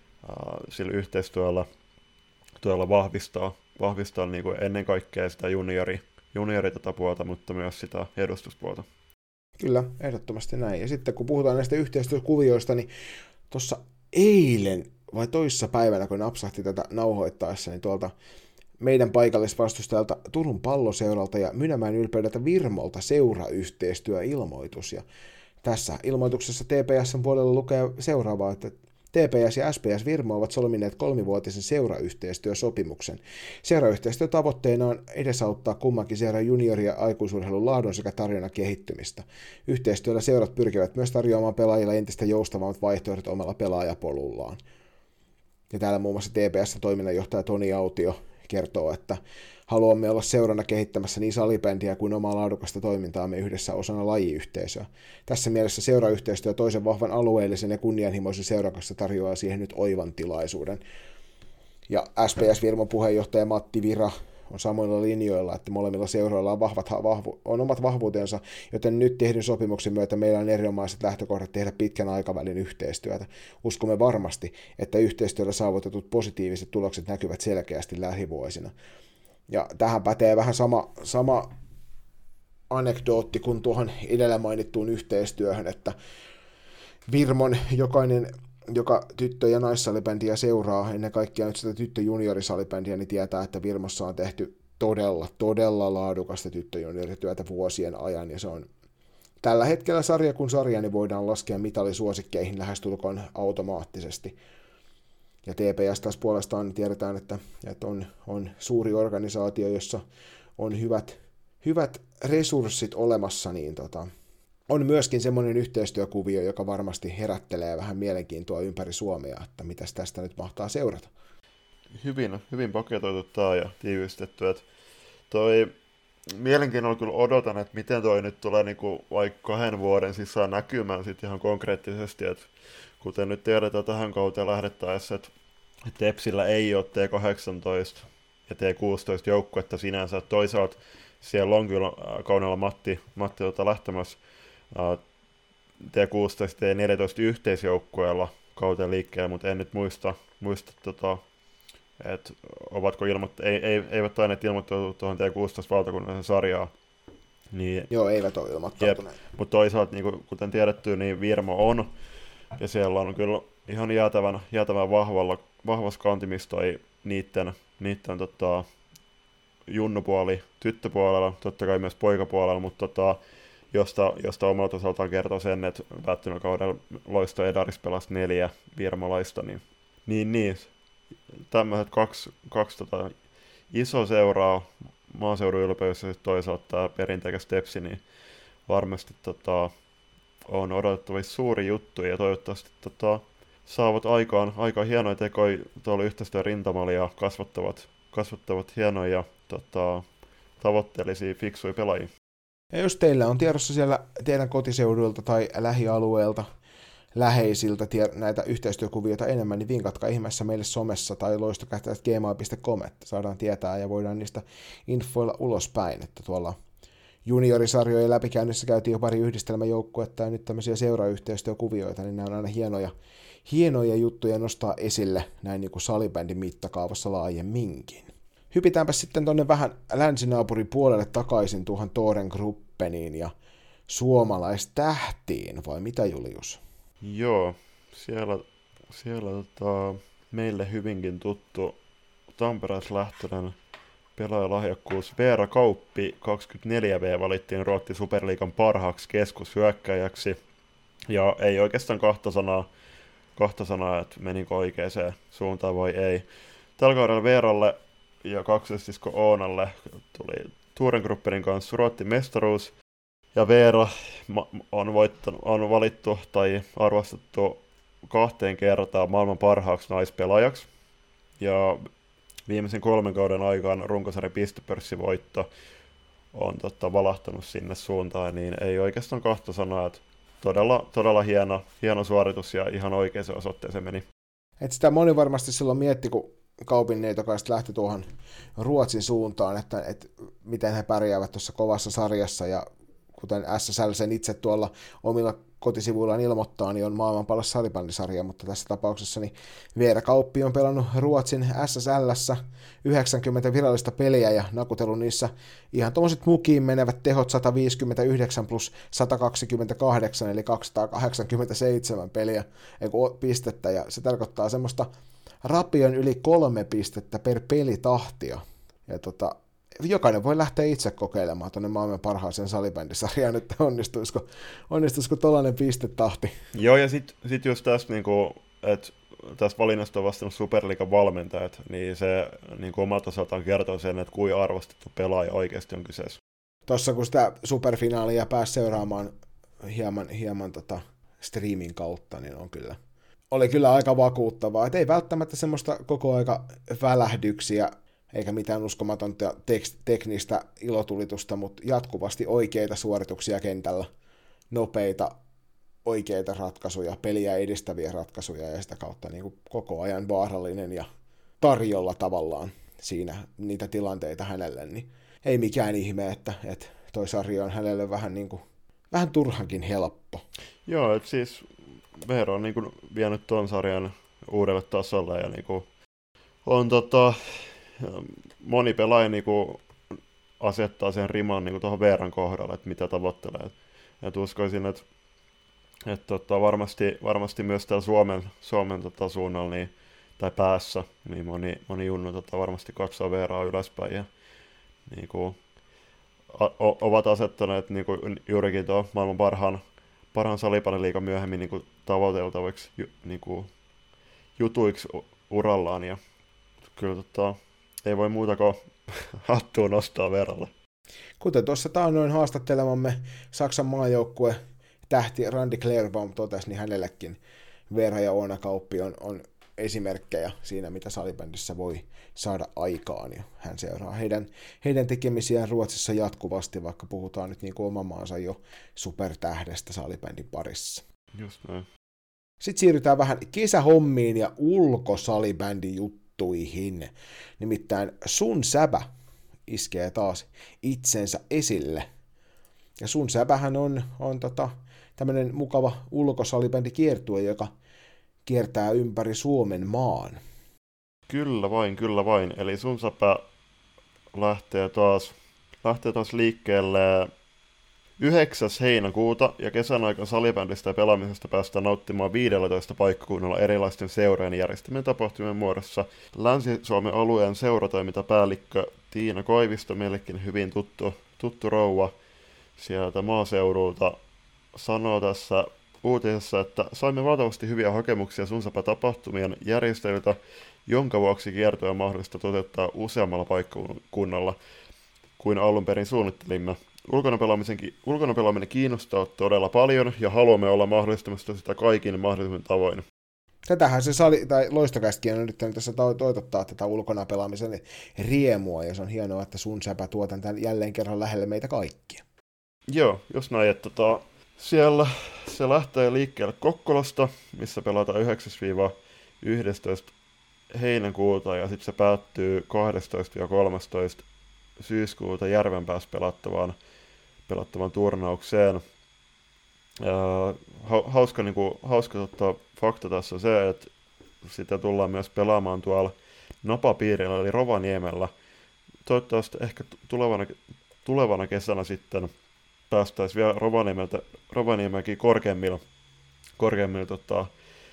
Speaker 2: sillä yhteistyöllä työllä vahvistaa, vahvistaa niinku ennen kaikkea sitä juniori, juniori tätä puolta, mutta myös sitä edustuspuolta.
Speaker 1: Kyllä, ehdottomasti näin. Ja sitten kun puhutaan näistä yhteistyökuvioista, niin tuossa eilen vai toissa päivänä, kun napsahti tätä nauhoittaessa, niin tuolta meidän paikallisvastustajalta Turun Palloseuralta ja Mynämäen Ylpeydeltä Virmolta seurayhteistyöilmoitus. Ja tässä ilmoituksessa T P S:n puolella lukee seuraavaa, että T P S ja S P S Virmo ovat solmineet kolmivuotisen seurayhteistyösopimuksen. Seurayhteistyön tavoitteena on edesauttaa kummankin seuran juniori- ja aikuisurheilun laadun sekä tarjonnan kehittymistä. Yhteistyöllä seurat pyrkivät myös tarjoamaan pelaajille entistä joustavammat vaihtoehdot omalla pelaajapolullaan. Ja täällä muun muassa T P S:n toiminnanjohtaja Toni Autio kertoo, että haluamme olla seurana kehittämässä niin salibändiä kuin omaa laadukasta toimintaamme yhdessä osana lajiyhteisöä. Tässä mielessä seurayhteistyö toisen vahvan alueellisen ja kunnianhimoisen seuran kanssa tarjoaa siihen nyt oivan tilaisuuden. Ja S P S Virmon puheenjohtaja Matti Vira on samoilla linjoilla, että molemmilla seuroilla on, vahvat, vahvu, on omat vahvuutensa, joten nyt tehdyn sopimuksen myötä meillä on erinomaiset lähtökohdat tehdä pitkän aikavälin yhteistyötä. Uskomme varmasti, että yhteistyöllä saavutetut positiiviset tulokset näkyvät selkeästi lähivuosina. Ja tähän pätee vähän sama, sama anekdootti kuin tuohon edellä mainittuun yhteistyöhön, että Virmon jokainen, joka tyttö- ja naissalibändiä seuraa, ennen kaikkea nyt sitä tyttö-juniorisalibändiä, niin tietää, että Virmassa on tehty todella, todella laadukasta tyttö-juniorityötä vuosien ajan, ja se on tällä hetkellä sarja kun sarja, niin voidaan laskea mitalisuosikkeihin lähestulkoon automaattisesti. Ja T P S taas puolestaan tiedetään, että, että on, on suuri organisaatio, jossa on hyvät, hyvät resurssit olemassa, niin tota, on myöskin semmoinen yhteistyökuvio, joka varmasti herättelee vähän mielenkiintoa ympäri Suomea, että mitäs tästä nyt mahtaa seurata.
Speaker 2: Hyvin, hyvin paketoitu tämä ja tiivistetty. Että toi mielenkiinnolla kyllä odotan, että miten toi nyt tulee niinku vaikka kahden vuoden sisään näkymään sit ihan konkreettisesti. Että kuten nyt tiedetään tähän kauteen lähdettäessä, että Tepsillä ei ole T kahdeksantoista ja T kuusitoista joukkuetta sinänsä. Toisaalta siellä on kyllä kaudella Matti, Matti tota lähtemässä T kuusitoista ja T neljätoista yhteisjoukkueella kauteen liikkeellä, mutta en nyt muista, muista tota, että ovatko ilmoitt- ei, ei, eivät tainneet ilmoittautua tuohon T kuusitoista valtakunnallisen sarjaan. Niin,
Speaker 1: Joo, eivät ole ilmoittautuneet.
Speaker 2: Mutta toisaalta, niin kuten tiedetty, niin Virmo on, ja siellä on kyllä ihan jäätävän, jäätävän vahvalla, vahvassa kantimissa toi niitten, niitten tota, junnupuoli tyttöpuolella, totta kai myös poikapuolella, mutta tota, josta, josta omalta osaltaan kertoo sen, että päättynyt kaudella Loisto Edaris pelasi neljä virmalaista, niin niin, niin. Tämmöiset kaksi, kaksi tota, iso seuraa, maaseudun ylpeys ja toisaalta tämä perinteikäs Tepsi, niin varmasti tota, on odotettavissa suuri juttu ja toivottavasti tota, saavat aikaan aika hienoja tekoja tuolla yhteistyön rintamalla ja kasvattavat, kasvattavat hienoja tota, tavoitteellisia fiksuja pelaajia.
Speaker 1: Ja jos teillä on tiedossa siellä teidän kotiseuduilta tai lähialueelta läheisiltä tie- näitä yhteistyökuvioita enemmän, niin vinkatkaa ihmeessä meille somessa tai loistokähtäjät piste gmail piste com, että saadaan tietää ja voidaan niistä infoilla ulospäin, että tuolla juniorisarjojen läpikäynnissä käytiin jo pari yhdistelmäjoukkuetta ja nyt tämmöisiä seurayhteistyökuvioita, niin nämä on aina hienoja, hienoja juttuja nostaa esille näin niin kuin salibändin mittakaavassa laajemminkin. Hypitäänpä sitten tuonne vähän länsinaapurin puolelle takaisin tuohon Toren Gruppeniin ja suomalaistähtiin, vai mitä Julius?
Speaker 2: Joo, siellä, siellä tota, meille hyvinkin tuttu tamperelaislähtöinen pelaajalahjakkuus Veera Kauppi kaksikymmentäneljä vuotias valittiin Ruotsin Superliigan parhaaksi keskushyökkäjäksi. Ja ei oikeastaan kahta sanaa, kahta sanaa että menikö oikeaan suuntaan vai ei. Tällä kaudella Veeralle ja kaksosisko Oonalle tuli Turengrupperin kanssa Ruotsin mestaruus. Ja Veera on, voittanut, on valittu tai arvostettu kahteen kertaan maailman parhaaksi naispelaajaksi. Ja viimeisen kolmen kauden aikaan runkosarjan pistepörssivoitto on totta, valahtanut sinne suuntaan, niin ei oikeastaan kahta sanaa, että todella, todella hieno, hieno suoritus ja ihan oikeaan osoitteeseen meni.
Speaker 1: Et sitä moni varmasti silloin mietti, kun Kaupin neitokaiset lähti tuohon Ruotsin suuntaan, että, että miten he pärjäävät tuossa kovassa sarjassa, ja kuten S S L sen itse tuolla omilla kotisivuillaan ilmoittaa, niin on maailman paras salibändisarja, mutta tässä tapauksessa niin Veera Kauppi on pelannut Ruotsin S S L:ssä yhdeksänkymmentä virallista peliä ja nakutellut niissä ihan tuommoiset mukiin menevät tehot sata viisikymmentäyhdeksän plus sata kaksikymmentäkahdeksan, eli kaksisataakahdeksankymmentäseitsemän peliä, eiku, pistettä, ja se tarkoittaa semmoista rapion yli kolme pistettä per pelitahtia. Ja tota, jokainen voi lähteä itse kokeilemaan tuonne maailman parhaaseen salibändisarjaan, että onnistuisiko, onnistuisiko tollainen pistetahti.
Speaker 2: Joo, ja sitten sit just tässä, niinku, että tässä valinnasta on vastannut Superliigan valmentajat, niin se niinku omalta osaltaan kertoo sen, että kuinka arvostettu pelaaja oikeasti on kyseessä.
Speaker 1: Tuossa kun sitä superfinaalia pääsi seuraamaan hieman, hieman tota streamin kautta, niin on kyllä, oli kyllä aika vakuuttavaa. Et ei välttämättä semmoista koko aika välähdyksiä, eikä mitään uskomatonta tekst- teknistä ilotulitusta, mutta jatkuvasti oikeita suorituksia kentällä, nopeita, oikeita ratkaisuja, peliä edistäviä ratkaisuja, ja sitä kautta niin kuin koko ajan vaarallinen ja tarjolla tavallaan siinä niitä tilanteita hänelle, niin ei mikään ihme, että, että toi sarja on hänelle vähän, niin kuin, vähän turhankin helppo.
Speaker 2: Joo, että siis Veera on niin kuin vienyt ton sarjan uudelle tasolle ja niin kuin on tota, moni pelaaja niin kuin asettaa sen riman niin kuin tuohon Veeran kohdalle, että mitä tavoittelee. Et uskoisin, että et tota, varmasti, varmasti myös täällä Suomen, Suomen tota, suunnalla niin, tai päässä, niin moni, moni junnu tota, varmasti katsoo Veeraa ylöspäin ja niin kuin, a, o, ovat asettaneet niin kuin, juurikin tuon maailman parhaan, parhaan salibändiliigan myöhemmin niin kuin, tavoiteltaviksi ju, niin kuin, jutuiksi urallaan ja kyllä tota, ei voi muuta kuin hattua nostaa Veeralle.
Speaker 1: Kuten tuossa taannoin haastattelemamme Saksan maajoukkue tähti Randy Clairbaum totesi, niin hänellekin Veera ja Oona Kauppi on, on esimerkkejä siinä, mitä salibändissä voi saada aikaan. Ja hän seuraa heidän, heidän tekemisiään Ruotsissa jatkuvasti, vaikka puhutaan nyt niin kuin oman maansa jo supertähdestä salibändin parissa.
Speaker 2: Just näin.
Speaker 1: Sitten siirrytään vähän kesähommiin ja ulkosalibändin juttuihin. Nimittäin Sun Säbä iskee taas itsensä esille. Ja Sun Säbähän on, on tota, tämmöinen mukava ulkosalibändikiertue, joka kiertää ympäri Suomen maan.
Speaker 2: Kyllä vain, kyllä vain. Eli Sun Säbä lähtee taas, lähtee taas liikkeelle yhdeksäs heinäkuuta, ja kesän aikana salibändistä ja pelaamisesta päästään nauttimaan viidellätoista paikkakunnalla erilaisten seurojen järjestämien tapahtumien muodossa. Länsi-Suomen alueen seuratoimintapäällikkö Tiina Koivisto, meillekin hyvin tuttu, tuttu rouva sieltä maaseudulta, sanoo tässä uutisessa, että saimme valtavasti hyviä hakemuksia Sun Säbä-tapahtumien järjestäjiltä, jonka vuoksi kiertoa on mahdollista toteuttaa useammalla paikkakunnalla kuin alun perin suunnittelimme. Ulkona pelaaminen kiinnostaa todella paljon ja haluamme olla mahdollistamassa sitä kaikin mahdollisimmin tavoin.
Speaker 1: Tätähän se sali, tai Loistokästikin on yrittänyt tässä toitottaa tätä ulkona pelaamisen riemua, ja se on hienoa, että Sun Säbä tuotan tämän jälleen kerran lähelle meitä kaikkia.
Speaker 2: Joo, jos näin, että tota, siellä se lähtee liikkeelle Kokkolasta, missä pelataan yhdeksäs yhdestoista heinäkuuta, ja sitten se päättyy kahdestoista kolmastoista syyskuuta Järvenpäässä pelattavaan, pelattavaan turnaukseen. Ja hauska, niin kuin, hauska totta, fakta tässä on se, että sitä tullaan myös pelaamaan tuolla napapiirillä, eli Rovaniemellä. Toivottavasti ehkä tulevana, tulevana kesänä sitten päästäisiin vielä Rovaniemeltä, Rovaniemelläkin korkeammilla, korkeammilla tota,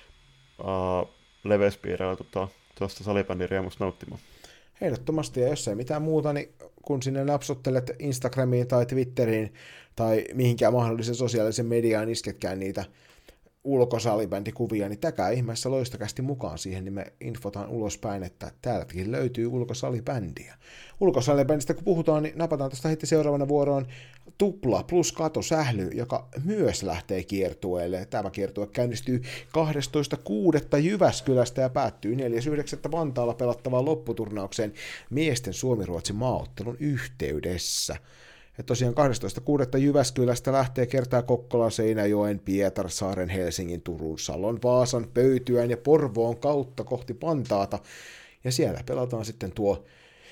Speaker 2: uh, leveyspiireillä tota, tuosta salibändin riemusta nauttimaan.
Speaker 1: Ehdottomasti, ja jos ei mitään muuta, niin kun sinne napsuttelet Instagramiin tai Twitteriin tai mihinkään mahdollisen sosiaalisen mediaan isketkään niitä ulkosalibändikuvia, niin täkää ihmeessä Loistokästi mukaan siihen, niin me infotaan ulospäin, että täältäkin löytyy ulkosalibändiä. Ulkosalibändistä kun puhutaan, niin napataan tuosta heti seuraavana vuoroon Tupla plus Kato Sähly, joka myös lähtee kiertueelle. Tämä kiertue käynnistyy kahdestoista kuudetta Jyväskylästä ja päättyy neljäs yhdeksättä Vantaalla pelattavaan lopputurnaukseen miesten Suomi-Ruotsin maaottelun yhteydessä. Ja tosiaan kahdestoista kuudetta Jyväskylästä lähtee kertaa Kokkola, Seinäjoen, Pietarsaaren, Helsingin, Turun, Salon, Vaasan, Pöytyän ja Porvoon kautta kohti Vantaata. Ja siellä pelataan sitten tuo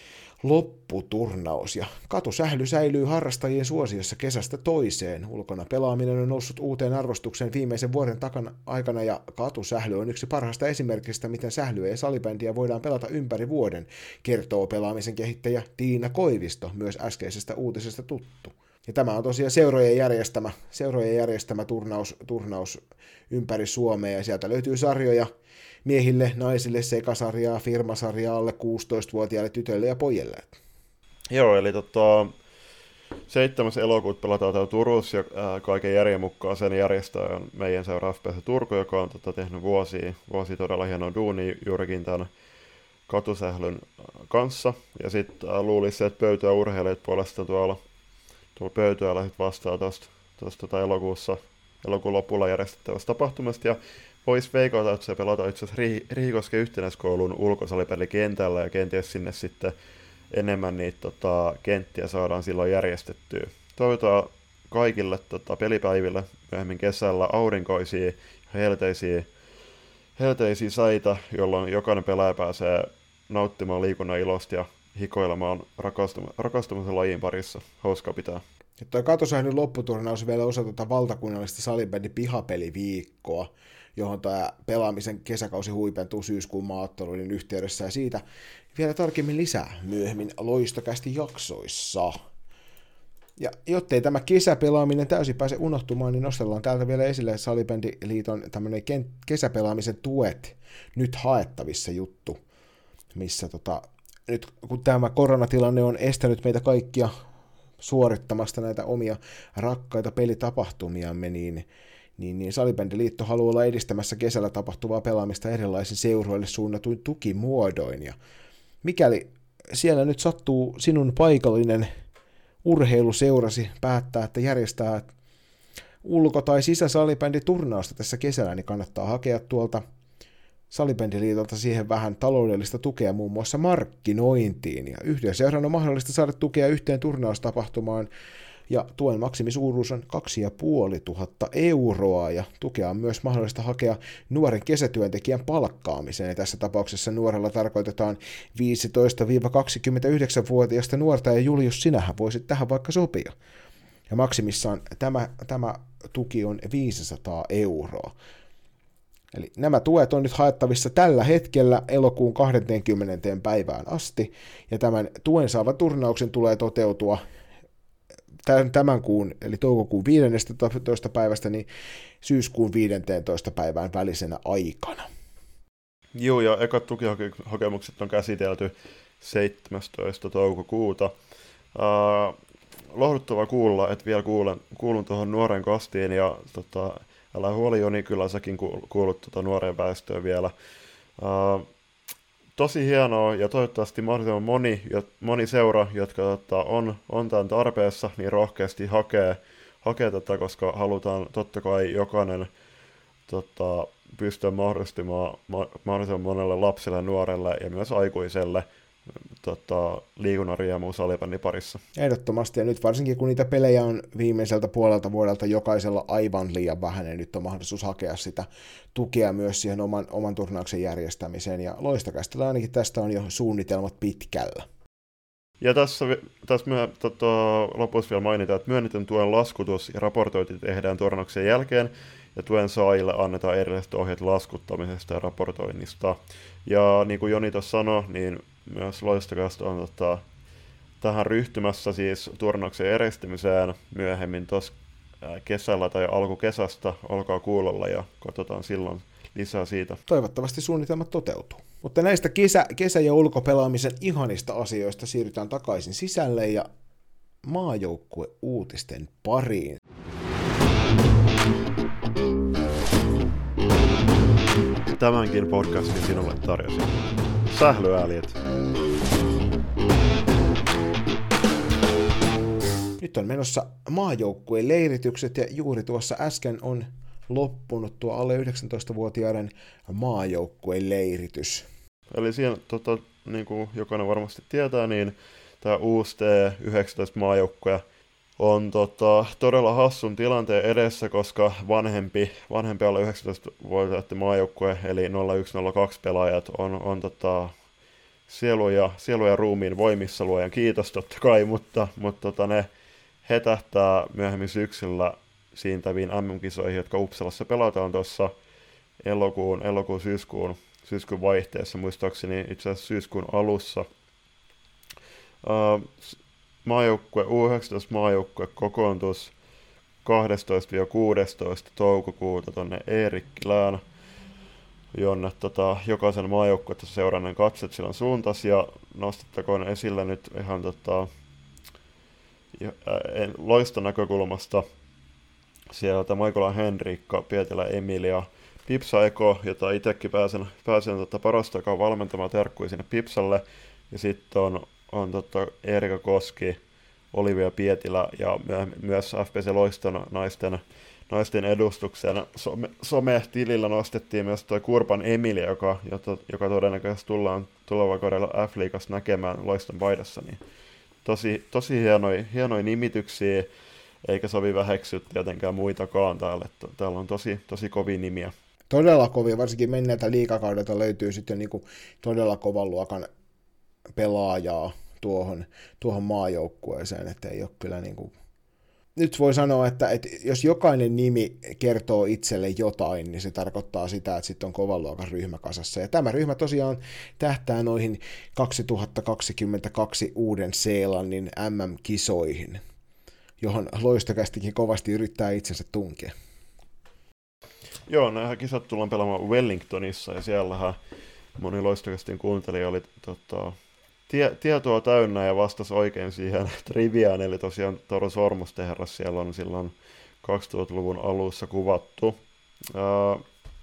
Speaker 1: lopputurnaus. Ja katusähly säilyy harrastajien suosiossa kesästä toiseen. Ulkona pelaaminen on noussut uuteen arvostukseen viimeisen vuoden takana aikana, ja katusähly on yksi parhaista esimerkistä, miten sählyä ja salibändiä voidaan pelata ympäri vuoden, kertoo pelaamisen kehittäjä Tiina Koivisto, myös äskeisestä uutisesta tuttu. Ja tämä on tosiaan seurojen järjestämä, seurojen järjestämä turnaus, turnaus ympäri Suomea, ja sieltä löytyy sarjoja miehille, naisille, sekasarjaa, firmasarjaa, alle kuusitoistavuotiaille tytöille ja pojille.
Speaker 2: Joo, eli tota, seitsemäs elokuuta pelataan täällä Turussa, ja ää, kaiken järjen mukaan sen järjestäjä on meidän seura F P S Turku, joka on tota, tehnyt vuosia, vuosia todella hienoa duunia juurikin tämän katusählyn kanssa. Ja sitten äh, luulisi, että Pöytyä urheilijat puolestaan tuolla, tuolla Pöytyällä sit vastaa tuosta tota elokuussa, elokuun lopulla järjestettävästä tapahtumasta. Ja voisi veikata, että se pelataan itse asiassa Riihikosken yhtenäiskoulun ulkosalipelikentällä, ja kenties sinne sitten enemmän niitä tota, kenttiä saadaan silloin järjestettyä. Toivotaan kaikille tota, pelipäiville myöhemmin kesällä aurinkoisia ja helteisiä, helteisiä säitä, jolloin jokainen pelaaja pääsee nauttimaan liikunnan ilosta ja hikoilemaan rakastuma- rakastumisen lajin parissa. Hauska pitää.
Speaker 1: Ja toi Katosähdyn lopputurnaus vielä osa tuota valtakunnallista salibändin pihapeliviikkoa, johon tämä pelaamisen kesäkausi huipentuu syyskuun maaotteluiden yhteydessä, ja siitä vielä tarkemmin lisää myöhemmin Loistokästi jaksoissa. Ja jottei tämä kesäpelaaminen täysin pääse unohtumaan, niin nostellaan täältä vielä esille Salibändiliiton tämmöinen kesäpelaamisen tuet nyt haettavissa juttu, missä tota, nyt kun tämä koronatilanne on estänyt meitä kaikkia suorittamasta näitä omia rakkaita pelitapahtumiamme, niin, niin, niin Salibändiliitto haluaa olla edistämässä kesällä tapahtuvaa pelaamista erilaisiin seuroille suunnatuin tukimuodoin. Ja mikäli siellä nyt sattuu sinun paikallinen urheiluseurasi päättää, että järjestää ulko- tai sisäsalibänditurnausta tässä kesällä, niin kannattaa hakea tuolta Salibändiliitolta siihen vähän taloudellista tukea muun muassa markkinointiin. Ja yhden seuran on mahdollista saada tukea yhteen turnaustapahtumaan, ja tuen maksimisuuruus on kaksituhattaviisisataa euroa, ja tukea on myös mahdollista hakea nuoren kesätyöntekijän palkkaamiseen. Ja tässä tapauksessa nuorella tarkoitetaan viisitoista–kaksikymmentäyhdeksänvuotiaista nuorta, ja Julius, sinähän voisit tähän vaikka sopia. Ja maksimissaan tämä, tämä tuki on viisisataa euroa. Eli nämä tuet on nyt haettavissa tällä hetkellä elokuun kahdeskymmenes päivään asti, ja tämän tuen saavan turnauksen tulee toteutua tämän kuun, eli toukokuun viidestoista päivästä, niin syyskuun viidenteentoista päivään välisenä aikana.
Speaker 2: Joo, ja ekat tukihakemukset on käsitelty seitsemästoista toukokuuta. Uh, lohduttavaa kuulla, että vielä kuulen, kuulun tuohon nuoren kastiin, ja tota, älä huoli Joni, kyllä säkin kuulut tuota nuoreen väestöön vielä. Uh, tosi hienoa, ja toivottavasti mahdollisimman moni, moni seura, jotka tota, on, on tämän tarpeessa, niin rohkeasti hakee, hakee tätä, koska halutaan totta kai jokainen tota, pystyä mahdollistamaan ma- mahdollisimman monelle lapselle, nuorelle ja myös aikuiselle tota, liikunnan riemua salibändin parissa.
Speaker 1: Ehdottomasti, ja nyt varsinkin kun niitä pelejä on viimeiseltä puolelta vuodelta jokaisella aivan liian vähän, niin nyt on mahdollisuus hakea sitä tukea myös siihen oman, oman turnauksen järjestämiseen, ja Loistokästillä ainakin tästä on jo suunnitelmat pitkällä.
Speaker 2: Ja tässä, tässä myö, tota, lopussa vielä mainitaan, että myönnetyn tuen laskutus ja raportointi tehdään turnauksen jälkeen, ja tuen saajille annetaan erilaiset ohjeet laskuttamisesta ja raportoinnista. Ja niin kuin Joni tuossa sanoi, niin myös Loistokästä on tota, tähän ryhtymässä siis turnauksen järjestämiseen myöhemmin tuossa kesällä tai alkukesästä. Olkaa kuulolla ja katsotaan silloin lisää siitä.
Speaker 1: Toivottavasti suunnitelmat toteutuu. Mutta näistä kesä, kesä- ja ulkopelaamisen ihanista asioista siirrytään takaisin sisälle ja maajoukkue-uutisten pariin.
Speaker 2: Tämänkin podcastin sinulle tarjosin Sählyääliet.
Speaker 1: Nyt on menossa maajoukkueen leiritykset, ja juuri tuossa äsken on loppunut tuo alle yhdeksäntoistavuotiaiden maajoukkueen leiritys.
Speaker 2: Eli siellä, tota, niin kuin jokainen varmasti tietää, niin tämä uusi T yhdeksäntoista maajoukkue on tota, todella hassun tilanteen edessä, koska vanhempi, vanhempi alle yhdeksäntoistavuotiaiden maajoukkue, eli nolla yksi nolla kaksi pelaajat, on, on tota, sielu, ja, sielu ja ruumiin voimissa, luojan kiitos totta kai, mutta, mutta tota, ne hetähtää myöhemmin syksyllä siintäviin M M-kisoihin, jotka Uppsalassa pelataan tuossa elokuun, elokuun syyskuun, syyskuun vaihteessa, muistaakseni itse asiassa syyskuun alussa. Uh, maajoukkue, U yhdeksäntoista maajoukkue kokoontus kahdestoista kuudestoista toukokuuta tuonne Eerikkilään, jonne tota, jokaisen maajoukkuetta seuranneen katset silloin suuntas, ja nostettakoon esille nyt ihan tota, Loiston näkökulmasta sieltä Maikola Henriikka, Pietilä Emilia, Pipsa Eko, jota itsekin pääsen, pääsen tota parasta aikaa valmentamaan, terkkui sinne Pipsalle, ja sitten on, on tota Eerika Koski, Olivia Pietilä ja myös F P C Loiston naisten, naisten edustuksen some, some-tilillä nostettiin myös tuo Kurpan Emilia, joka, jota, joka todennäköisesti tullaan tulevalla kaudella F-liigassa näkemään Loiston paidassa, niin tosi, tosi hienoja, hienoja nimityksiä, eikä sovi väheksyä tietenkään muitakaan täällä. Täällä on tosi, tosi kovia nimiä.
Speaker 1: Todella kovia, varsinkin menneeltä liigakaudelta löytyy sitten niinku todella kovan luokan pelaajaa tuohon, tuohon maajoukkueeseen, että ei ole kyllä niin kuin... Nyt voi sanoa, että, että jos jokainen nimi kertoo itselle jotain, niin se tarkoittaa sitä, että sitten on kovan luokan ryhmä kasassa. Ja tämä ryhmä tosiaan tähtää noihin kaksituhattakaksikymmentäkaksi Uuden-Seelannin M M-kisoihin, johon Loistokästikin kovasti yrittää itsensä tunkea.
Speaker 2: Joo, nämä kisat tullaan pelaamaan Wellingtonissa, ja siellähän moni Loistokästin kuuntelija oli tota, tie, tietoa täynnä ja vastasi oikein siihen triviaan, eli tosiaan Toro Sormustenherras siellä on silloin kaksituhattaluvun alussa kuvattu. Ää,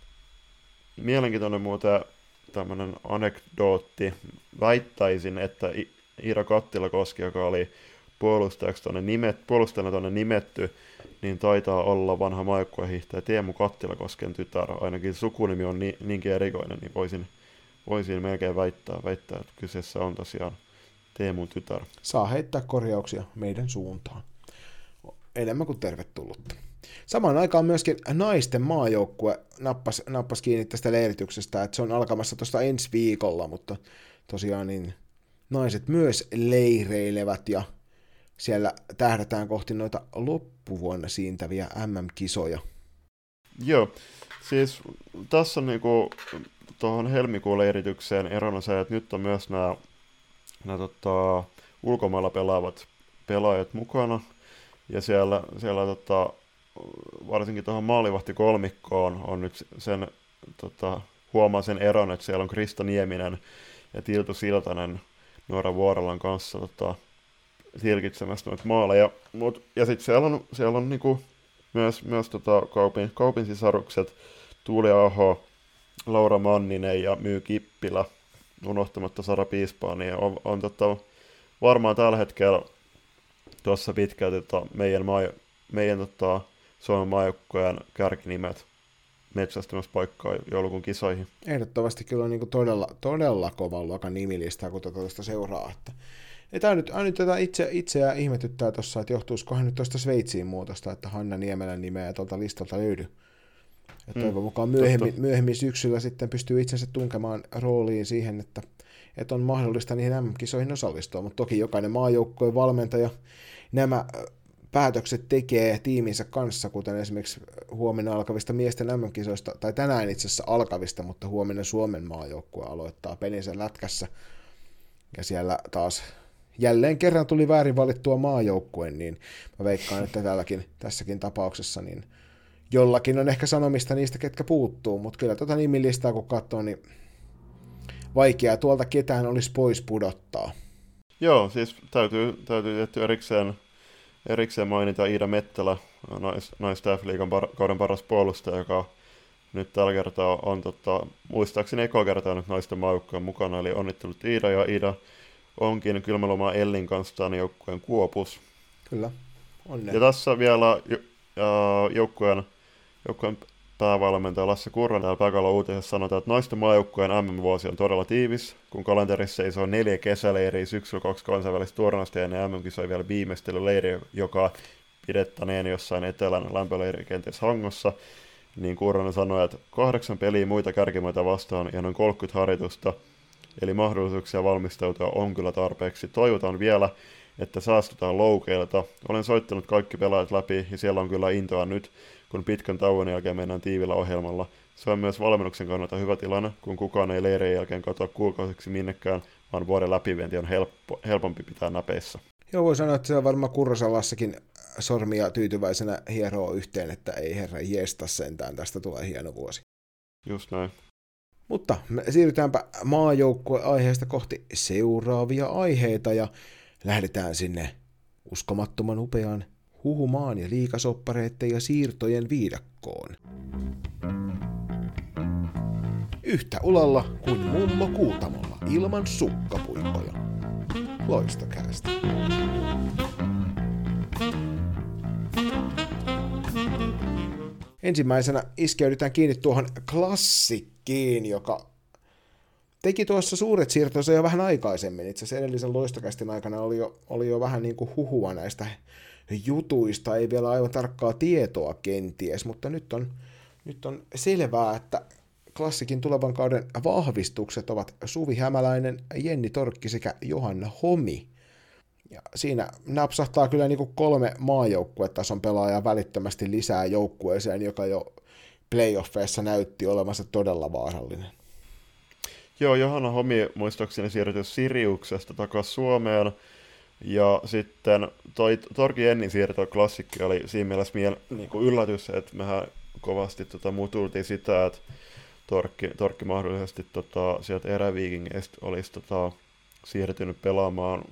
Speaker 2: mielenkiintoinen muuten tämmöinen anekdootti. Väittäisin, että Iida Kattilakoski, joka oli puolustajaksi tuonne nimet, puolustajana tuonne nimetty, niin taitaa olla vanha maajoukkuehiihtäjä Teemu Kattilakosken tytär. Ainakin sukunimi on ni, niinkin erikoinen, niin voisin, voisin melkein väittää, väittää, että kyseessä on tosiaan Teemun tytär.
Speaker 1: Saa heittää korjauksia meidän suuntaan. Enemmän kuin tervetullutta. Samaan aikaan myöskin naisten maajoukkue nappasi, nappasi kiinni tästä leirityksestä, että se on alkamassa tuosta ensi viikolla, mutta tosiaan niin naiset myös leireilevät ja siellä tähdätään kohti noita loppuvuonna siintäviä M M-kisoja.
Speaker 2: Joo, siis tässä on niinku tuohon helmikuun leiritykseen erona se, että nyt on myös nämä, nämä tota, ulkomailla pelaavat pelaajat mukana, ja siellä, siellä tota, varsinkin tuohon maalivahtikolmikkoon on nyt sen, tota, huomaa sen eron, että siellä on Krista Nieminen ja Tiltu Siltanen Noora Vuorelan kanssa tota, tilkitsemässä noita maaleja. Mut, ja sitten siellä on, siellä on niinku myös, myös tota kaupin, kaupin sisarukset Tuuli Aho, Laura Manninen ja Myy Kippilä, unohtamatta Sara Piispaa, niin on, on tota, varmaan tällä hetkellä tuossa pitkälti tota, meidän, maa, meidän tota, Suomen maajoukkojen kärkinimet metsästämässä paikkaa joulukuun kisoihin.
Speaker 1: Ehdottomasti kyllä on niin kuin todella, todella kovan luokan nimilistaa, kun tuota tuosta seuraa. Että... Ja tämä nyt, nyt tätä itse, itseä ihmetyttää tuossa, että johtuisikohan nyt tuosta Sveitsiin muutosta, että Hanna Niemelän nimeä ei tuolta listalta löydy. Ja toivon mm, mukaan myöhemmin, myöhemmin syksyllä sitten pystyy itsensä tunkemaan rooliin siihen, että, että on mahdollista niihin M M-kisoihin osallistua, mutta toki jokainen maajoukkojen valmentaja nämä päätökset tekee tiiminsä kanssa, kuten esimerkiksi huomenna alkavista miesten M M-kisoista, tai tänään itse asiassa alkavista, mutta huomenna Suomen maajoukkue aloittaa pelinsä lätkässä, ja siellä taas jälleen kerran tuli väärin valittua maajoukkue, niin mä veikkaan, että tälläkin, tässäkin tapauksessa niin jollakin on ehkä sanomista niistä, ketkä puuttuu, mutta kyllä tuota nimilistaa kun katsoo, niin vaikeaa tuolta ketään olisi pois pudottaa.
Speaker 2: Joo, siis täytyy, täytyy tietty erikseen, erikseen mainita Iida Mettälä, nais, nais F-liigan par, kauden paras puolustaja, joka nyt tällä kertaa on tota, muistaakseni eka kertaa nyt naisten maajoukkojen mukana, eli onnittelut Iida, ja Iida onkin kylmälomaa Ellin kanssa tämän joukkueen kuopus.
Speaker 1: Kyllä, onnea.
Speaker 2: Ja tässä vielä joukkueen, joukkueen päävalmentaja Lasse Kurran täällä Pääkallon uutisessa sanotaan, että naisten maajoukkueen M M-vuosi on todella tiivis, kun kalenterissa ei se ole neljä kesäleiriä, syksyllä kaksi kansainvälistä turnausta ja ennen M M-kisoja vielä viimeistelyleiri, joka pidettäneen jossain etelän lämpöleiri kenties Hangossa, niin Kurranen sanoi, että kahdeksan peliä muita kärkimaita vastaan ja noin kolmekymmentä harjoitusta, eli mahdollisuuksia valmistautua on kyllä tarpeeksi. Toivotaan vielä, että säästetään loukeilta. Olen soittanut kaikki pelaajat läpi ja siellä on kyllä intoa nyt, kun pitkän tauon jälkeen mennään tiivillä ohjelmalla. Se on myös valmennuksen kannalta hyvä tilanne, kun kukaan ei leirien jälkeen katoa kuukausiksi minnekään, vaan vuoden läpivienti on helppo, helpompi pitää näpeissä.
Speaker 1: Joo, voi sanoa, että se on varmaan Kurrosalassakin sormia tyytyväisenä hieroo yhteen, että ei herra jesta sentään, tästä tulee hieno vuosi.
Speaker 2: Just näin.
Speaker 1: Mutta me siirrytäänpä maajoukkueaiheesta kohti seuraavia aiheita ja lähdetään sinne uskomattoman upean huhumaan ja liikasoppareiden ja siirtojen viidakkoon. Yhtä ulalla kuin mummo Kuutamolla ilman sukkapuikkoja. Loistokäästä. Ensimmäisenä iskeydytään kiinni tuohon klassikkiin, joka teki tuossa suuret siirtonsa jo vähän aikaisemmin. Itse asiassa edellisen Loistokästin aikana oli jo, oli jo vähän niin kuin huhua näistä jutuista, ei vielä aivan tarkkaa tietoa kenties, mutta nyt on, nyt on selvää, että Klassikin tulevan kauden vahvistukset ovat Suvi Hämäläinen, Jenni Torkki sekä Johanna Homi. Ja siinä napsahtaa kyllä niin kuin kolme maajoukkuetason pelaajaa välittömästi lisää joukkueeseen, joka jo playoffeissa näytti olevansa todella vaarallinen.
Speaker 2: Joo, Johanna Homi muistaakseni siirtyi Siriuksesta takaisin Suomeen, ja sitten toi Torki Jenni siirto Klassikki oli siinä mielessä miel, niin kuin yllätys, että mehän kovasti tota, mutultiin sitä, että Torkki, Torkki mahdollisesti tota, sieltä eräviikingeistä olisi tota, siirtynyt pelaamaan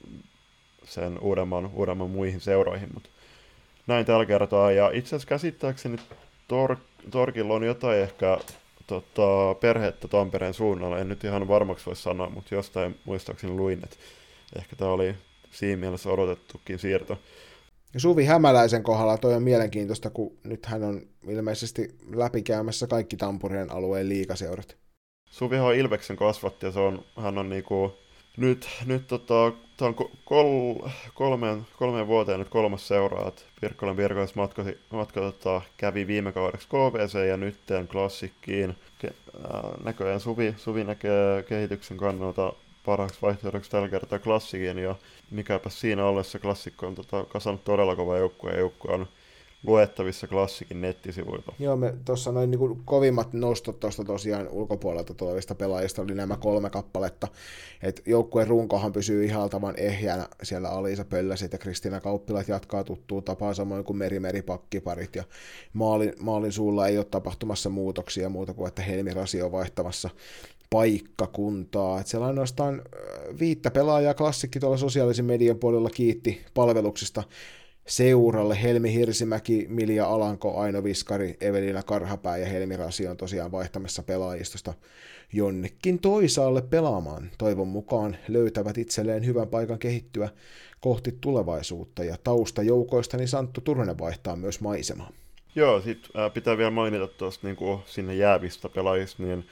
Speaker 2: sen uudemman, uudemman muihin seuroihin, mutta näin tällä kertaa, ja itse asiassa käsittääkseni Tor, Torkilla on jotain ehkä tota, perhettä Tampereen suunnalla, en nyt ihan varmaksi voi sanoa, mutta jostain muistaakseni luin, että ehkä tämä oli siinä mielessä odotettukin siirto.
Speaker 1: Ja Suvi Hämäläisen kohdalla toi on mielenkiintoista, kun nyt hän on ilmeisesti läpikäymässä kaikki Tampereen alueen liigaseurat.
Speaker 2: Suvihan on Ilveksen kasvatti, ja se on, hän on niinku, nyt, nyt tota, tämä on kol, kolmeen, kolmeen vuoteen nyt kolmas seura, että Pirkkolan Pirkoissa matka, matka tota, kävi viime kaudeksi K V C ja nytten Klassikkiin. Ke, äh, näköjään Suvi, Suvi näkee kehityksen kannalta parhaaksi vaihtoehdoksi tällä kertaa Klassikin, ja mikäpä siinä ollessa Klassikko on tota, kasannut todella kova joukkue, ja joukkue on luettavissa Klassikin nettisivuilta.
Speaker 1: Joo, me tuossa noin niin kovimmat nostot tuosta tosiaan ulkopuolelta tulevista pelaajista oli nämä kolme kappaletta. Et joukkueen runkohan pysyy ihaltavan ehjänä. Siellä Aliisa Pölläset ja Kristiina Kauppilat jatkaa tuttuun tapaan, samoin kuin Meri Meri pakkiparit. Ja maalin, maalin suulla ei ole tapahtumassa muutoksia muuta kuin, että Helmi Rasi on vaihtamassa paikkakuntaa. Et siellä ainoastaan viittä pelaajaa Klassikki tuolla sosiaalisen median puolella kiitti palveluksista seuralle. Helmi Hirsimäki, Milja Alanko, Aino Viskari, Evelina Karhapää ja Helmi Rasi on tosiaan vaihtamassa pelaajistosta jonnekin toisaalle pelaamaan. Toivon mukaan löytävät itselleen hyvän paikan kehittyä kohti tulevaisuutta, ja taustajoukoista niin Santtu Turunen vaihtaa myös maisemaa.
Speaker 2: Joo, sitten äh, pitää vielä mainita tuosta niin sinne jäävistä pelaajista, niin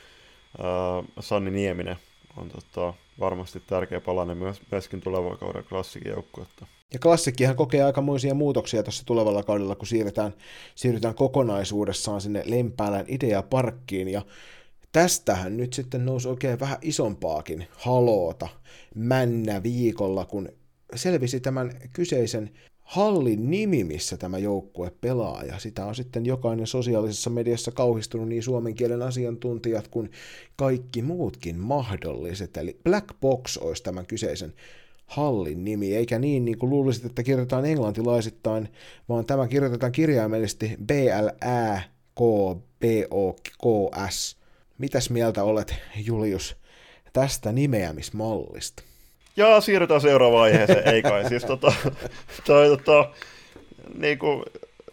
Speaker 2: äh, Sanni Nieminen on tota, varmasti tärkeä palanen myös, myöskin tulevan kauden Klassikin joukkuetta.
Speaker 1: Ja Klassikkihan kokee aikamoisia muutoksia tuossa tulevalla kaudella, kun siirrytään, siirrytään kokonaisuudessaan sinne Lempäälän Ideaparkkiin, ja tästähän nyt sitten nousi oikein vähän isompaakin haloota männä viikolla, kun selvisi tämän kyseisen hallin nimi, missä tämä joukkue pelaa, ja sitä on sitten jokainen sosiaalisessa mediassa kauhistunut, niin suomen kielen asiantuntijat kuin kaikki muutkin mahdolliset, eli Black Box olisi tämän kyseisen hallin nimi, eikä niin, niin kuin luulisit, että kirjoitetaan englantilaisittain, vaan tämä kirjoitetaan kirjaimellisesti B L Ä K B O K S. Mitäs mieltä olet, Julius, tästä nimeämismallista?
Speaker 2: Ja siirrytään seuraavaan aiheeseen, ei kai. Siis tota, toi tota, niinku,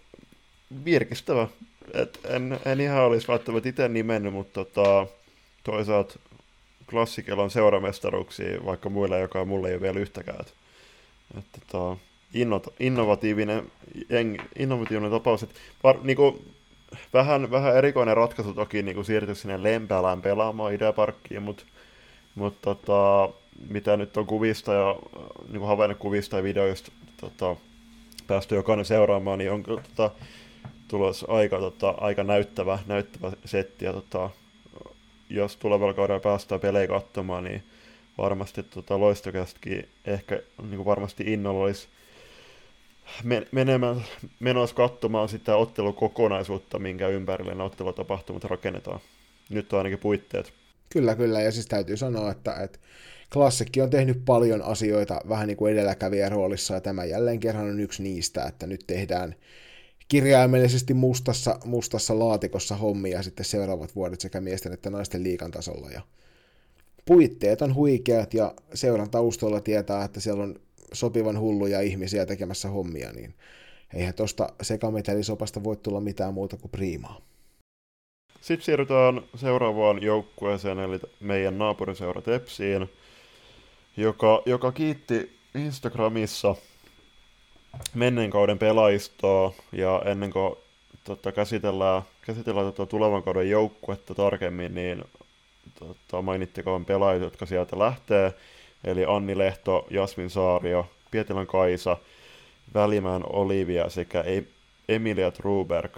Speaker 2: virkistävä. Et en, en ihan olisi välttämättä itse nimennyt, mutta tota, toisaalta Klassikilla on seuramestaruuksia, vaikka muilla, joka mulle ei ole vielä yhtäkään. Et, et, tota, inno, innovatiivinen, jeng, innovatiivinen tapaus. Et, var, niinku, vähän, vähän erikoinen ratkaisu toki niinku, siirtyä sinne Lempäälään pelaamaan Ideaparkkiin, mutta mut, tota, mitä nyt on kuvista ja niinku, havainnut kuvista ja videoista tota, päästy jokainen seuraamaan, niin on tota, tulossa aika, tota, aika näyttävä, näyttävä setti. Ja, tota, jos tulevalla kaudella päästään pelejä katsomaan, niin varmasti tota, Loistokästäkin ehkä niin varmasti innolla olisi menemään, menossa katsomaan sitä ottelukokonaisuutta, minkä ympärille ne ottelutapahtumat rakennetaan. Nyt on ainakin puitteet.
Speaker 1: Kyllä, kyllä, ja siis täytyy sanoa, että, että Klassikki on tehnyt paljon asioita vähän niin kuin edelläkävijän roolissa, ja tämä jälleen kerran on yksi niistä, että nyt tehdään kirjaimellisesti mustassa, mustassa laatikossa hommia sitten seuraavat vuodet sekä miesten että naisten liigan tasolla. Ja puitteet on huikeat, ja seuran taustalla tietää, että siellä on sopivan hulluja ihmisiä tekemässä hommia, niin eihän tuosta sekametelisopasta voi tulla mitään muuta kuin priimaa.
Speaker 2: Sitten siirrytään seuraavaan joukkueeseen, eli meidän naapuriseura Tepsiin, joka, joka kiitti Instagramissa menneen kauden pelaajistoa, ja ennen kuin tota, käsitellään, käsitellään tota, tulevan kauden joukkuetta tarkemmin, niin tota, mainittikoon pelaajat, jotka sieltä lähtee, eli Anni Lehto, Jasmin Saario, Pietilän Kaisa, Välimäen Olivia sekä Emilia Truberg.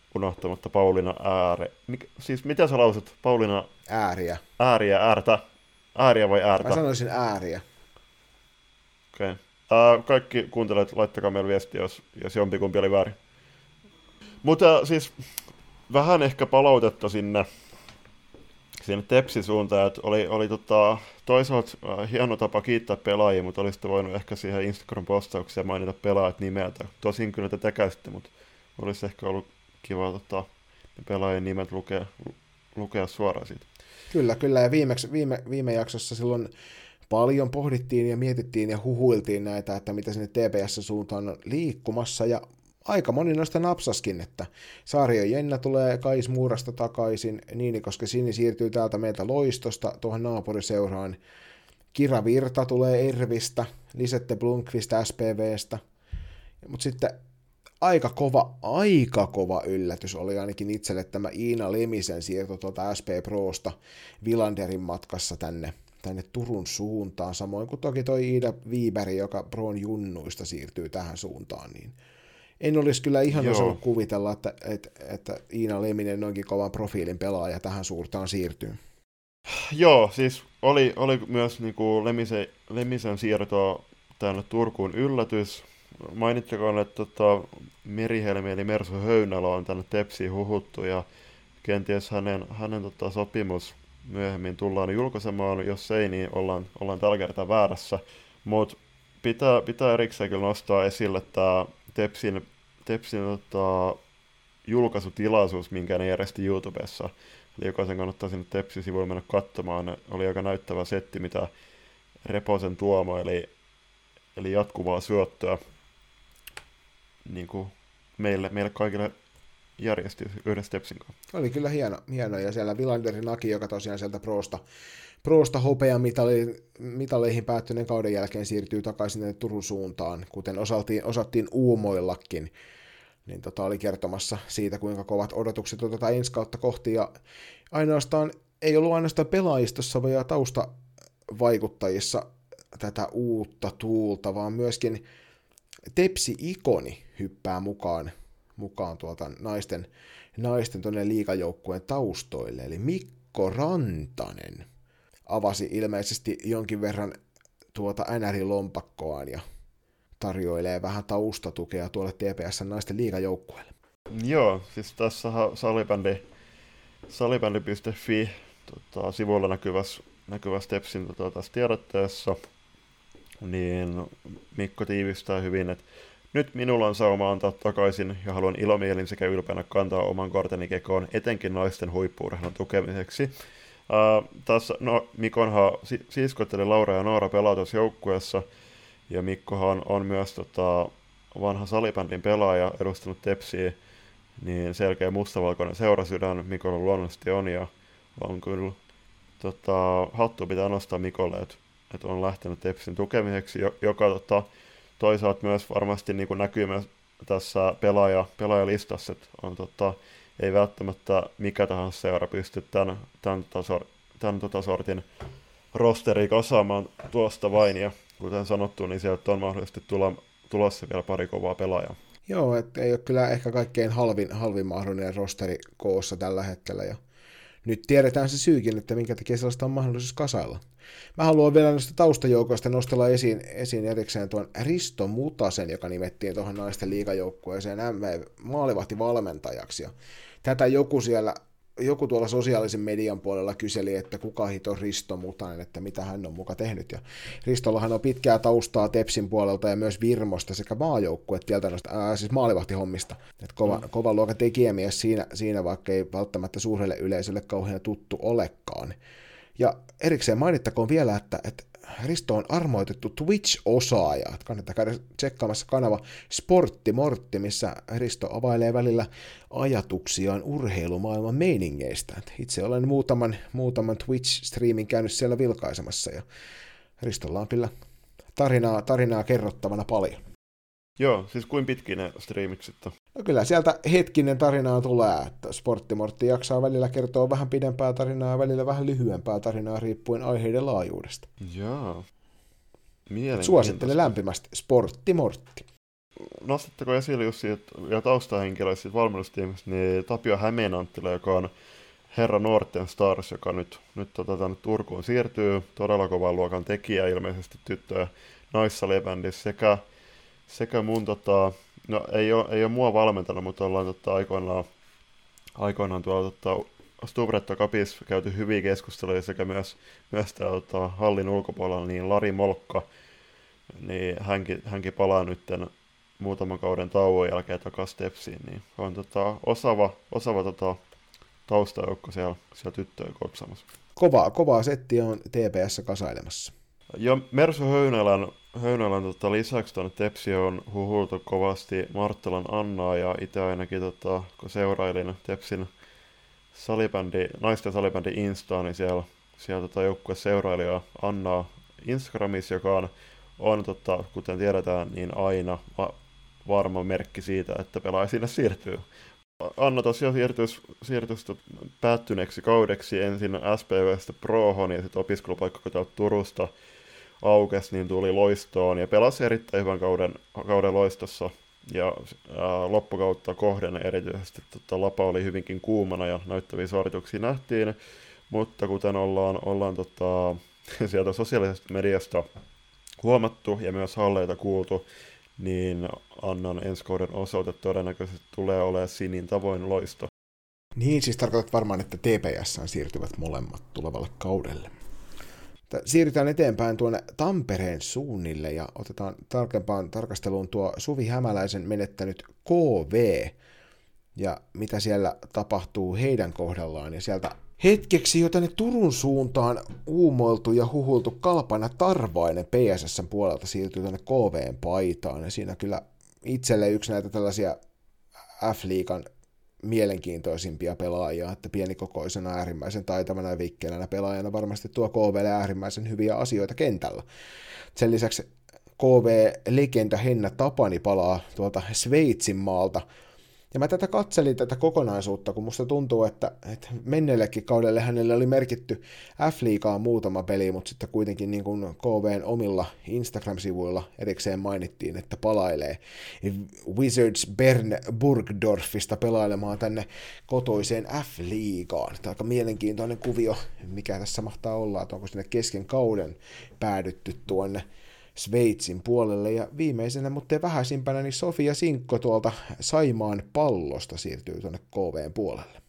Speaker 2: unohtamatta Pauliina Ääre. Mik, siis mitä sä lausut? Pauliina
Speaker 1: Ääriä.
Speaker 2: Ääriä, äärtä. Ääriä vai äärtä?
Speaker 1: Mä sanoisin ääriä.
Speaker 2: Okei. Okay. Uh, kaikki kuuntelijat, laittakaa meille viestiä, jos, jos jompikumpi oli väärin. Mutta siis vähän ehkä palautetta sinne, sinne Tepsin suuntaan, että oli, oli tota, toisaalta uh, hieno tapa kiittää pelaajia, mutta olisitte voinut ehkä siihen Instagram-postaukseen mainita pelaajat nimeltä. Tosin kyllä te tekäisitte, mutta olisi ehkä ollut kiva tota, ne pelaajien nimet lukea, lukea suoraan siitä.
Speaker 1: Kyllä, kyllä, ja viimeksi, viime, viime jaksossa silloin paljon pohdittiin ja mietittiin ja huhuiltiin näitä, että mitä sinne T P S-suuntaan on liikkumassa, ja aika moni noista napsaskin, että Saario Jenna tulee Kais Muurasta takaisin, Niinikoski Sini siirtyy täältä meiltä Loistosta tuohon naapuriseuraan, Kira Virta tulee Ervistä, Lisette Blomqvist S P V:stä, mutta sitten aika kova, aika kova yllätys oli ainakin itselle tämä Iina Lemisen siirto tuolta S P Prosta Vilanderin matkassa tänne, tänne Turun suuntaan, samoin kuin toki toi Iida Viiberg, joka Proon junnuista siirtyy tähän suuntaan, niin en olisi kyllä ihan Joo. osannut kuvitella, että, että, että Iina Leminen noinkin kovan profiilin pelaaja tähän suuntaan siirtyy.
Speaker 2: Joo, siis oli, oli myös niin kuin Lemisen, Lemisen siirto tänne Turkuun yllätys. Mainittakoon, että tota, Merihelmi eli Mersu Höynälä on tänne Tepsiin huhuttu ja kenties hänen, hänen tota, sopimus myöhemmin tullaan julkaisemaan, jos ei, niin ollaan, ollaan tällä kertaa väärässä. Mutta pitää, pitää erikseen kyllä nostaa esille tämä Tepsin, Tepsin tota, julkaisutilaisuus, minkä ne järjesti YouTubessa. Eli jokaisen kannattaa sinne Tepsin sivuille mennä katsomaan. Oli aika näyttävä setti, mitä Reposen Tuomo, eli, eli jatkuvaa syöttöä niin kuin meille, meille kaikille järjesti yhdessä Tepsin kanssa.
Speaker 1: Oli kyllä hieno, hieno. Ja siellä Vilanderin Aki, joka tosiaan sieltä Prosta, Prosta hopeamitaleihin päättyneen kauden jälkeen siirtyy takaisin tänne Turun suuntaan, kuten osaltiin, osattiin uumoillakin, niin tota oli kertomassa siitä, kuinka kovat odotukset on tota ensi kautta kohti, ja ainoastaan, ei ollut ainoastaan pelaajistossa vaan taustavaikuttajissa tätä uutta tuulta, vaan myöskin Tepsi-ikoni hyppää mukaan, mukaan tuolta naisten, naisten tuonne liigajoukkueen taustoille, eli Mikko Rantanen avasi ilmeisesti jonkin verran tuota N R-lompakkoaan ja tarjoilee vähän taustatukea tuolle T P S:n naisten liigajoukkueelle.
Speaker 2: Joo, siis tässä salibändi, salibändi piste fi tota, sivuilla näkyvässä, näkyvässä Tepsin tota, tässä tiedotteessa, niin Mikko tiivistää hyvin, että nyt minulla on sauma antaa takaisin ja haluan ilomielin sekä ylpeänä kantaa oman korteni kekoon etenkin naisten huippu-urheilun tukemiseksi. Uh, tässä no, Mikonhan si- siskot eli Laura ja Noora pelaa tuossa joukkueessa ja Mikkohan on myös tota, vanha salibändin pelaaja, edustanut Tepsiä, niin selkeä mustavalkoinen seurasydän Mikolla luonnollisesti on ja on kyllä tota, hattu pitää nostaa Mikolle, että et on lähtenyt Tepsin tukemiseksi, joka tota, toisaalta myös varmasti niin kuin näkyy myös tässä pelaaja, pelaajalistassa, että on tota, ei välttämättä mikä tahansa seura pysty tämän, tämän, tämän, tämän tota sortin rosteri kasaamaan tuosta vain, ja kuten sanottu, niin sieltä on mahdollisesti tulla, tulossa vielä pari kovaa pelaajaa.
Speaker 1: Joo, että ei ole kyllä ehkä kaikkein halvin, halvin mahdollinen rosteri koossa tällä hetkellä, ja nyt tiedetään se syykin, että minkä takia sellaista on mahdollisuus kasailla. Mä haluan vielä näistä taustajoukoista nostella esiin, esiin erikseen tuon Risto Mutasen, joka nimettiin tuohon naisten liigajoukkueeseen M V-maalivahtivalmentajaksi. Ja tätä joku siellä, joku tuolla sosiaalisen median puolella kyseli, että kuka hito Risto Mutanen, että mitä hän on muka tehnyt. Ja Ristollahan on pitkää taustaa Tepsin puolelta ja myös Virmosta sekä maajoukkuet tieltä noista, ää, siis maalivahtihommista. Että kova, mm. kova luokan tekijämies siinä, siinä, vaikka ei välttämättä suurelle yleisölle kauhean tuttu olekaan. Ja erikseen mainittakoon vielä, että, että Risto on armoitettu Twitch-osaaja. Kannattaa käydä tsekkaamassa kanava Sportti Mortti, missä Risto availee välillä ajatuksiaan urheilumaailman meiningeistä. Itse olen muutaman, muutaman Twitch-striimin käynyt siellä vilkaisemassa, ja Ristolla on kyllä tarinaa, tarinaa kerrottavana paljon.
Speaker 2: Joo, siis kuin pitkiä ne striimit sitten?
Speaker 1: No kyllä sieltä hetkinen tarinaa tulee, että Sporttimortti jaksaa välillä kertoa vähän pidempää tarinaa ja välillä vähän lyhyempää tarinaa riippuen aiheiden laajuudesta.
Speaker 2: Joo. Mielenkiintoista.
Speaker 1: Suosittelen lämpimästi Sporttimortti.
Speaker 2: Nostatteko esille just siitä, ja taustahenkilöistä siitä valmennustiimistä, niin Tapio Hämeenanttila, joka on Herra Norten Stars, joka nyt, nyt tota, tänne Turkuun siirtyy, todella kovan luokan tekijä ilmeisesti tyttö- ja naissalibändissä, sekä, sekä mun, tota, no ei ole, ei ole mua valmentanut, mutta ollaan tota, aikoinaan, aikoinaan tuolla tota, Stubretta Cupissa käyty hyviä keskusteluja sekä myös, myös täällä tota, hallin ulkopuolella, niin Lari Molkka, niin hänkin, hänkin palaa nytten muutaman kauden tauon jälkeen takaisin Tepsiin, niin on tota, osaava, osaava tota, taustajoukko siellä, siellä tyttöjen kopsamassa.
Speaker 1: Kovaa, kovaa settiä on T P S kasailemassa.
Speaker 2: Ja Mersu Höynälän, Höynälän tota, lisäksi tuonne Tepsi on huhultu kovasti Marttelan Annaa, ja itse ainakin tota, kun seurailin Tepsin salibändi, naisten salibändi Instaa, niin siellä, siellä tota, joukkue seurailija Annaa Instagramissa, joka on, on tota, kuten tiedetään, niin aina va- varma merkki siitä, että pelaaja sinne siirtyy. Anna tosiaan siirtys, siirtys päättyneeksi kaudeksi ensin S P V:stä Prohon ja sitten opiskelupaikka, kun täältä Turusta aukesi, niin tuli Loistoon ja pelasi erittäin hyvän kauden, kauden Loistossa. Ja ää, loppukautta kohden erityisesti tota, Lapa oli hyvinkin kuumana ja näyttäviä suorituksia nähtiin, mutta kuten ollaan, ollaan tota, sieltä sosiaalisesta mediasta huomattu ja myös halleita kuultu, niin Annan ensi kauden osoite todennäköisesti tulee olemaan Sinin tavoin Loisto.
Speaker 1: Niin, siis tarkoitat varmaan, että T P S:ään siirtyvät molemmat tulevalle kaudelle. Siirrytään eteenpäin tuonne Tampereen suunnille ja otetaan tarkempaan tarkasteluun tuo Suvi Hämäläisen menettänyt K V ja mitä siellä tapahtuu heidän kohdallaan. Ja sieltä hetkeksi jo tänne Turun suuntaan uumoiltu ja huhultu Kalpana Tarvainen P S S:n puolelta siirtyy tuonne K V:n paitaan. Ja siinä kyllä itselle yksi näitä tällaisia F-liigan mielenkiintoisimpia pelaajia, että pienikokoisena äärimmäisen taitavana ja vikkelänä pelaajana varmasti tuo K V:lle äärimmäisen hyviä asioita kentällä. Sen lisäksi K V-legenda Henna Tapani palaa tuolta Sveitsin maalta. Ja mä tätä katselin tätä kokonaisuutta, kun musta tuntuu, että, että menneellekin kaudelle hänelle oli merkitty F-liigaan muutama peli, mutta sitten kuitenkin niin kuin K V:n omilla Instagram-sivuilla erikseen mainittiin, että palailee Wizards Bern Burgdorfista pelailemaan tänne kotoiseen F-liigaan. Tämä on aika mielenkiintoinen kuvio, mikä tässä mahtaa olla, että onko sinne kesken kauden päädytty tuonne Sveitsin puolelle, ja viimeisenä, mutta ei vähäisimpänä, niin Sofia Sinkko tuolta Saimaan Pallosta siirtyy tuonne K V:n puolelle.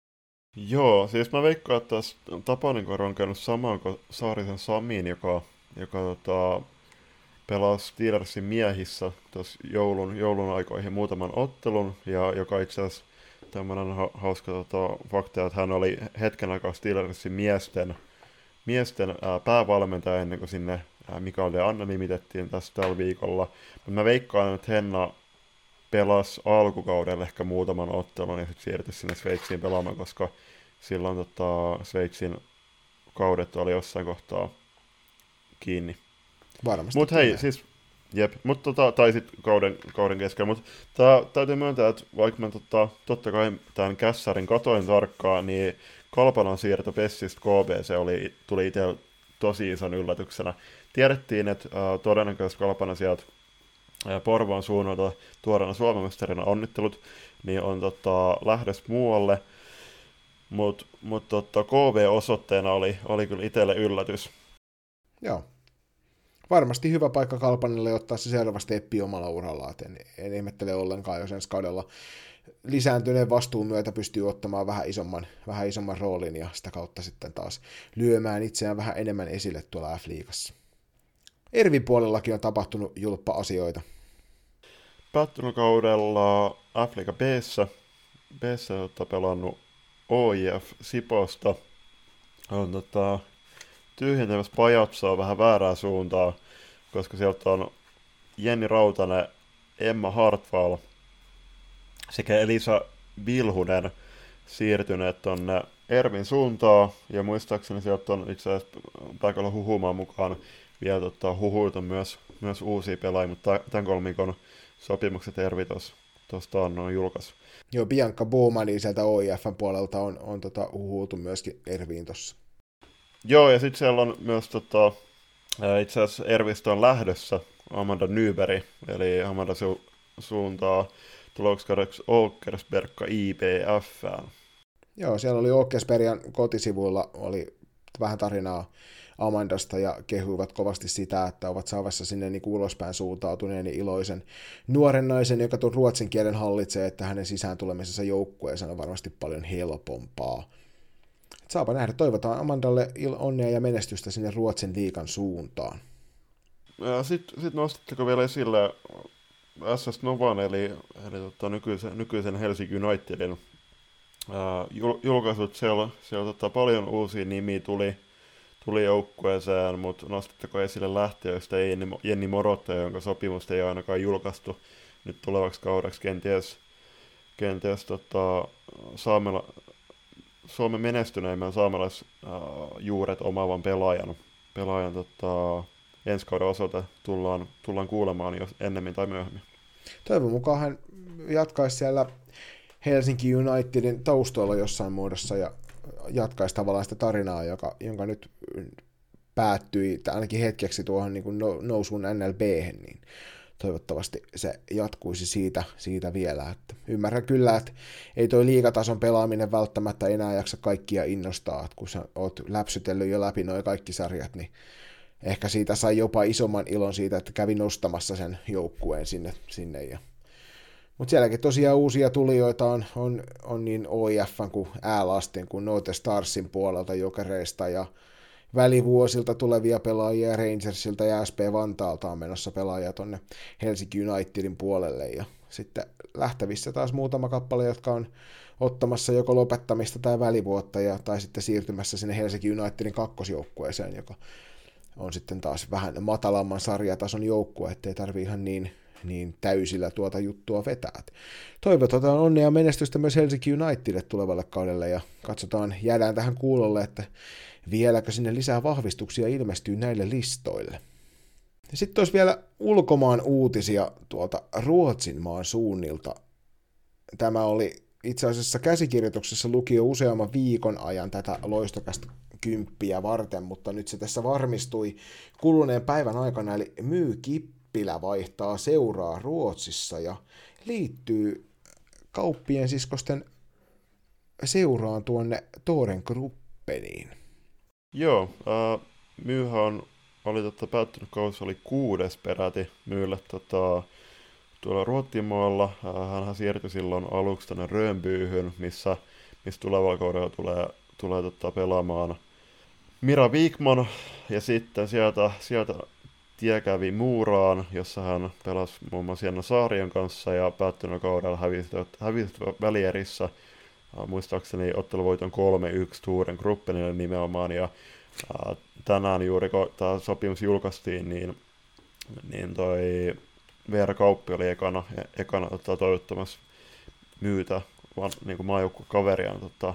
Speaker 2: Joo, siis mä veikkaan, että Tapanin kohdalla on käynyt samaan kuin Saarisen Samin, joka, joka tota, pelasi Steelersin miehissä tuossa joulun, joulun aikoihin muutaman ottelun, ja joka itse asiassa tämmöinen ha- hauska tota, fakta, että hän oli hetken aikaa Steelersin miesten, miesten ää, päävalmentaja ennen kuin sinne Mikael ja Anna nimitettiin tässä tällä viikolla. Mutta mä veikkaan, että Henna pelasi alkukaudella ehkä muutaman ottelun ja sitten siirtyi sinne Sveitsiin pelaamaan, koska silloin tota, Sveitsin kaudet oli jossain kohtaa kiinni.
Speaker 1: Varmasti.
Speaker 2: Mutta hei, siis, jep, mut tota, tai sitten kauden, kauden keskellä, mutta täytyy myöntää, että vaikka mä tota, totta kai tämän kässärin katoin tarkkaan, niin Kalpanan siirto Pessistä K B C oli, tuli itsellä tosi ison yllätyksenä. Tiedettiin, että äh, todennäköisesti Kalpana sieltä äh, Porvoon suunnalta tuoreena suomenmestarina onnittelut, niin on tota, lähdössä muualle, mutta mut, tota, K V-osoitteena oli, oli kyllä itselle yllätys.
Speaker 1: Joo. Varmasti hyvä paikka Kalpanille ottaa se seuraava steppi omalla urallaan, en, en ihmettele ollenkaan, jos ensi kaudella lisääntyneen vastuun myötä pystyy ottamaan vähän isomman, vähän isomman roolin ja sitä kautta sitten taas lyömään itseään vähän enemmän esille tuolla F-liigassa. Ervin puolellakin on tapahtunut julppa asioita.
Speaker 2: Päättynyt kaudella F-liiga B:ssä, B:ssä on pelannut O I F Siposta. On tota, tyhjentämässä Pajatsoa vähän väärää suuntaa, koska sieltä on Jenni Rautanen, Emma Hartwall sekä Elisa Vilhunen siirtyneet tonne Ervin suuntaan, ja muistaakseni sieltä on itse asiassa paikalla huhumaan mukaan vielä tota, huhuilta myös, myös uusia pelaajia, mutta tämän kolmikon sopimukset Ervi tuosta on julkaisu.
Speaker 1: Joo, Bianca Boumani sieltä O I F:n puolelta on, on tota, huhuiltu myöskin Erviin tuossa.
Speaker 2: Joo, ja sitten siellä on myös tota, itse asiassa Ervistä on lähdössä Amanda Nyberg, eli Amanda suuntaa tulokskaudeksi Åkersberga I B F.
Speaker 1: Joo, siellä oli Åkersbergan kotisivuilla oli vähän tarinaa Amandasta ja kehuivat kovasti sitä, että ovat saavassa sinne niin ulospäin suuntautuneen ja iloisen nuoren naisen, joka tuon ruotsin kielen hallitsee, että hänen sisään tulemisensa joukkueeseen on varmasti paljon helpompaa. Et saapa nähdä, toivotaan Amandalle onnea ja menestystä sinne Ruotsin liigan suuntaan.
Speaker 2: Sitten sit nostitteko vielä esille S S Novan, eli, eli tota, nykyisen, nykyisen Helsinki Unitedin ää, jul, julkaisut. Siellä, siellä tota, paljon uusia nimiä tuli, tuli joukkueeseen, mutta nostitteko esille lähtiöistä Jenni, Jenni Morotta, jonka sopimusta ei ainakaan julkaistu nyt tulevaksi kaudeksi, kenties, kenties tota, saamela, Suomen menestyneimmän saamelaisjuuret omaavan pelaajan, pelaajan tota, ensi kauden osalta tullaan, tullaan kuulemaan jo ennemmin tai myöhemmin.
Speaker 1: Toivon mukaan hän jatkaisi siellä Helsinki Unitedin taustoilla jossain muodossa ja jatkaisi tavallaan sitä tarinaa, joka, jonka nyt päättyi ainakin hetkeksi tuohon niin kuin nousuun N L B:hen, niin toivottavasti se jatkuisi siitä, siitä vielä. Että ymmärrän kyllä, että ei toi liigatason pelaaminen välttämättä enää jaksa kaikkia innostaa, että kun sä oot läpsytellyt jo läpi noi kaikki sarjat, niin ehkä siitä sai jopa isomman ilon siitä, että kävi nostamassa sen joukkueen sinne. sinne ja... Mutta sielläkin tosiaan uusia tulijoita on, on, on niin O I F:n kuin Äälastin kuin Northern Starsin puolelta Jokereista ja välivuosilta tulevia pelaajia Rangersilta ja S P Vantaalta on menossa pelaajia tonne Helsinki Unitedin puolelle ja sitten lähtevissä taas muutama kappale, jotka on ottamassa joko lopettamista tai välivuotta ja, tai sitten siirtymässä sinne Helsinki Unitedin kakkosjoukkueeseen, joka on sitten taas vähän matalamman sarjatason joukkue, ettei tarvi ihan niin, niin täysillä tuota juttua vetää. Toivotetaan onnea ja menestystä myös Helsinki Unitedille tulevalle kaudelle ja katsotaan, jäädään tähän kuulolle, että vieläkö sinne lisää vahvistuksia ilmestyy näille listoille. Sitten olisi vielä ulkomaan uutisia tuolta Ruotsin maan suunnilta. Tämä oli itse asiassa käsikirjoituksessa luki jo useamman viikon ajan tätä loistokasta kymppiä varten, mutta nyt se tässä varmistui kuluneen päivän aikana, eli Myy Kippilä vaihtaa seuraa Ruotsissa ja liittyy Kauppien siskosten seuraan tuonne Thorengruppeniin.
Speaker 2: Joo, äh, Myyhän on, oli totta, päättynyt kausi, oli kuudes peräti Myylle tota, tuolla Ruottimaalla. Äh, hänhän siirtyi silloin aluksi tänne Rönnbyhyn, missä, missä tulevalla kaudella tulee, tulee tota, pelaamaan Mira Wikman, ja sitten sieltä, sieltä tie kävi Muuraan, jossa hän pelasi muun muassa Jenna Saarion kanssa, ja päättynyt kaudella hävisi, hävisi välierissä. Uh, muistaakseni otteluvoiton kolme yksi Thorengruppeniin nimenomaan, ja uh, tänään juuri kun tämä sopimus julkaistiin, niin, niin toi Veera Kauppi oli ekana, ekana tota, toivottamassa Myytä vaan niin maajoukkuekaveriaan tota,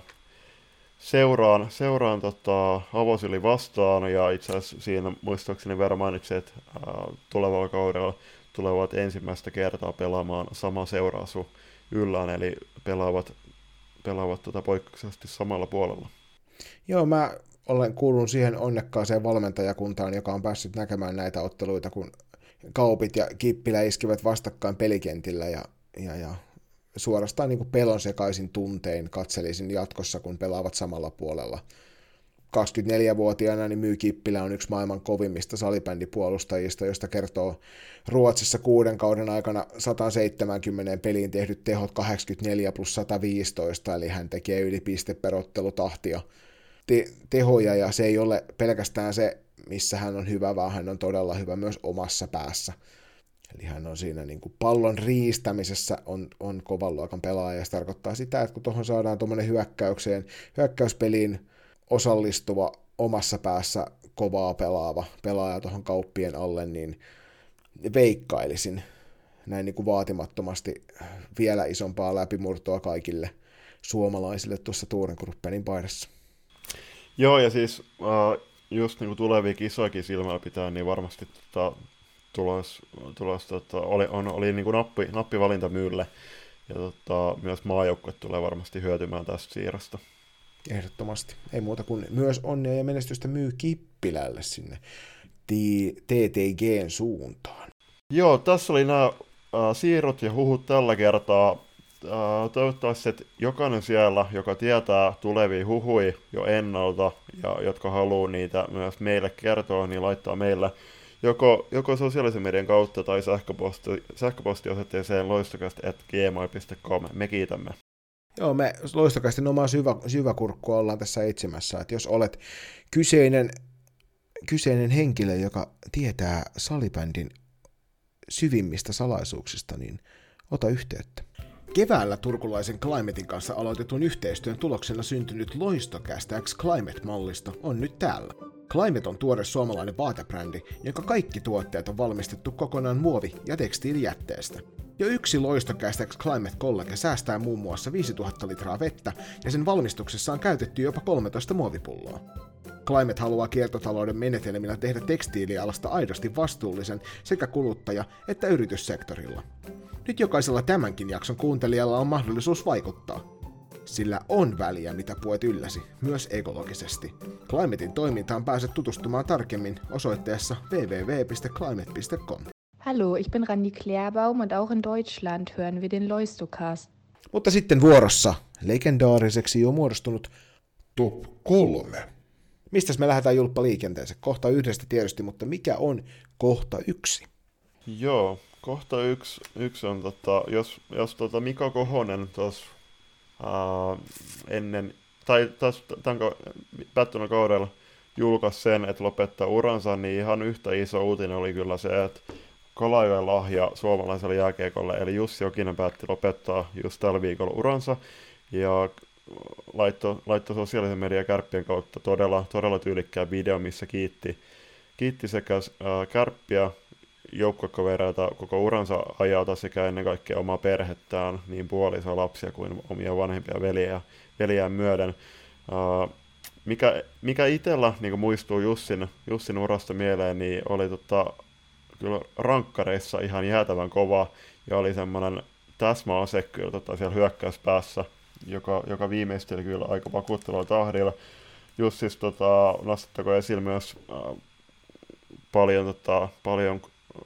Speaker 2: seuraan, seuraan tota, Avosylin vastaan, ja itse asiassa siinä muistaakseni Veera mainitsi, että uh, tulevalla kaudella tulevat ensimmäistä kertaa pelaamaan sama seuraasu yllään, eli pelaavat pelaavat tuota poikkeuksellisesti samalla puolella.
Speaker 1: Joo, mä olen kuulunut siihen onnekkaaseen valmentajakuntaan, joka on päässyt näkemään näitä otteluita, kun Kaupit ja Kippilä iskivät vastakkain pelikentillä ja, ja, ja suorastaan niin kuin pelon sekaisin tuntein katselisin jatkossa, kun pelaavat samalla puolella. kaksikymmentäneljävuotiaana niin Myy Kippilä on yksi maailman kovimmista salibändipuolustajista, josta kertoo Ruotsissa kuuden kauden aikana sata seitsemänkymmentä peliin tehdyt tehot kahdeksankymmentäneljä plus sata viisitoista, eli hän tekee yli pisteperottelutahtia te- tehoja, ja se ei ole pelkästään se, missä hän on hyvä, vaan hän on todella hyvä myös omassa päässä. Eli hän on siinä niin kuin pallon riistämisessä on, on kovan luokan pelaaja, ja se tarkoittaa sitä, että kun tuohon saadaan tuommoinen hyökkäykseen, hyökkäyspeliin osallistuva omassa päässä kovaa pelaava pelaaja tuohon Kauppien alle, niin veikkailisin näin niin kuin vaatimattomasti vielä isompaa läpimurtoa kaikille suomalaisille tuossa Thorengruppeniin paidassa.
Speaker 2: Joo, ja siis äh, just niin kuin tulevia kisoakin silmällä pitää, niin varmasti tota, tulos, tulos tota, oli, on, oli niin kuin nappi, nappivalinta Myylle, ja tota, myös maajoukkue tulee varmasti hyötymään tästä siirrosta.
Speaker 1: Ehdottomasti. Ei muuta kuin myös onnea ja menestystä Myy Kippilälle sinne T T G:n suuntaan.
Speaker 2: Joo, tässä oli nämä siirrot ja huhut tällä kertaa. Toivottavasti, että jokainen siellä, joka tietää tulevia huhuja jo ennalta ja jotka haluaa niitä myös meille kertoa, niin laittaa meille joko, joko sosiaalisen median kautta tai sähköposti, sähköpostiosoitteeseen loistokast at gmail piste com. Me kiitämme.
Speaker 1: Joo, me Loistokastin omaa syvä, syväkurkkua ollaan tässä etsimässä, että jos olet kyseinen, kyseinen henkilö, joka tietää salibändin syvimmistä salaisuuksista, niin ota yhteyttä. Keväällä turkulaisen Climatein kanssa aloitetun yhteistyön tuloksena syntynyt Loistocast X Climate-mallisto on nyt täällä. Climate on tuore suomalainen vaatebrändi, jonka kaikki tuotteet on valmistettu kokonaan muovi- ja tekstiilijätteestä. Jo yksi Loistocast X Climate-kollege säästää muun muassa viisituhatta litraa vettä, ja sen valmistuksessa on käytetty jopa kolmetoista muovipulloa. Climate haluaa kiertotalouden menetelmillä tehdä tekstiilialasta aidosti vastuullisen sekä kuluttaja- että yrityssektorilla. Nyt jokaisella tämänkin jakson kuuntelijalla on mahdollisuus vaikuttaa. Sillä on väliä, mitä puet ylläsi, myös ekologisesti. Climatein toimintaan pääset tutustumaan tarkemmin osoitteessa double-u double-u double-u piste climate piste com.
Speaker 4: Hallo, ich bin Randi Klärbaum und auch in Deutschland hören wir den Loistocast.
Speaker 1: Mutta sitten vuorossa legendaariseksi jo muodostunut Top kolme. Mistäs me lähdetään Julppa liikenteeseen? Kohta yhdestä tietysti, mutta mikä on kohta yksi?
Speaker 2: Joo, kohta yksi, yksi on, tota, jos, jos tota Mika Kohonen tuossa uh, ennen, tai tämän päättynä kaudella julkaisi sen, että lopettaa uransa, niin ihan yhtä iso uutinen oli kyllä se, että Kalajoen lahja suomalaiselle jääkiekolle, eli Jussi Jokinen päätti lopettaa just tällä viikolla uransa, ja laittoi laitto sosiaalisen median Kärppien kautta todella, todella tyylikkään video, missä kiitti, kiitti sekä äh, Kärppiä, joukkuekavereita koko uransa ajalta sekä ennen kaikkea omaa perhettään, niin puolisoa, lapsia kuin omia vanhempia veliä, veliään myöden. Uh, mikä, mikä itsellä niin muistuu Jussin, Jussin urasta mieleen, niin oli tota, kyllä rankkareissa ihan jäätävän kova, ja oli semmoinen täsmäase kyllä tota, siellä hyökkäyspäässä, joka, joka viimeisteli kyllä aika vakuuttavalla tahdilla. Jussis tota, nostettako esille myös uh, paljon, tota, paljon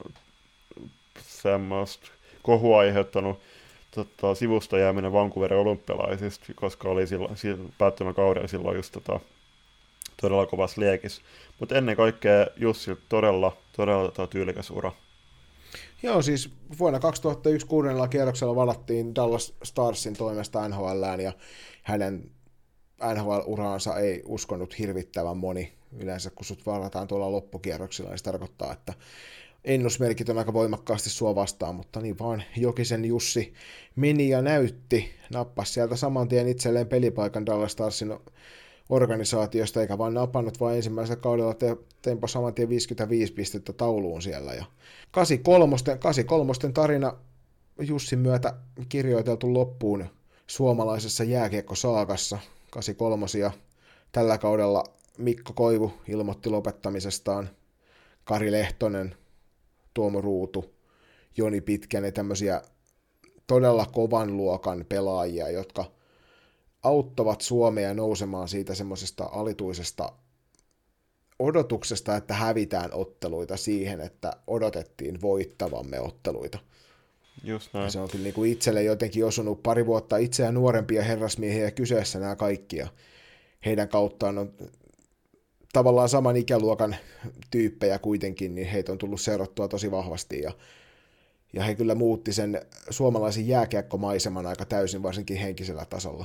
Speaker 2: semmoista kohua aiheuttanut tota, sivusta jääminen Vancouverin olympialaisista, koska oli silloin, silloin päättymä kaudella silloin just tota, todella kovassa liekissä. Mutta ennen kaikkea Jussi todella, todella tota, tyylikäs ura.
Speaker 1: Joo, siis vuonna kaksituhattayksi kuudennella kierroksella valattiin Dallas Starsin toimesta N H L:ään, ja hänen N H L-uraansa ei uskonut hirvittävän moni. Yleensä kun sut varataan tuolla loppukierroksilla, niin se tarkoittaa, että ennusmerkit on aika voimakkaasti sua vastaan, mutta niin vaan Jokisen Jussi meni ja näytti, nappasi sieltä saman tien itselleen pelipaikan Dallas Starsin organisaatiosta, eikä vaan napannut, vaan ensimmäisellä kaudella te, teimpa saman tien viisikymmentäviisi pistettä tauluun siellä. Ja kahdeksankymmentäkolme tarina Jussin myötä kirjoiteltu loppuun suomalaisessa jääkiekkosaakassa. kahdeksankymmentäkolme tällä kaudella Mikko Koivu ilmoitti lopettamisestaan, Kari Lehtonen, Tuomo Ruutu, Joni Pitkänen, tämmöisiä todella kovan luokan pelaajia, jotka auttavat Suomea nousemaan siitä semmoisesta alituisesta odotuksesta, että hävitään otteluita siihen, että odotettiin voittavamme otteluita.
Speaker 2: Just näin.
Speaker 1: Ja se on kyllä niin kuin itselle jotenkin osunut pari vuotta itseään nuorempia herrasmiehiä kyseessä nämä kaikki, ja heidän kauttaan on tavallaan saman ikäluokan tyyppejä kuitenkin, niin heitä on tullut seurattua tosi vahvasti, ja, ja he kyllä muutti sen suomalaisen jääkiekkomaiseman aika täysin, varsinkin henkisellä tasolla.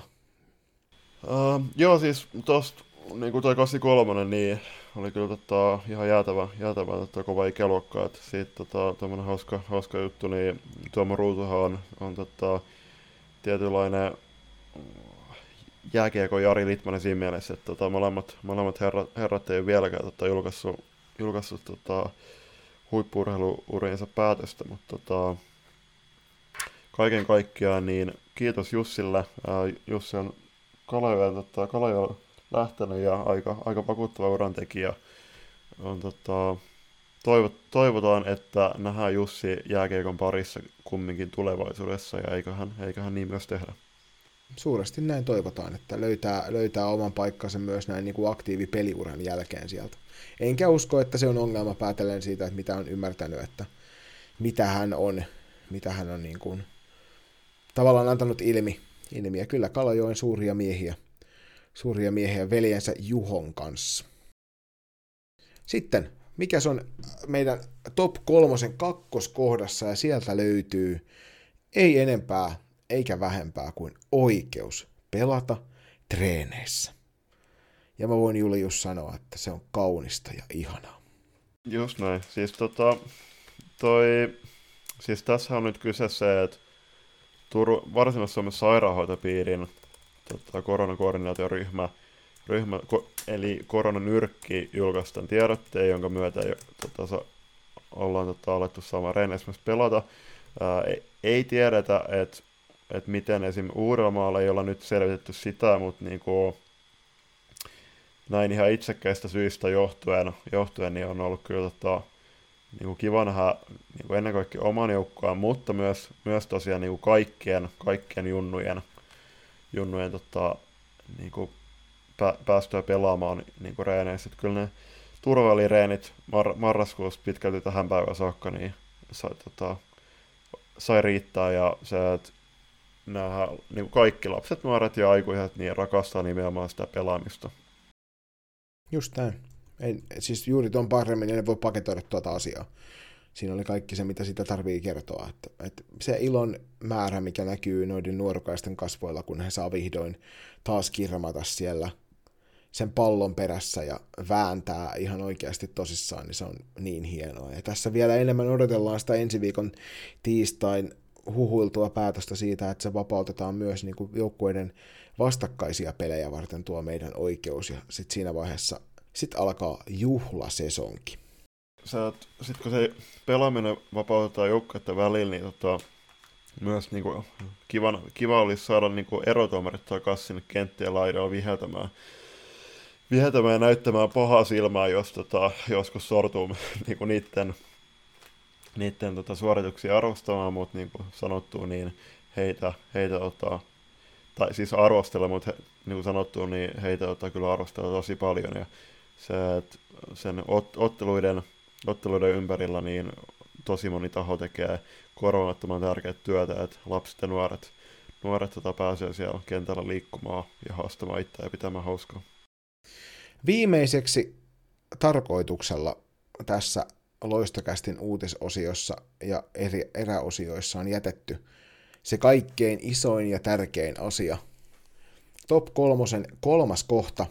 Speaker 2: Uh, joo, siis tosta, niin kuin toi kahdeksankymmentäkolme, niin oli kyllä tota, ihan jäätävä, jäätävä tota, kova ikäluokka, että siitä tota, tommonen hauska, hauska juttu, niin Tuomo Ruutuhan on, on tota, tietynlainen jääkiekon Jari Litmanen siinä mielessä, että tota, molemmat, molemmat herrat, herrat ei ole vieläkään tota, julkaissut, julkaissut tota, huippu-urheilu-uriensa päätöstä, mutta tota, kaiken kaikkiaan niin kiitos Jussille. Ää, Jussi on Kalajoen tota, Kalajoen lähtenyt ja aika, aika vakuuttava urantekijä. On, tota, toivot, toivotaan, että nähdään Jussi jääkiekon parissa kumminkin tulevaisuudessa, ja eiköhän, eiköhän niin myös tehdä.
Speaker 1: Suuresti näin toivotaan, että löytää, löytää oman paikkansa myös näin niin kuin aktiivipeliuran jälkeen sieltä. Enkä usko, että se on ongelma päätellen siitä, että mitä on ymmärtänyt, että mitä hän on mitä hän on niin kuin tavallaan antanut ilmi. ilmi. Ja kyllä Kalajoen suuria miehiä, suuria miehiä veljensä Juhon kanssa. Sitten, mikä on meidän top kolmosen kakkoskohdassa, ja sieltä löytyy ei enempää eikä vähempää kuin oikeus pelata treeneissä. Ja mä voin Julius sanoa, että se on kaunista ja ihanaa.
Speaker 2: Just näin. Siis tota, toi, siis tässä on nyt kyse se, että Turun, Varsinais-Suomen sairaanhoitopiirin tota, koronakoordinaatioryhmä, ryhmä, ko, eli koronanyrkki julkaistaan tiedotteen, jonka myötä tota, sa, ollaan tota, alettu saamaan reeneissä pelata. Ää, ei, ei tiedetä, että et miten esim. Uudellamaalla ei olla nyt selvitetty sitä, mutta niinku, näin ihan itsekkäistä syistä johtuen, johtuen niin on ollut kyllä tota, niinku kiva nähdä niinku ennen kaikkea oman joukkoon, mutta myös, myös tosiaan niinku kaikkien, kaikkien junnujen, junnujen tota, niinku pä, päästöä pelaamaan niinku reeneissä. Et kyllä ne turvalireenit mar, marraskuusta pitkälti tähän päivään saakka niin sai, tota, sai riittää, ja se, että nämä niinku kaikki lapset, nuoret ja aikuiset niin rakastaa nimenomaan sitä pelaamista.
Speaker 1: Just näin. Ei, siis juuri tuon paremmin en voi paketoida tuota asiaa. Siinä oli kaikki se, mitä sitä tarvii kertoa. Että, että se ilon määrä, mikä näkyy noiden nuorukaisten kasvoilla, kun he saa vihdoin taas kirmata siellä sen pallon perässä ja vääntää ihan oikeasti tosissaan, niin se on niin hienoa. Ja tässä vielä enemmän odotellaan sitä ensi viikon tiistain huhuiltua päätöstä siitä, että se vapautetaan myös niin kuin joukkueiden vastakkaisia pelejä varten tuo meidän oikeus, ja sitten siinä vaiheessa sit alkaa juhlasesonki.
Speaker 2: Sitten kun se pelaaminen vapautetaan joukkueiden välillä, niin tota, myös niinku, kiva, kiva olisi saada niinku erotuomarit takaisin sinne kenttien laidoilla viheltämään, viheltämään ja näyttämään pahaa silmää, jos tota, joskus sortuu niinku niiden, niiden tota, suorituksia arvostamaan, mutta niin kuin sanottu, niin heitä, heitä ottaa, tai siis arvostella, mutta he, niin kuin sanottu, niin heitä ottaa kyllä arvostella tosi paljon, ja se, että sen ot, otteluiden, otteluiden ympärillä niin tosi moni taho tekee korvamattoman tärkeää työtä, että lapset ja nuoret, nuoret tota, pääsee siellä kentällä liikkumaan ja haastamaan itseään ja pitämään hauskaa.
Speaker 1: Viimeiseksi tarkoituksella tässä Loistokästin uutisosiossa ja eri eräosioissa on jätetty se kaikkein isoin ja tärkein asia. Top kolmosen kolmas kohta.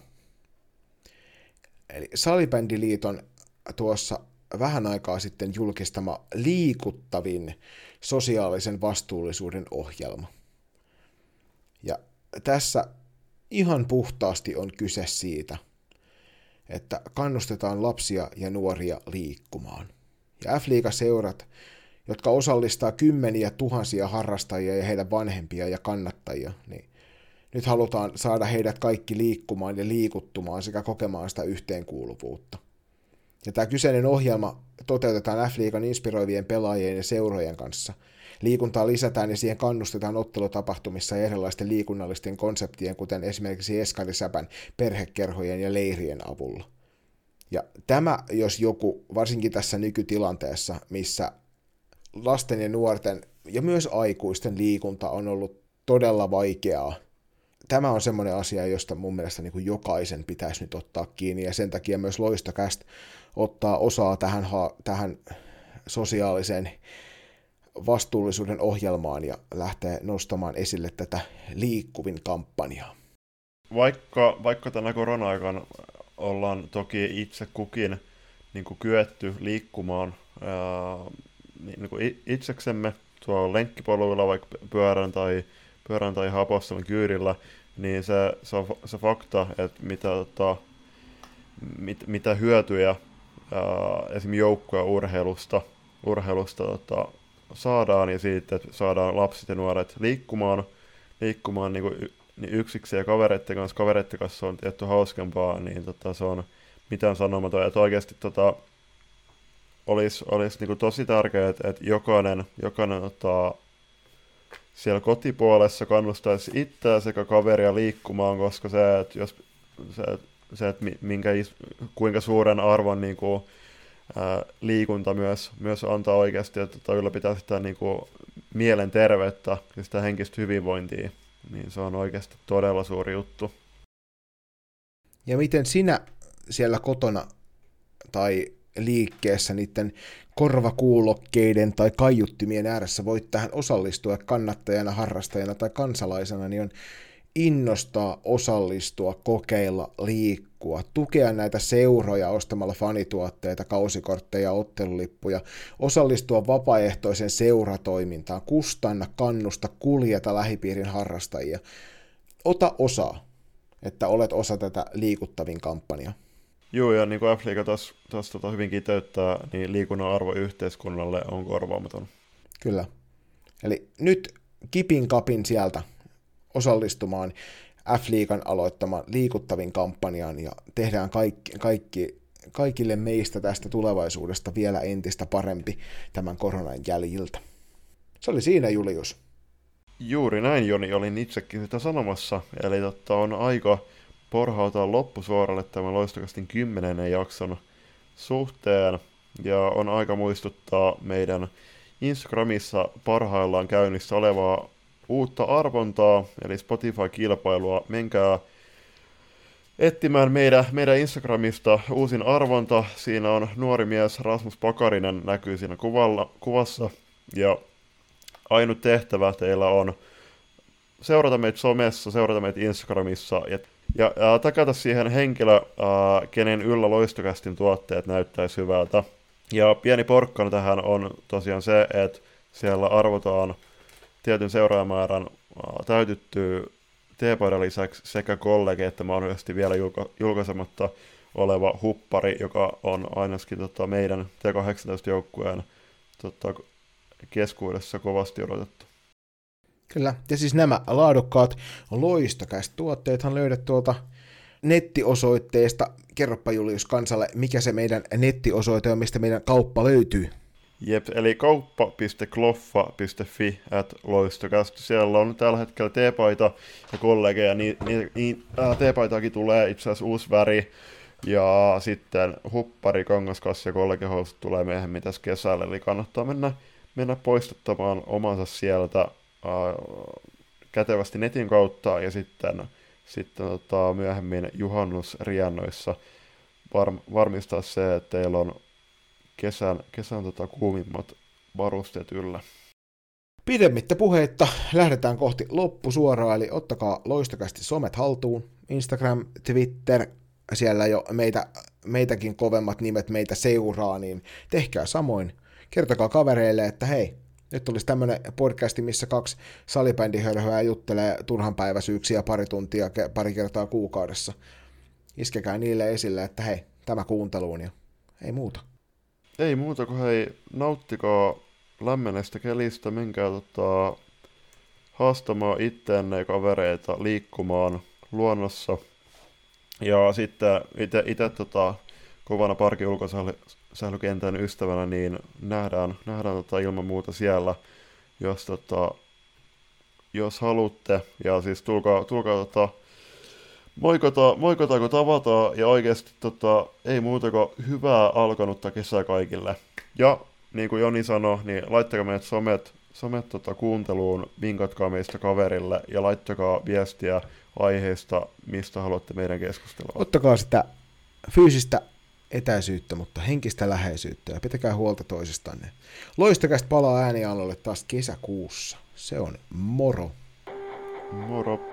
Speaker 1: Eli Salibändiliiton tuossa vähän aikaa sitten julkistama liikuttavin sosiaalisen vastuullisuuden ohjelma. Ja tässä ihan puhtaasti on kyse siitä, että kannustetaan lapsia ja nuoria liikkumaan. Ja F-liigaseurat, jotka osallistaa kymmeniä tuhansia harrastajia ja heidän vanhempia ja kannattajia, niin nyt halutaan saada heidät kaikki liikkumaan ja liikuttumaan sekä kokemaan sitä yhteenkuuluvuutta. Ja tämä kyseinen ohjelma toteutetaan F-liigan inspiroivien pelaajien ja seurojen kanssa. Liikuntaa lisätään ja siihen kannustetaan ottelutapahtumissa ja erilaisten liikunnallisten konseptien, kuten esimerkiksi Eskarisäpän, perhekerhojen ja leirien avulla. Ja tämä, jos joku, varsinkin tässä nykytilanteessa, missä lasten ja nuorten ja myös aikuisten liikunta on ollut todella vaikeaa, tämä on semmoinen asia, josta mun mielestä niin kuin jokaisen pitäisi nyt ottaa kiinni, ja sen takia myös Loistokäst ottaa osaa tähän, tähän sosiaaliseen vastuullisuuden ohjelmaan ja lähtee nostamaan esille tätä liikkuvin kampanjaa.
Speaker 2: Vaikka, vaikka tänä korona-aikana ollaan toki itse kukin niin kuin kyetty liikkumaan ää, niin kuin itseksemme tuolla lenkkipoluilla, vaikka pyörän tai, pyörän tai hapostelun kyydillä, niin se, se on se fakta, että mitä, tota, mit, mitä hyötyjä ää, esimerkiksi joukkoja urheilusta, urheilusta tota, saadaan, ja siitä, että saadaan lapset ja nuoret liikkumaan, liikkumaan niin kuin yksikseen ja kavereiden kanssa. Kavereiden kanssa on tietty hauskempaa, niin tota, se on mitään sanomaton. Että oikeasti tota, olisi, olisi niin kuin tosi tärkeää, että, että jokainen, jokainen tota, siellä kotipuolessa kannustaisi itseään sekä kaveria liikkumaan, koska se, että, jos, se, se, että minkä, kuinka suuren arvon niin kuin, ää, liikunta myös, myös antaa oikeasti, että tota, ylläpitää sitä niin kuin mielenterveyttä ja sitä henkistä hyvinvointia, niin se on oikeasti todella suuri juttu.
Speaker 1: Ja miten sinä siellä kotona tai liikkeessä niiden korvakuulokkeiden tai kaiuttimien ääressä voit tähän osallistua kannattajana, harrastajana tai kansalaisena, niin on innostaa, osallistua, kokeilla, liikkua, tukea näitä seuroja ostamalla fanituotteita, kausikortteja, ottelulippuja, osallistua vapaaehtoiseen seuratoimintaan, kustanna, kannusta, kuljeta lähipiirin harrastajia. Ota osaa, että olet osa tätä liikuttavin kampanjaa.
Speaker 2: Joo, ja niin kuin F-liiga taas, taas tota hyvin kiteyttää, niin liikunnan arvo yhteiskunnalle on korvaamaton.
Speaker 1: Kyllä. Eli nyt kipin kapin sieltä osallistumaan F-liigan aloittamaan liikuttavin kampanjaan ja tehdään kaikki, kaikki, kaikille meistä tästä tulevaisuudesta vielä entistä parempi tämän koronan jäljiltä. Se oli siinä, Julius.
Speaker 2: Juuri näin, Joni, olin itsekin sitä sanomassa. Eli totta, on aika porhautaa loppusuoralle tämän Loistokastin kymmenennen jakson suhteen. Ja on aika muistuttaa meidän Instagramissa parhaillaan käynnissä olevaa uutta arvontaa, eli Spotify-kilpailua. Menkää etsimään meidän, meidän Instagramista uusin arvonta. Siinä on nuori mies Rasmus Pakarinen näkyy siinä kuvalla, kuvassa. Ja ainut tehtävä teillä on seurata meitä somessa, seurata meitä Instagramissa ja, ja, ja takata siihen henkilö, ää, kenen yllä Loistokästin tuotteet näyttäisi hyvältä. Ja pieni porkkana tähän on tosiaan se, että siellä arvotaan tietyn seuraajamäärän ää, täytyttyy T-paidan lisäksi sekä kollege että mahdollisesti vielä julka- julkaisematta oleva huppari, joka on ainakin tota, meidän T kahdeksantoista-joukkueen tota, keskuudessa kovasti odotettu.
Speaker 1: Kyllä, ja siis nämä laadukkaat Loistokäst-tuotteethan löydät tuolta nettiosoitteesta. Kerropa Julius kansalle, mikä se meidän nettiosoite on, mistä meidän kauppa löytyy.
Speaker 2: Jep, eli kauppa piste kloffa piste fi at loistokäst. Siellä on tällä hetkellä T-paita ja kollegeja, niin, niin, niin äh, T-paitaakin tulee itse asiassa uusi väri, ja sitten huppari, kangaskassi ja kollegehousut tulee myöhemmin tässä kesällä, eli kannattaa mennä, mennä poistuttamaan omansa sieltä äh, kätevästi netin kautta, ja sitten, sitten tota, myöhemmin juhannusriennoissa var, varmistaa se, että teillä on kesän, kesän tota, kuumimmat varusteet yllä.
Speaker 1: Pidemmittä puheitta lähdetään kohti loppusuoraa, eli ottakaa Loistokästi somet haltuun. Instagram, Twitter, siellä jo meitä, meitäkin kovemmat nimet meitä seuraa, niin tehkää samoin. Kertokaa kavereille, että hei, nyt olisi tämmöinen podcasti, missä kaksi salibändihörhöä juttelee turhanpäiväisyyksiä pari tuntia, pari kertaa kuukaudessa. Iskekää niille esille, että hei, tämä kuunteluun ja ei muuta.
Speaker 2: Ei muuta kuin hei, nauttikaa lämmenestä kelistä, menkää tota, haastamaan itteenne ja kavereita liikkumaan luonnossa. Ja sitten itse tota, kovana parkin ulkosählykentän ystävänä, niin nähdään, nähdään tota, ilman muuta siellä, jos, tota, jos haluatte. Ja siis tulkaa, tulkaa tota, moikota, moikota, kun tavataan, ja oikeasti tota, ei muuta kuin hyvää alkanutta kesää kaikille. Ja niin kuin Joni sanoi, niin laittakaa meidät somet, somet tota, kuunteluun, vinkatkaa meistä kaverille ja laittakaa viestiä aiheesta, mistä haluatte meidän keskustella.
Speaker 1: Ottakaa sitä fyysistä etäisyyttä, mutta henkistä läheisyyttä ja pitäkää huolta toisistanne. Loistokästä palaa äänialoille taas kesäkuussa. Se on moro.
Speaker 2: Moro.